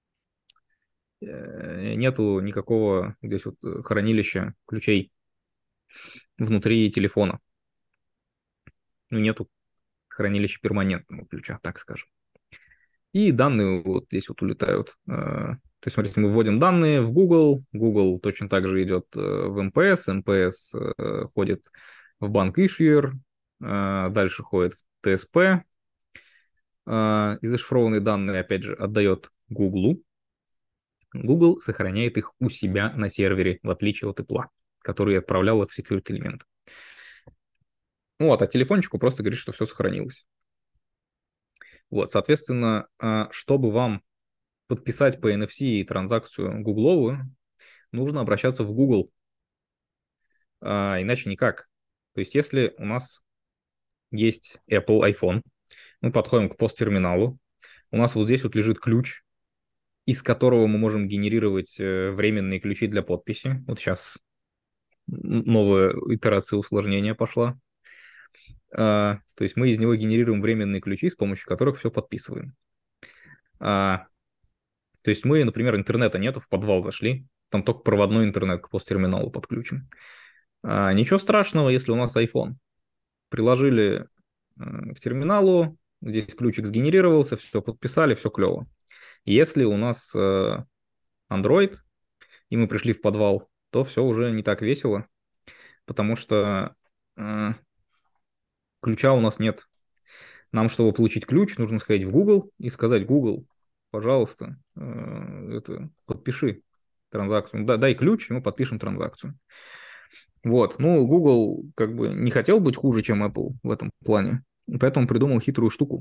нету никакого здесь вот хранилища ключей внутри телефона. Ну, нету хранилища перманентного ключа, так скажем. И данные вот здесь вот улетают. То есть, смотрите, мы вводим данные в Google, Google точно так же идет в эм пи эс, эм пи эс ходит в банк Issuer, дальше ходит в ти эс пи, и зашифрованные данные, опять же, отдает Google. Google сохраняет их у себя на сервере, в отличие от Apple, который отправлял в security элемент. Вот, а телефончику просто говорит, что все сохранилось. Вот, соответственно, чтобы вам подписать по эн эф си транзакцию гугловую, нужно обращаться в Google. А, иначе никак. То есть, если у нас есть Apple iPhone, мы подходим к посттерминалу, у нас вот здесь вот лежит ключ, из которого мы можем генерировать временные ключи для подписи. Вот сейчас новая итерация усложнения пошла. А, то есть мы из него генерируем временные ключи, с помощью которых все подписываем. А, то есть мы, например, интернета нету, в подвал зашли, там только проводной интернет к посттерминалу подключен. А, ничего страшного, если у нас iPhone. Приложили э, к терминалу, здесь ключик сгенерировался, все подписали, все клево. Если у нас э, Android, и мы пришли в подвал, то все уже не так весело, потому что э, ключа у нас нет. Нам, чтобы получить ключ, нужно сходить в Google и сказать: Google, пожалуйста, э, это, подпиши транзакцию. Да, дай ключ, и мы подпишем транзакцию. Вот. Ну, Google как бы не хотел быть хуже, чем Apple в этом плане, поэтому придумал хитрую штуку.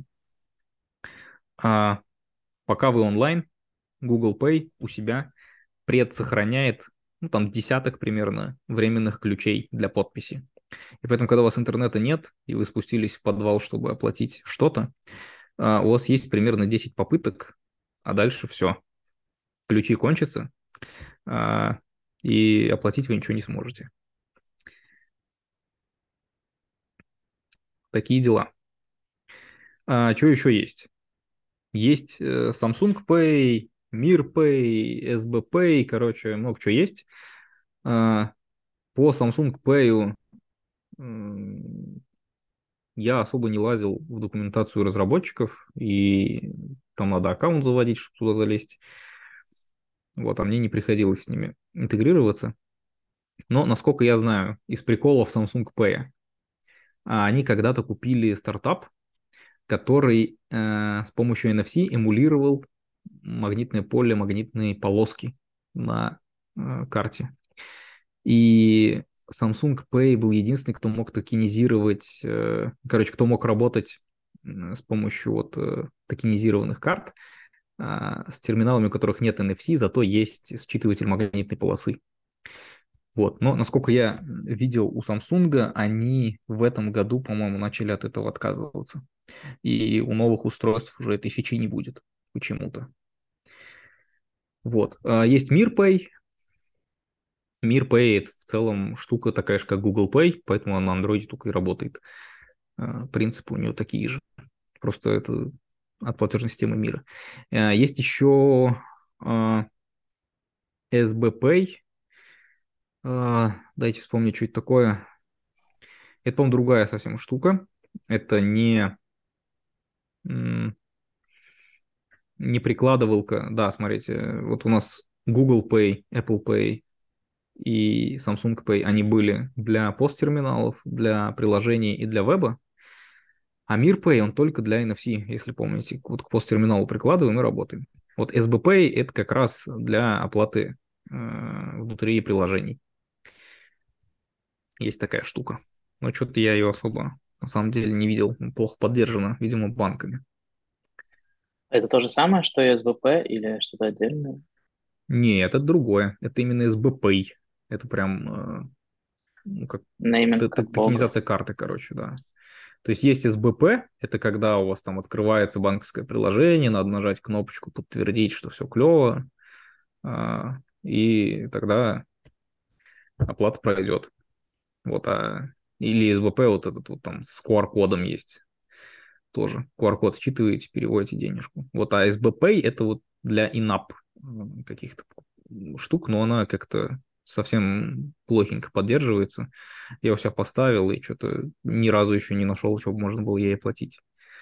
А пока вы онлайн, Google Pay у себя предсохраняет, ну, там, десяток примерно временных ключей для подписи. И поэтому, когда у вас интернета нет, и вы спустились в подвал, чтобы оплатить что-то, у вас есть примерно десять попыток, а дальше все. ключи кончатся, а, и оплатить вы ничего не сможете. Такие дела. А, что еще есть? Есть э, Samsung Pay, Mir Pay, эс би Pay, короче, много чего есть. А, по Samsung Pay м, я особо не лазил в документацию разработчиков, и там надо аккаунт заводить, чтобы туда залезть. Вот, а мне не приходилось с ними интегрироваться. Но, насколько я знаю, из приколов Samsung Pay, а, они когда-то купили стартап, который э, с помощью эн эф си эмулировал магнитное поле, магнитные полоски на э, карте. И Samsung Pay был единственный, кто мог токенизировать, э, короче, кто мог работать э, с помощью вот э, токенизированных карт э, с терминалами, у которых нет эн эф си, зато есть считыватель магнитной полосы. Вот. Но, насколько я видел у Samsung, они в этом году, по-моему, начали от этого отказываться. И у новых устройств уже этой фичи не будет почему-то. Вот. А есть MirPay. MirPay — это в целом штука такая же, как Google Pay, поэтому она на Android только и работает. А, принципы у нее такие же. Просто это от платежной системы мира. А, есть еще а, эс би Pay. А, дайте вспомнить, что это такое. Это, по-моему, другая совсем штука. Это не, м, не прикладывалка. Да, смотрите, вот у нас Google Pay, Apple Pay и Samsung Pay, они были для посттерминалов, для приложений и для веба. А MirPay, он только для эн эф си, если помните. Вот к посттерминалу прикладываем и работаем. Вот эс би Pay — это как раз для оплаты э, внутри приложений. Есть такая штука. Но что-то я ее особо, на самом деле, не видел. Плохо поддержана, видимо, банками. Это то же самое, что и эс би пи или что-то отдельное? Нет, это другое. Это именно эс би Pay. Это прям э, ну, как т- Нейминг т- как бога. токенизация карты, короче, да. То есть есть эс би пи, это когда у вас там открывается банковское приложение, надо нажать кнопочку «Подтвердить», что все клево, а, и тогда оплата пройдет. Вот, а, или эс би пи вот этот вот там с ку ар-кодом есть тоже. ку ар-код считываете, переводите денежку. Вот, а эс би Pay — это вот для in-app м, каких-то штук, но она как-то совсем плохенько поддерживается. Я у себя поставил и что-то ни разу еще не нашел, что можно было ей оплатить.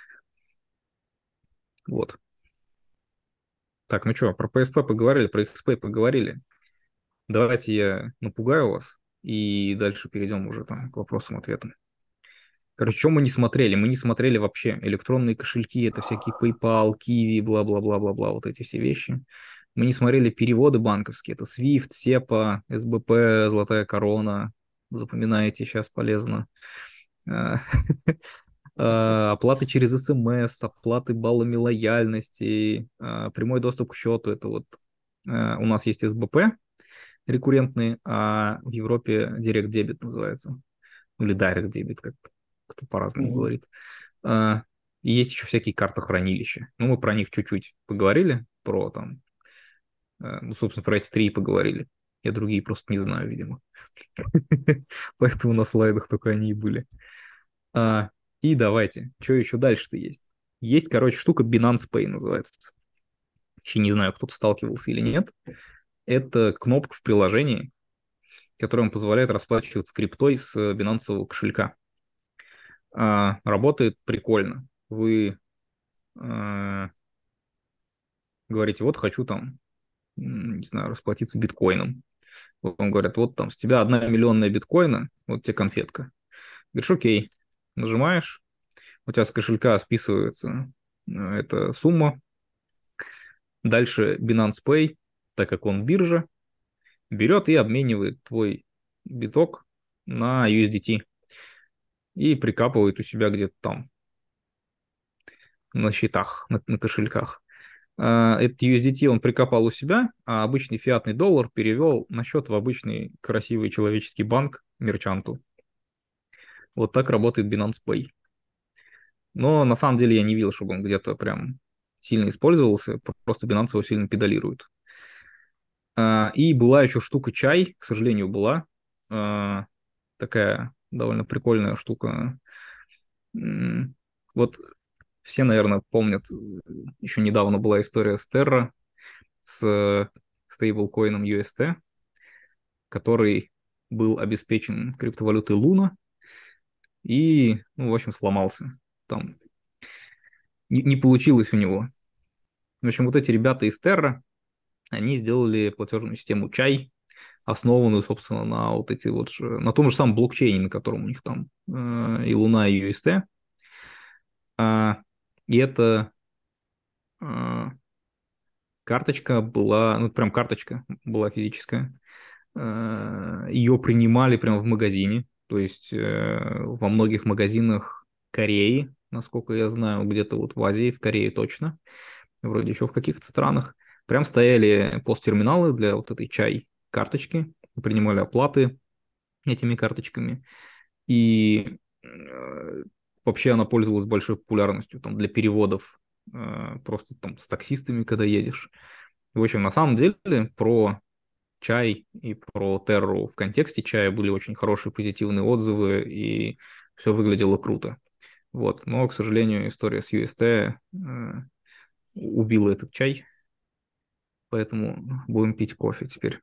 Вот. Так, ну что, про пи эс пи поговорили, про икс пи поговорили. Давайте я напугаю вас и дальше перейдем уже там к вопросам-ответам. Короче, что мы не смотрели? Мы не смотрели вообще электронные кошельки, это всякие PayPal, Kiwi, бла-бла-бла-бла-бла, вот эти все вещи. Мы не смотрели переводы банковские, это свифт, сепа, эс би пи, Золотая Корона. Запоминаете, сейчас полезно. А, а, Оплаты через эс эм эс, оплаты баллами лояльности, а, прямой доступ к счету. Это вот а, у нас есть эс би пи рекуррентные, а в Европе Direct Debit называется. Или Direct Debit, как кто по-разному Мгм. говорит. А, И есть еще всякие картохранилища. Ну, мы про них чуть-чуть поговорили, про там, э, ну, собственно, про эти три и поговорили. Я другие просто не знаю, видимо. Поэтому на слайдах только они и были. А, И давайте, что еще дальше-то есть? Есть, короче, штука Binance Pay называется. Еще не знаю, кто-то сталкивался или нет. Это кнопка в приложении, которая вам позволяет расплачиваться криптой с бинансового кошелька. А, Работает прикольно. Вы а, говорите, вот хочу там, м, не знаю, расплатиться биткоином. Вот вам говорят, вот там с тебя одна миллионная биткоина, вот тебе конфетка. Говоришь, окей. Нажимаешь, у тебя с кошелька списывается э, эта сумма. Дальше Binance Pay, так как он биржа, берет и обменивает твой биток на ю эс ди ти и прикапывает у себя где-то там на счетах, на, на кошельках. А, Этот ю эс ди ти он прикопал у себя, а обычный фиатный доллар перевел на счет в обычный красивый человеческий банк мерчанту. Вот так работает Binance Pay. Но на самом деле я не видел, чтобы он где-то прям сильно использовался, просто Binance его сильно педалирует. А, и была еще штука чай, к сожалению, была. А, такая довольно прикольная штука. М, Вот все, наверное, помнят, э, еще недавно была история с Terra, с стейблкоином ю эс ти, который был обеспечен криптовалютой Луна и, ну, в общем, сломался. Там не, не получилось у него. В общем, вот эти ребята из Terra, они сделали платежную систему Чай, основанную, собственно, на вот эти вот же, на том же самом блокчейне, на котором у них там э, и Луна, и ю эс ти. А, и эта а, карточка была, ну, прям карточка была физическая. А, ее принимали прямо в магазине, то есть э, во многих магазинах Кореи, насколько я знаю, где-то вот в Азии, в Корее точно, вроде еще в каких-то странах, прям стояли посттерминалы для вот этой чай карточки, принимали оплаты этими карточками. И э, вообще она пользовалась большой популярностью там, для переводов э, просто там с таксистами, когда едешь. В общем, на самом деле про чай и про Терру в контексте чая были очень хорошие позитивные отзывы, и все выглядело круто. Вот. Но, к сожалению, история с ю эс ти э, убила этот чай, поэтому будем пить кофе теперь.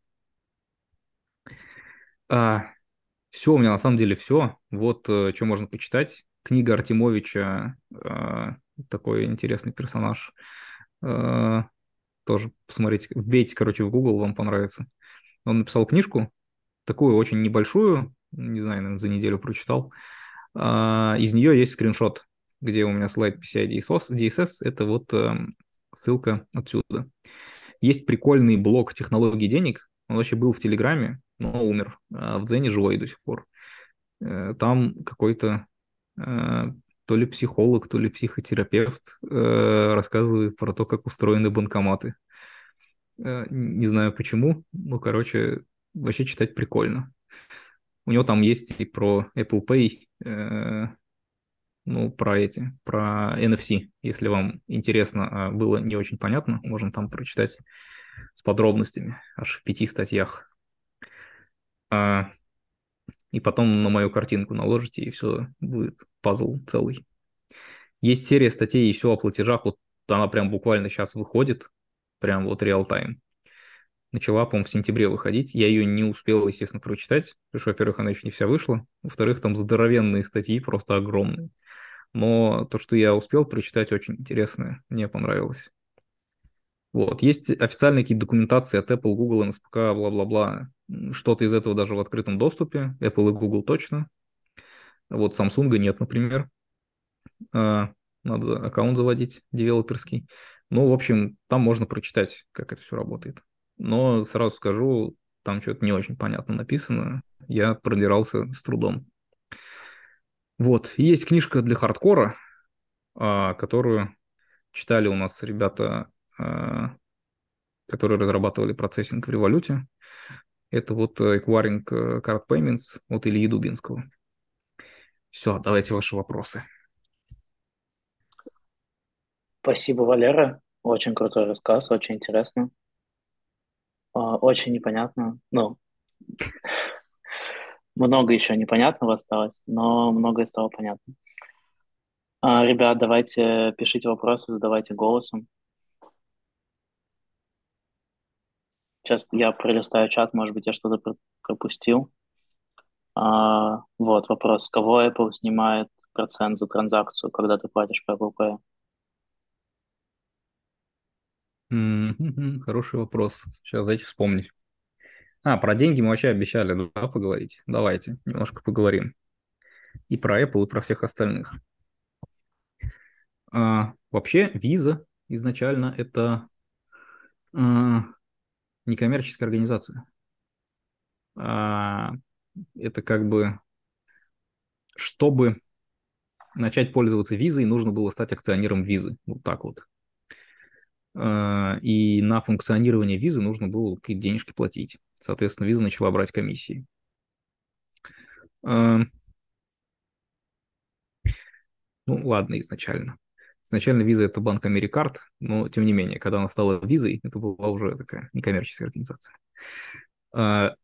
А, Все, у меня на самом деле все. Вот э, что можно почитать. Книга Артемовича, э, такой интересный персонаж. Э, тоже посмотрите, вбейте, короче, в Google, вам понравится. Он написал книжку, такую очень небольшую, не знаю, наверное, за неделю прочитал. А, из нее есть скриншот, где у меня слайд пи си ай ди эс эс, это вот э, ссылка отсюда. Есть прикольный блог технологий денег, он вообще был в Телеграме, но умер, а в Дзене живой до сих пор. Э, Там какой-то э, то ли психолог, то ли психотерапевт э, рассказывает про то, как устроены банкоматы. Э, Не знаю почему, но, короче, вообще читать прикольно. У него там есть и про Apple Pay, э, ну, про эти, про эн эф си. Если вам интересно, а было не очень понятно, можно там прочитать с подробностями, аж в пяти статьях. А, и потом на мою картинку наложите, и все, будет пазл целый. Есть серия статей и все о платежах, вот она прям буквально сейчас выходит, прям вот реал-тайм. Начала, по-моему, в сентябре выходить. Я ее не успел, естественно, прочитать, потому что, во-первых, она еще не вся вышла, во-вторых, там здоровенные статьи, просто огромные. Но то, что я успел прочитать, очень интересное, мне понравилось. Вот. Есть официальные какие-то документации от Apple, Google, эн эс пи кей, бла-бла-бла. Что-то из этого даже в открытом доступе. Apple и Google точно. Вот Samsung нет, например. А, Надо аккаунт заводить, девелоперский. Ну, в общем, там можно прочитать, как это все работает. Но сразу скажу, там что-то не очень понятно написано. Я продирался с трудом. Вот. И есть книжка для хардкора, а, которую читали у нас ребята, а, которые разрабатывали процессинг в революте. Это вот Acquiring Card Payments от Ильи Дубинского. Все, давайте ваши вопросы. Спасибо, Валера. Очень крутой рассказ, очень интересно. А, Очень непонятно. Ну, много еще непонятного осталось, но многое стало понятно. А, ребят, давайте пишите вопросы, задавайте голосом. Сейчас я пролистаю чат, может быть, я что-то пр- пропустил. А, вот вопрос. С кого Apple снимает процент за транзакцию, когда ты платишь по Apple Pay? М-м-м, Хороший вопрос. Сейчас дайте вспомнить. А, про деньги мы вообще обещали, да, поговорить. Давайте немножко поговорим. И про Apple, и про всех остальных. А, вообще, Visa изначально это а, некоммерческая организация. А, это как бы, чтобы начать пользоваться визой, нужно было стать акционером визы. Вот так вот. А, и на функционирование визы нужно было какие-то денежки платить. Соответственно, виза начала брать комиссии. А, Ну, ладно, изначально. Изначально виза это банк Америкард, но тем не менее, когда она стала визой, это была уже такая некоммерческая организация. А,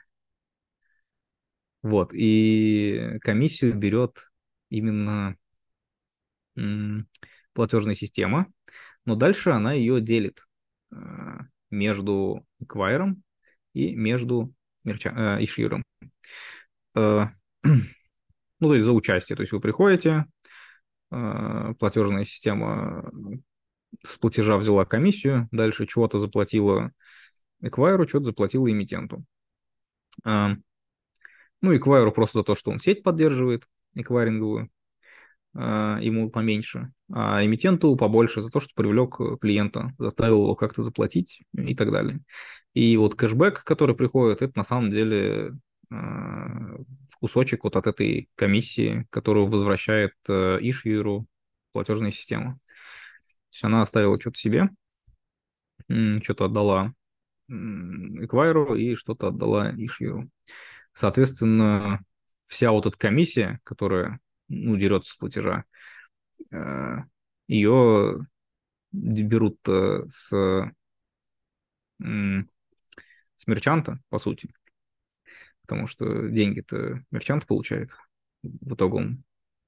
Вот, и комиссию берет именно м, платежная система, но дальше она ее делит а, между эквайром и между мерча- а, ишьюром. А, Ну, то есть за участие. То есть вы приходите, а, платежная система с платежа взяла комиссию, дальше чего-то заплатила эквайру, что-то заплатила эмитенту. А, Ну, эквайру просто за то, что он сеть поддерживает, эквайринговую, а, ему поменьше, а эмитенту побольше за то, что привлек э, клиента, заставил его как-то заплатить и так далее. И вот кэшбэк, который приходит, это на самом деле а, кусочек вот от этой комиссии, которую возвращает э, ишьюру платежная система. То есть она оставила что-то себе, м, что-то отдала м, эквайру и что-то отдала ишьюру. Соответственно, вся вот эта комиссия, которая ну, дерется с платежа, э, ее берут э, с, м, с мерчанта, по сути, потому что деньги-то мерчант получает в итогом,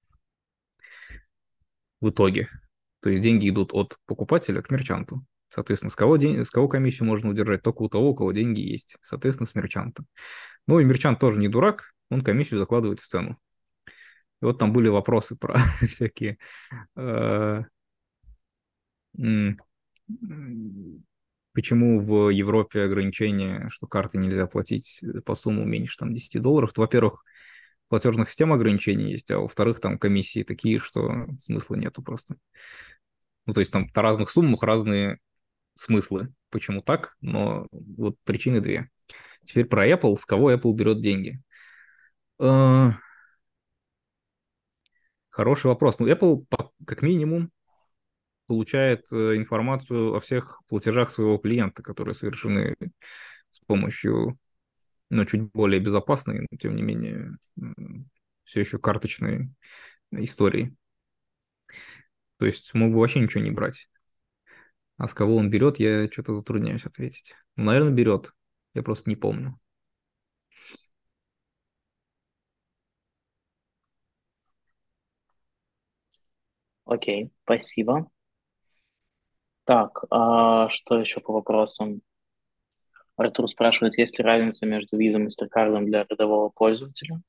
в итоге. То есть деньги идут от покупателя к мерчанту. Соответственно, с кого, день, с кого комиссию можно удержать? Только у того, у кого деньги есть. Соответственно, с мерчанта. Ну и мерчант тоже не дурак, он комиссию закладывает в цену. И вот там были вопросы про всякие э, м, почему в Европе ограничение, что карты нельзя платить по сумму меньше там, десять долларов? То, во-первых, в платежных систем ограничений есть, а во-вторых, там комиссии такие, что смысла нету просто. Ну, то есть там на разных суммах разные смыслы. Почему так? Но вот причины две. Теперь про Apple. С кого Apple берет деньги? Э, Хороший вопрос. Ну, Apple как минимум получает э, информацию о всех платежах своего клиента, которые совершены с помощью, ну, чуть более безопасной, но тем не менее все еще карточной истории. То есть мог бы вообще ничего не брать. А с кого он берет, я что-то затрудняюсь ответить. Ну, наверное, берет. Я просто не помню. Окей, спасибо. Так, а что еще по вопросам? Артур спрашивает, есть ли разница между визом и MasterCard для рядового пользователя?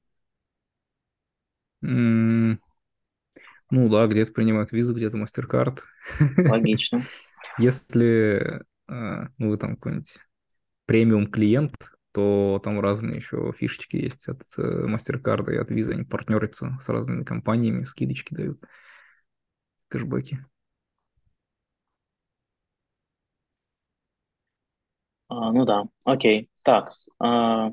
М, Ну да, где-то принимают визу, где-то MasterCard. Логично. Если э, ну, вы там какой-нибудь премиум клиент, то там разные еще фишечки есть от э, MasterCard и от Visa. Они партнерятся с разными компаниями, скидочки дают, кэшбэки. А, ну да, окей. Так, с- а,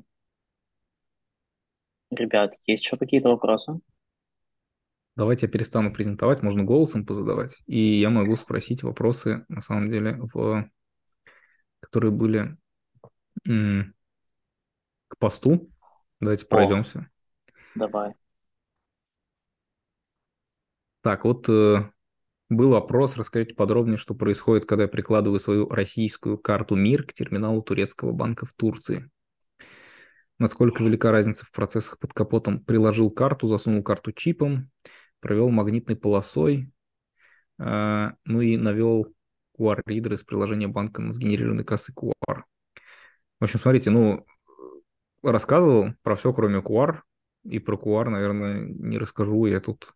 ребят, есть еще какие-то вопросы? Давайте я перестану презентовать, можно голосом позадавать. И я могу спросить вопросы, на самом деле, в... которые были м, к посту. Давайте О, пройдемся. давай. Так, вот э, был вопрос, расскажите подробнее, что происходит, когда я прикладываю свою российскую карту МИР к терминалу турецкого банка в Турции. Насколько велика разница в процессах под капотом? Приложил карту, засунул карту чипом, провел магнитной полосой, э, ну и навел ку ар-ридер из приложения банка на сгенерированной кассы ку ар. В общем, смотрите, ну, рассказывал про все, кроме ку ар, и про ку ар, наверное, не расскажу. Я тут,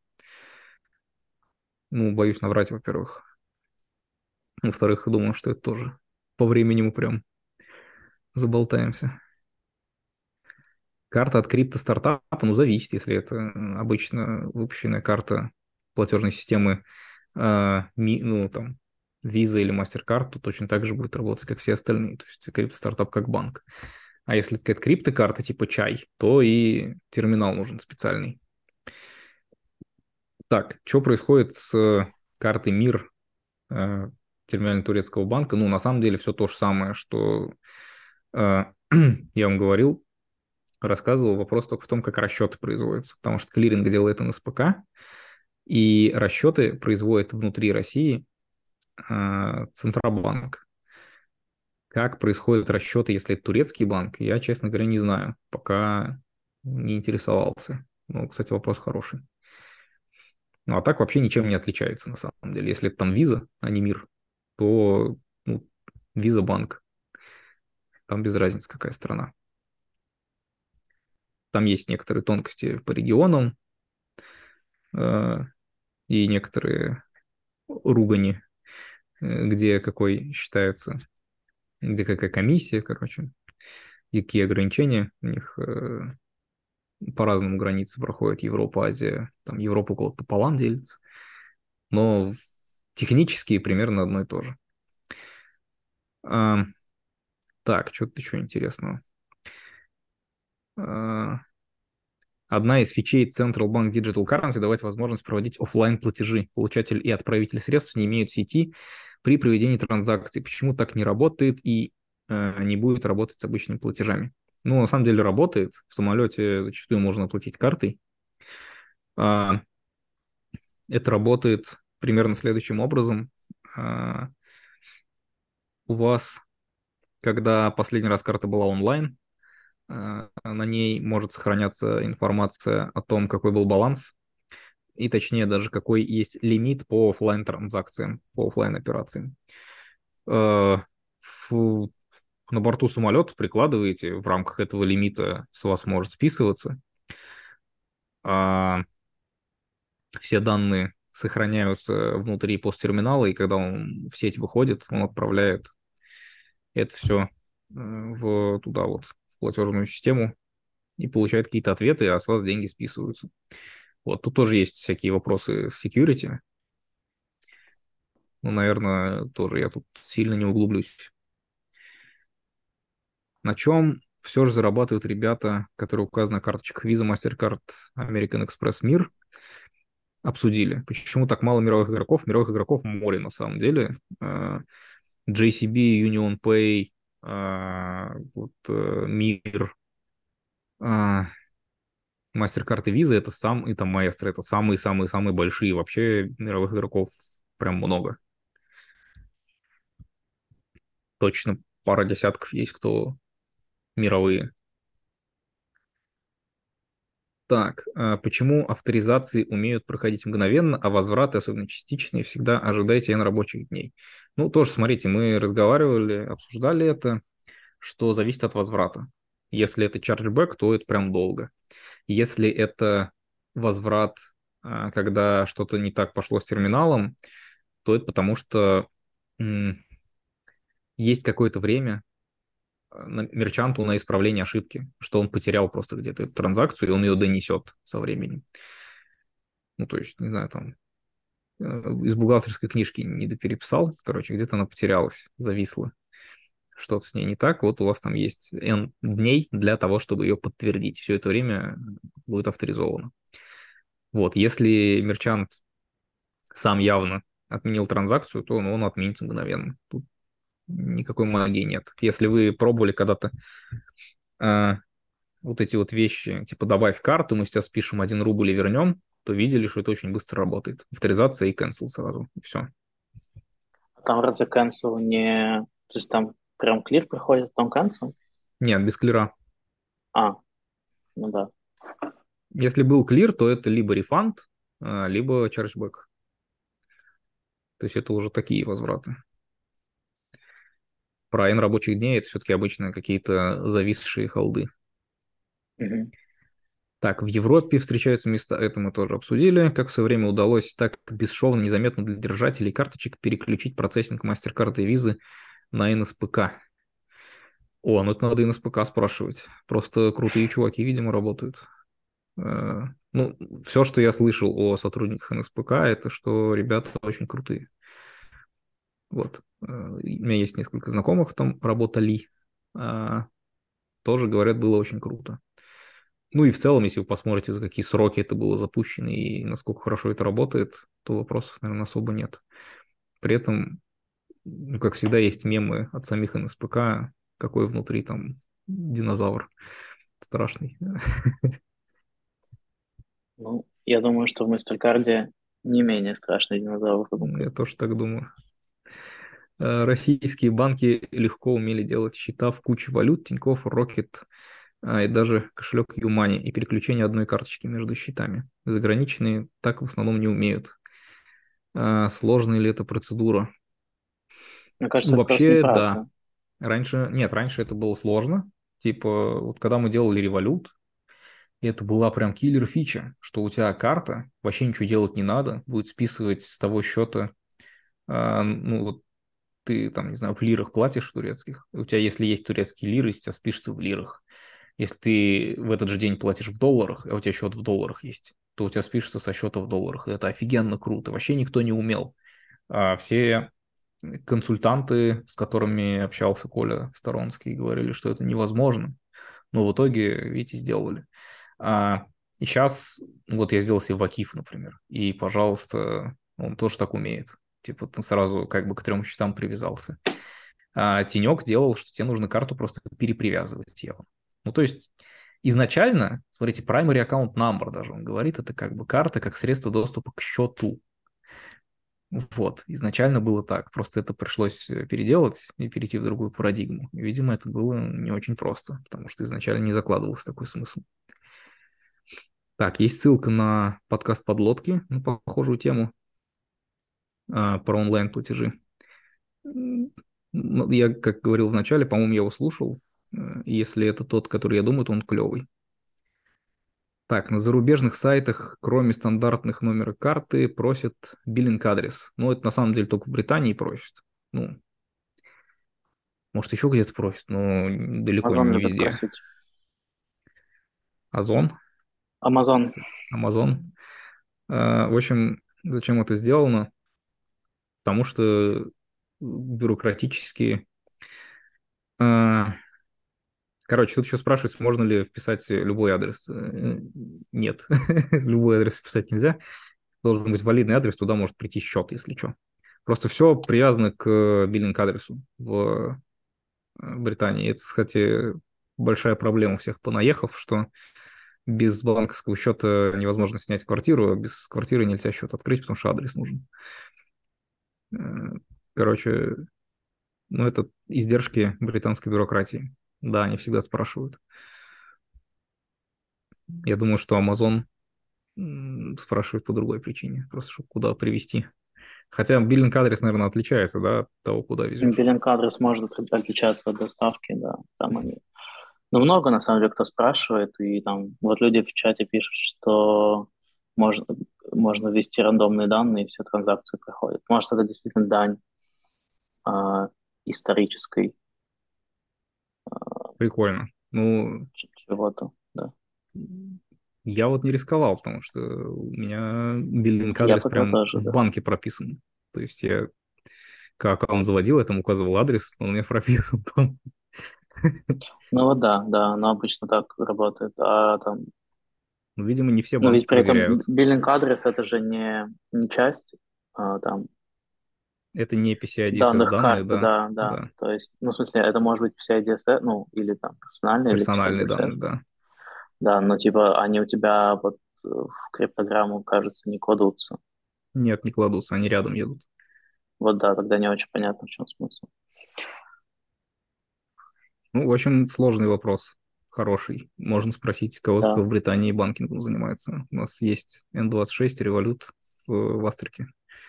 ну, боюсь наврать, во-первых. Во-вторых, думаю, что это тоже по времени мы прям заболтаемся. Карта от крипто-стартапа, ну, зависит, если это м, обычно выпущенная карта платежной системы, а, ми- ну, там, Visa или MasterCard, то точно так же будет работать, как все остальные. То есть крипто-стартап как банк. А если это какая-то криптокарта типа чай, то и терминал нужен специальный. Так, что происходит с картой МИР э, терминального турецкого банка? Ну, на самом деле все то же самое, что э, я вам говорил, рассказывал. Вопрос только в том, как расчеты производятся, потому что клиринг делает эн эс пэ ка, и расчеты производит внутри России э, Центробанк. Как происходят расчеты, если это турецкий банк, я, честно говоря, не знаю. Пока не интересовался. Ну, кстати, вопрос хороший. Ну, а так вообще ничем не отличается, на самом деле. Если это там виза, а не мир, то ну, виза банк. Там без разницы, какая страна. Там есть некоторые тонкости по регионам э, и некоторые ругани, э, где какой считается, где какая комиссия, короче, и какие ограничения у них э, по-разному границы проходят. Европа, Азия, там Европа у кого-то пополам делится. Но в- технически примерно одно и то же. А, так, что-то еще интересного. А, Одна из фичей Central Bank Digital Currency давать возможность проводить оффлайн платежи. Получатель и отправитель средств не имеют сети при проведении транзакций. Почему так не работает и э, не будет работать с обычными платежами? Ну, на самом деле работает. В самолете зачастую можно оплатить картой. А, это работает примерно следующим образом. А, у вас, когда последний раз карта была онлайн, а, на ней может сохраняться информация о том, какой был баланс, и точнее даже какой есть лимит по оффлайн транзакциям, по оффлайн операциям. Э, в- на борту самолета прикладываете, в рамках этого лимита с вас может списываться, а все данные сохраняются внутри посттерминала, и когда он в сеть выходит, он отправляет это все в, туда вот, в платежную систему и получает какие-то ответы, а с вас деньги списываются. Вот, тут тоже есть всякие вопросы с security. Ну, наверное, тоже я тут сильно не углублюсь. На чем все же зарабатывают ребята, которые указаны на карточках Visa, MasterCard, American Express, Мир? Обсудили. Почему так мало мировых игроков? Мировых игроков море на самом деле. Э, джей си би, Union Pay, э, вот, э, Мир, э, MasterCard и Visa это сам, и там Maestro, это самые-самые-самые большие. Вообще мировых игроков прям много. Точно пара десятков есть, кто мировые. Так, а почему авторизации умеют проходить мгновенно, а возвраты, особенно частичные, всегда ожидайте N рабочих дней? Ну, тоже, смотрите, мы разговаривали, обсуждали это, что зависит от возврата. Если это chargeback, то это прям долго. Если это возврат, а, когда что-то не так пошло с терминалом, то это потому что м, есть какое-то время а, на- мерчанту на исправление ошибки, что он потерял просто где-то эту транзакцию, и он ее донесет со временем. Ну, то есть, не знаю, там, э, из бухгалтерской книжки не допереписал, короче, где-то она потерялась, зависла. Что-то с ней не так, вот у вас там есть N дней для того, чтобы ее подтвердить. Все это время будет авторизовано. Вот, если мерчант сам явно отменил транзакцию, то ну, он отменится мгновенно. Тут никакой магии нет. Если вы пробовали когда-то э, вот эти вот вещи, типа добавь карту, мы сейчас спишем один рубль и вернем, то видели, что это очень быстро работает. Авторизация и cancel сразу, и все. А там разве cancel не... То есть там прям клик приходит, потом cancel? Нет, без клира. А, ну да. Если был клир, то это либо рефанд, а, либо чарджбэк. То есть это уже такие возвраты. Про N рабочих дней это все-таки обычно какие-то зависшие холды. Мгм. Так, в Европе встречаются места, это мы тоже обсудили, как в свое время удалось так бесшовно, незаметно для держателей карточек переключить процессинг MasterCard и Visa на эн эс пэ ка. О, ну это надо эн эс пэ ка спрашивать. Просто крутые чуваки, видимо, работают. Э, Ну, все, что я слышал о сотрудниках эн эс пэ ка, это что ребята очень крутые. Вот. Э, У меня есть несколько знакомых, там работали. А, Тоже, говорят, было очень круто. Ну и в целом, если вы посмотрите, за какие сроки это было запущено и насколько хорошо это работает, то вопросов, наверное, особо нет. При этом, ну, как всегда, есть мемы от самих эн эс пэ ка, какой внутри там динозавр страшный. Ну, я думаю, что в Мастер-карде не менее страшный динозавр Я внутри. тоже так думаю. Э, Российские банки легко умели делать счета в куче валют, Тинькофф, Рокет, а, и даже кошелек Юмани и переключение одной карточки между счетами. Заграничные так в основном не умеют. А, сложная ли эта процедура? Мне Ну, кажется, это просто вообще, да. неправда. Раньше, нет, раньше это было сложно. Типа, вот когда мы делали револют, это была прям киллер-фича, что у тебя карта, вообще ничего делать не надо, будет списывать с того счета, а, ну, вот ты там, не знаю, в лирах платишь турецких, у тебя, если есть турецкие лиры, с тебя спишется в лирах. Если ты в этот же день платишь в долларах, а у тебя счет в долларах есть, то у тебя спишется со счета в долларах. Это офигенно круто. Вообще никто не умел. А все консультанты, с которыми общался Коля Сторонский, говорили, что это невозможно. Но в итоге, видите, сделали. А, и сейчас, вот я сделал себе Вакиф, например, и, пожалуйста, он тоже так умеет. Типа, ты сразу как бы к трем счетам привязался. А Тинек делал, что тебе нужно карту просто перепривязывать его. Ну, то есть, изначально, смотрите, primary account number даже он говорит, это как бы карта как средство доступа к счету. Вот, изначально было так, просто это пришлось э, переделать и перейти в другую парадигму. И, видимо, это было не очень просто, потому что изначально не закладывался такой смысл. Так, есть ссылка на подкаст «Подлодки» на похожую тему а, про онлайн-платежи. М, ну, я, как говорил в начале, по-моему, я его слушал. Э, Если это тот, который я думаю, то он клевый. Так, на зарубежных сайтах, кроме стандартных номера карты, просят биллинг-адрес. Ну, это на самом деле только в Британии просят. Ну, может, еще где-то просят, но далеко Amazon не любит везде. просить. Озон, Amazon. Амазон. Э, В общем, зачем это сделано? Потому что бюрократически... э, Короче, тут еще спрашивается, можно ли вписать любой адрес. Э, Нет, любой адрес вписать нельзя. Должен быть валидный адрес, туда может прийти счет, если что. Просто все привязано к биллинг-адресу в э, Британии. Это, кстати, большая проблема у всех понаехав, что без банковского счета невозможно снять квартиру, а без квартиры нельзя счет открыть, потому что адрес нужен. Э, Короче, ну это издержки британской бюрократии. Да, они всегда спрашивают. Я думаю, что Amazon м, спрашивает по другой причине, просто чтобы куда привезти. Хотя биллинг-адрес, наверное, отличается, да, от того, куда везешь. Биллинг-адрес может отличаться от доставки, да. Там они... Ну, много, на самом деле, кто спрашивает, и там вот люди в чате пишут, что можно, можно ввести рандомные данные, и все транзакции проходят. Может, это действительно дань а, исторической Прикольно. Ну, ч- чего-то, да. я вот не рисковал, потому что у меня Я биллинг-адрес пока прям тоже, в да. банке прописан. То есть я, как аккаунт заводил, я там указывал адрес, он у меня прописан там. Ну вот да, да, оно обычно так работает. А там, Ну, видимо, не все но ведь банки при этом проверяют. биллинг-адрес это же не, не часть а, там Это не P C I D S S данных данные, карты, да, да, да. да. То есть, ну, в смысле, это может быть P C I D S S, ну, или там персональный, или Персональные P C I D S S. данные, да. Да, но типа они у тебя вот э, в криптограмму, кажется, не кладутся. Нет, не кладутся, они рядом едут. Вот да, тогда не очень понятно, в чем смысл. Ну, в общем, сложный вопрос. Хороший. Можно спросить кого-то, кто Да. в Британии банкингом занимается. У нас есть эн двадцать шесть, Revolut в, в Астрике.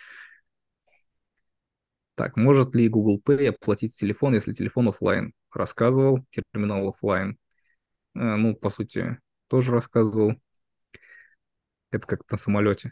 Так, может ли Google Pay оплатить с телефона, если телефон оффлайн? Рассказывал, терминал оффлайн. Э, ну, по сути, тоже рассказывал. Это как на самолете.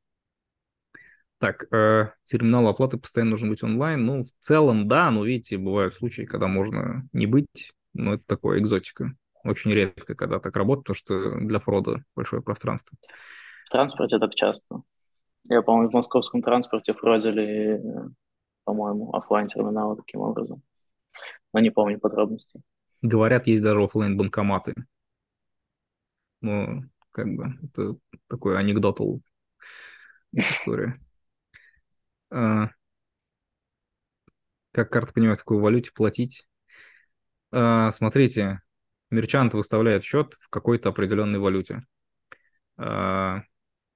Так, э, терминал оплаты постоянно должен быть онлайн. Ну, в целом, да, но видите, бывают случаи, когда можно не быть, но это такое экзотика. Очень редко, когда так работает, потому что для фрода большое пространство. В транспорте так часто. Я, по-моему, в московском транспорте фродили, э, по-моему, оффлайн терминалы таким образом. Но не помню подробностей. Говорят, есть даже оффлайн банкоматы. Но как бы это такой анекдотал история. А, как карта понимает, в какой валюте платить? А, смотрите, мерчант выставляет счет в какой-то определенной валюте. А,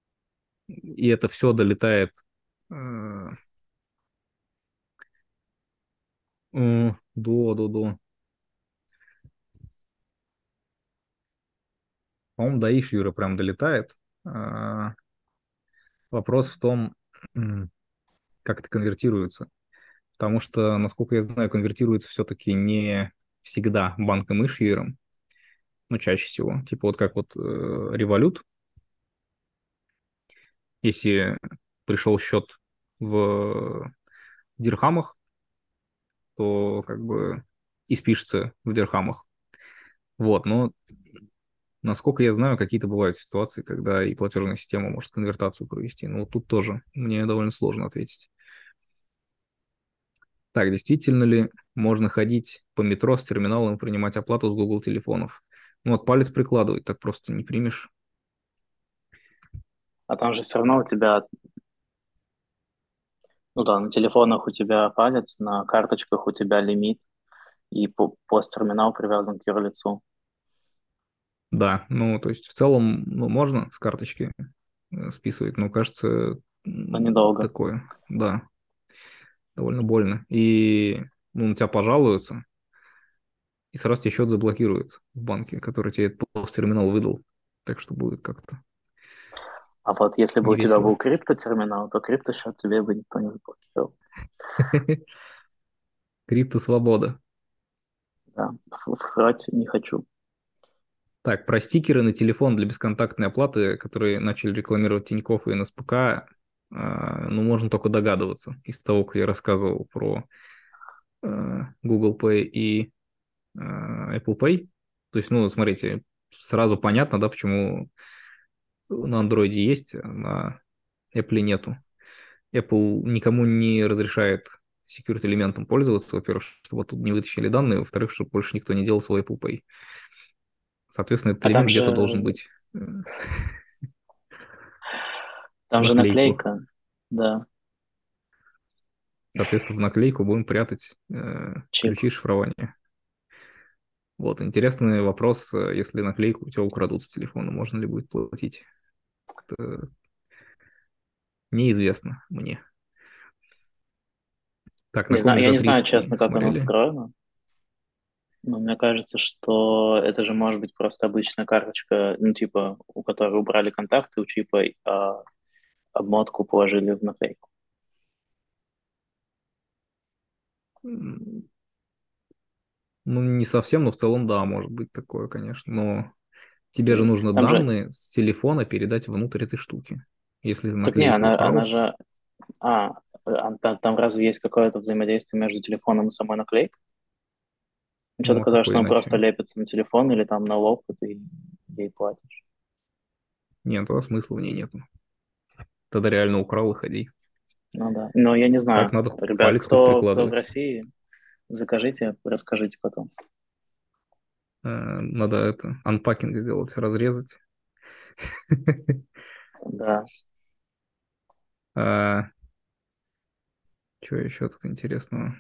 и это все долетает. а, М, До, до, до. По-моему, до Ишьюра прям долетает. А, Вопрос в том, м, как это конвертируется. Потому что, насколько я знаю, конвертируется все-таки не всегда банком Ишьюром, но чаще всего. Типа вот как вот э, Revolut, если пришел счет в дирхамах, то как бы и спишется в дирхамах. Вот, но насколько я знаю, какие-то бывают ситуации, когда и платежная система может конвертацию провести. Но вот тут тоже мне довольно сложно ответить. Так, действительно ли можно ходить по метро с терминалом и принимать оплату с Google телефонов? Ну вот палец прикладывать так просто не примешь. А там же все равно у тебя, ну да, на телефонах у тебя палец, на карточках у тебя лимит, и по- POS-терминал привязан к юрлицу. Да, ну то есть в целом ну, можно с карточки э, списывать, но кажется Но м, недолго. такое, да, довольно больно. И ну, на тебя пожалуются, и сразу тебе счет заблокируют в банке, который тебе этот POS-терминал выдал. Так что будет как-то А вот если бы у тебя невесело. был крипто-терминал, то крипто-счет тебе бы никто не заблокировал. Крипто-свобода. Да, ф- врать не хочу. Так, про стикеры на телефон для бесконтактной оплаты, которые начали рекламировать Тинькофф и эн эс пэ ка, а, ну, можно только догадываться из того, как я рассказывал про а, Google Pay и а, Apple Pay. То есть, ну, смотрите, сразу понятно, да, почему на Android есть, а на Apple нету. Apple никому не разрешает security элементом пользоваться, во-первых, чтобы оттуда не вытащили данные, во-вторых, чтобы больше никто не делал свой Apple Pay. Соответственно, этот А там элемент же, где-то должен быть э, в там же наклейку. наклейка, да, Соответственно, в наклейку будем прятать э, чип. ключи шифрования. Вот, интересный вопрос, э, если наклейку у тебя украдут с телефона, можно ли будет платить? Это неизвестно мне. Так, на Не каком знаю, я не лежат знаю, риски, честно, как оно смотрели? устроено, но мне кажется, что это же может быть просто обычная карточка, ну, типа, у которой убрали контакты у чипа, а обмотку положили в наклейку. М, Ну, не совсем, но в целом, да, может быть такое, конечно. Но тебе же М, нужно Там же, данные с телефона передать внутрь этой штуки. Если ты так не, наклейку она, она украл, же, а, а там, там разве есть какое-то взаимодействие между телефоном и самой наклейкой? Мне ну что-то а казалось, какой что она просто иначе? лепится на телефон или там на лоб, и ты ей платишь. Нет, тогда смысла в ней нету. Тогда реально украл и ходи. Ну да. Но я не Так знаю. надо Ребят, палец хоть кто, кто в прикладывать. России, закажите, расскажите потом. Э, Надо это, анпакинг сделать, разрезать. Да. А, что еще тут интересного?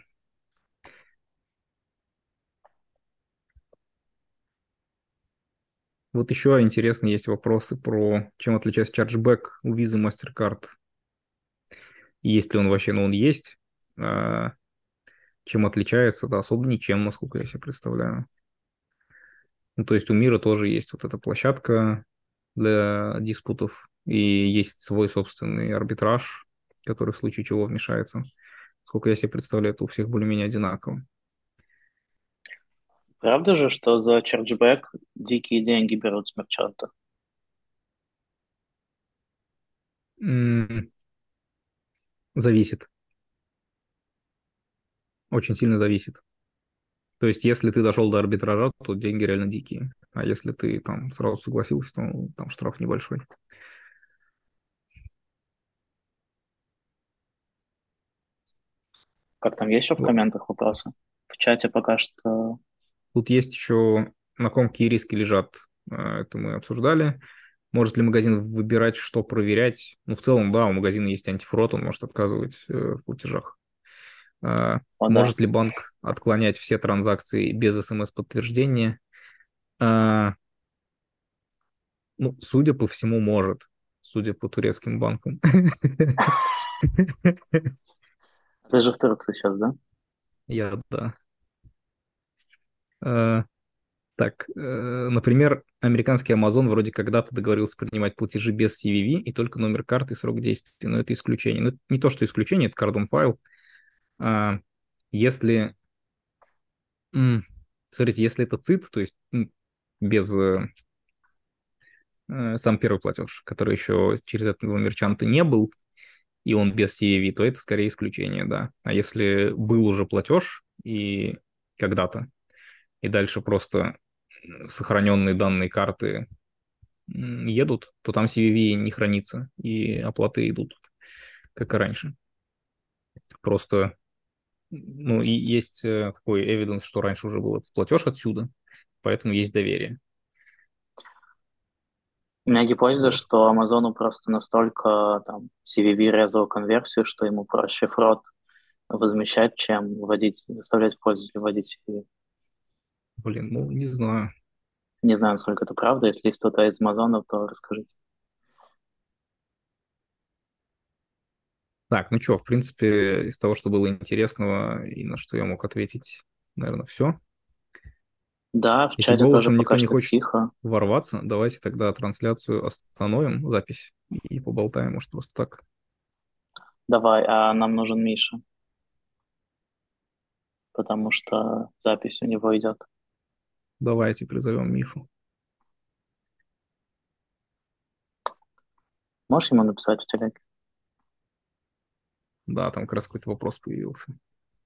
Вот еще интересные есть вопросы про чем отличается чарджбэк у Visa и MasterCard. Есть ли он вообще? Ну, он есть. А, чем отличается? Да, особо ничем, насколько я себе представляю. Ну, то есть у мира тоже есть вот эта площадка для диспутов, и есть свой собственный арбитраж, который в случае чего вмешается. Сколько я себе представляю, это у всех более-менее одинаково. Правда же, что за чарджбэк дикие деньги берут с мерчанта? М, Зависит. Очень сильно зависит. То есть, если ты дошел до арбитража, то деньги реально дикие. А если ты там сразу согласился, то ну, там штраф небольшой. Как там есть еще в Вот. комментах вопросы? В чате пока что... Тут есть еще, на ком какие риски лежат. А, Это мы обсуждали. Может ли магазин выбирать, что проверять? Ну, в целом, да, у магазина есть антифрод, он может отказывать э, в платежах. А, О, да. Может ли банк отклонять все транзакции без смс-подтверждения? А, Ну, судя по всему, может. Судя по турецким банкам. Ты же в Турции сейчас, да? Я, да. Э, Так, э, например, американский Amazon вроде когда-то договорился принимать платежи без си ви ви и только номер карты и срок действия, но это исключение. Но это не то, что исключение, это card on file. А, если, м, смотрите, если это цит, то есть м, без э, э, сам первый платеж, который еще через этого мерчанта не был, и он без си ви ви, то это скорее исключение, да. А если был уже платеж и когда-то, и дальше просто сохраненные данные карты едут, то там си ви ви не хранится, и оплаты идут, как и раньше. Просто, ну, и есть э, такой эвиденс, что раньше уже был этот платеж отсюда, поэтому есть доверие. У меня гипотеза, Вот. что Амазону просто настолько там си ви ви резал конверсию, что ему проще фрод возмещать, чем вводить, заставлять пользователя вводить си ви ви. Блин, ну, не знаю. Не знаю, насколько это правда. Если есть кто-то из Амазона, то расскажите. Так, ну что, в принципе, из того, что было интересного и на что я мог ответить, наверное, все. Да, в Если чате тоже голосом пока никто не что хочет тихо. ворваться, давайте тогда трансляцию остановим, запись, и поболтаем, может, просто так. Давай, а нам нужен Миша, потому что запись у него идет. Давайте призовем Мишу. Можешь ему написать в телеге? Да, там как раз какой-то вопрос появился.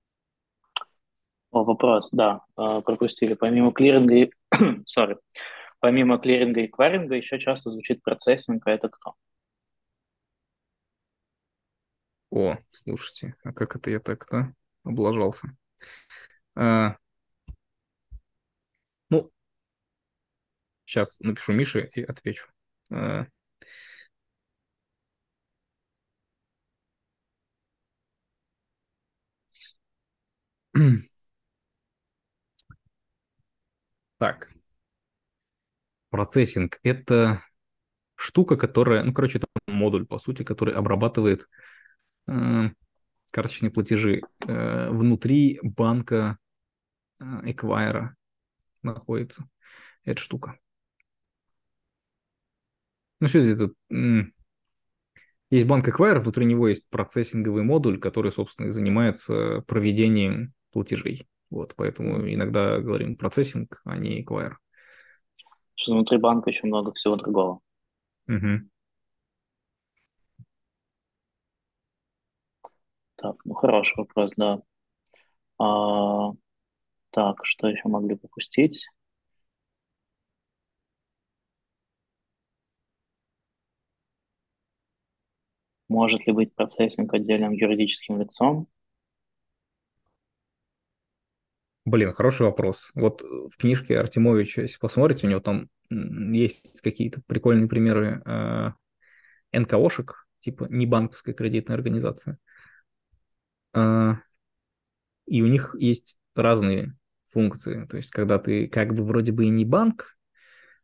О, вопрос, да, э, пропустили. Помимо клиринга и... Sorry. Помимо клиринга и кваринга еще часто звучит процессинг, а это кто? О, слушайте, а как это я так, да, облажался? А, ну, сейчас напишу Мише и отвечу. А, так, процессинг– это штука, которая, ну, короче, это модуль, по сути, который обрабатывает э, карточные платежи э, внутри банка э, эквайра находится эта штука. Ну, что здесь тут? М, Есть банк эквайр, внутри него есть процессинговый модуль, который, собственно, и занимается проведением платежей. Вот, поэтому иногда говорим процессинг, а не эквайр. Что внутри банка еще много всего другого. Угу. Так, ну хороший вопрос, да. А, так, что еще могли пропустить? Может ли быть процессинг отдельным юридическим лицом? Блин, хороший вопрос. Вот в книжке Артемовича, если посмотрите, у него там м, есть какие-то прикольные примеры э, эн ка о-шек, типа небанковская кредитная организация. А, и у них есть разные функции. То есть, когда ты как бы вроде бы и не банк,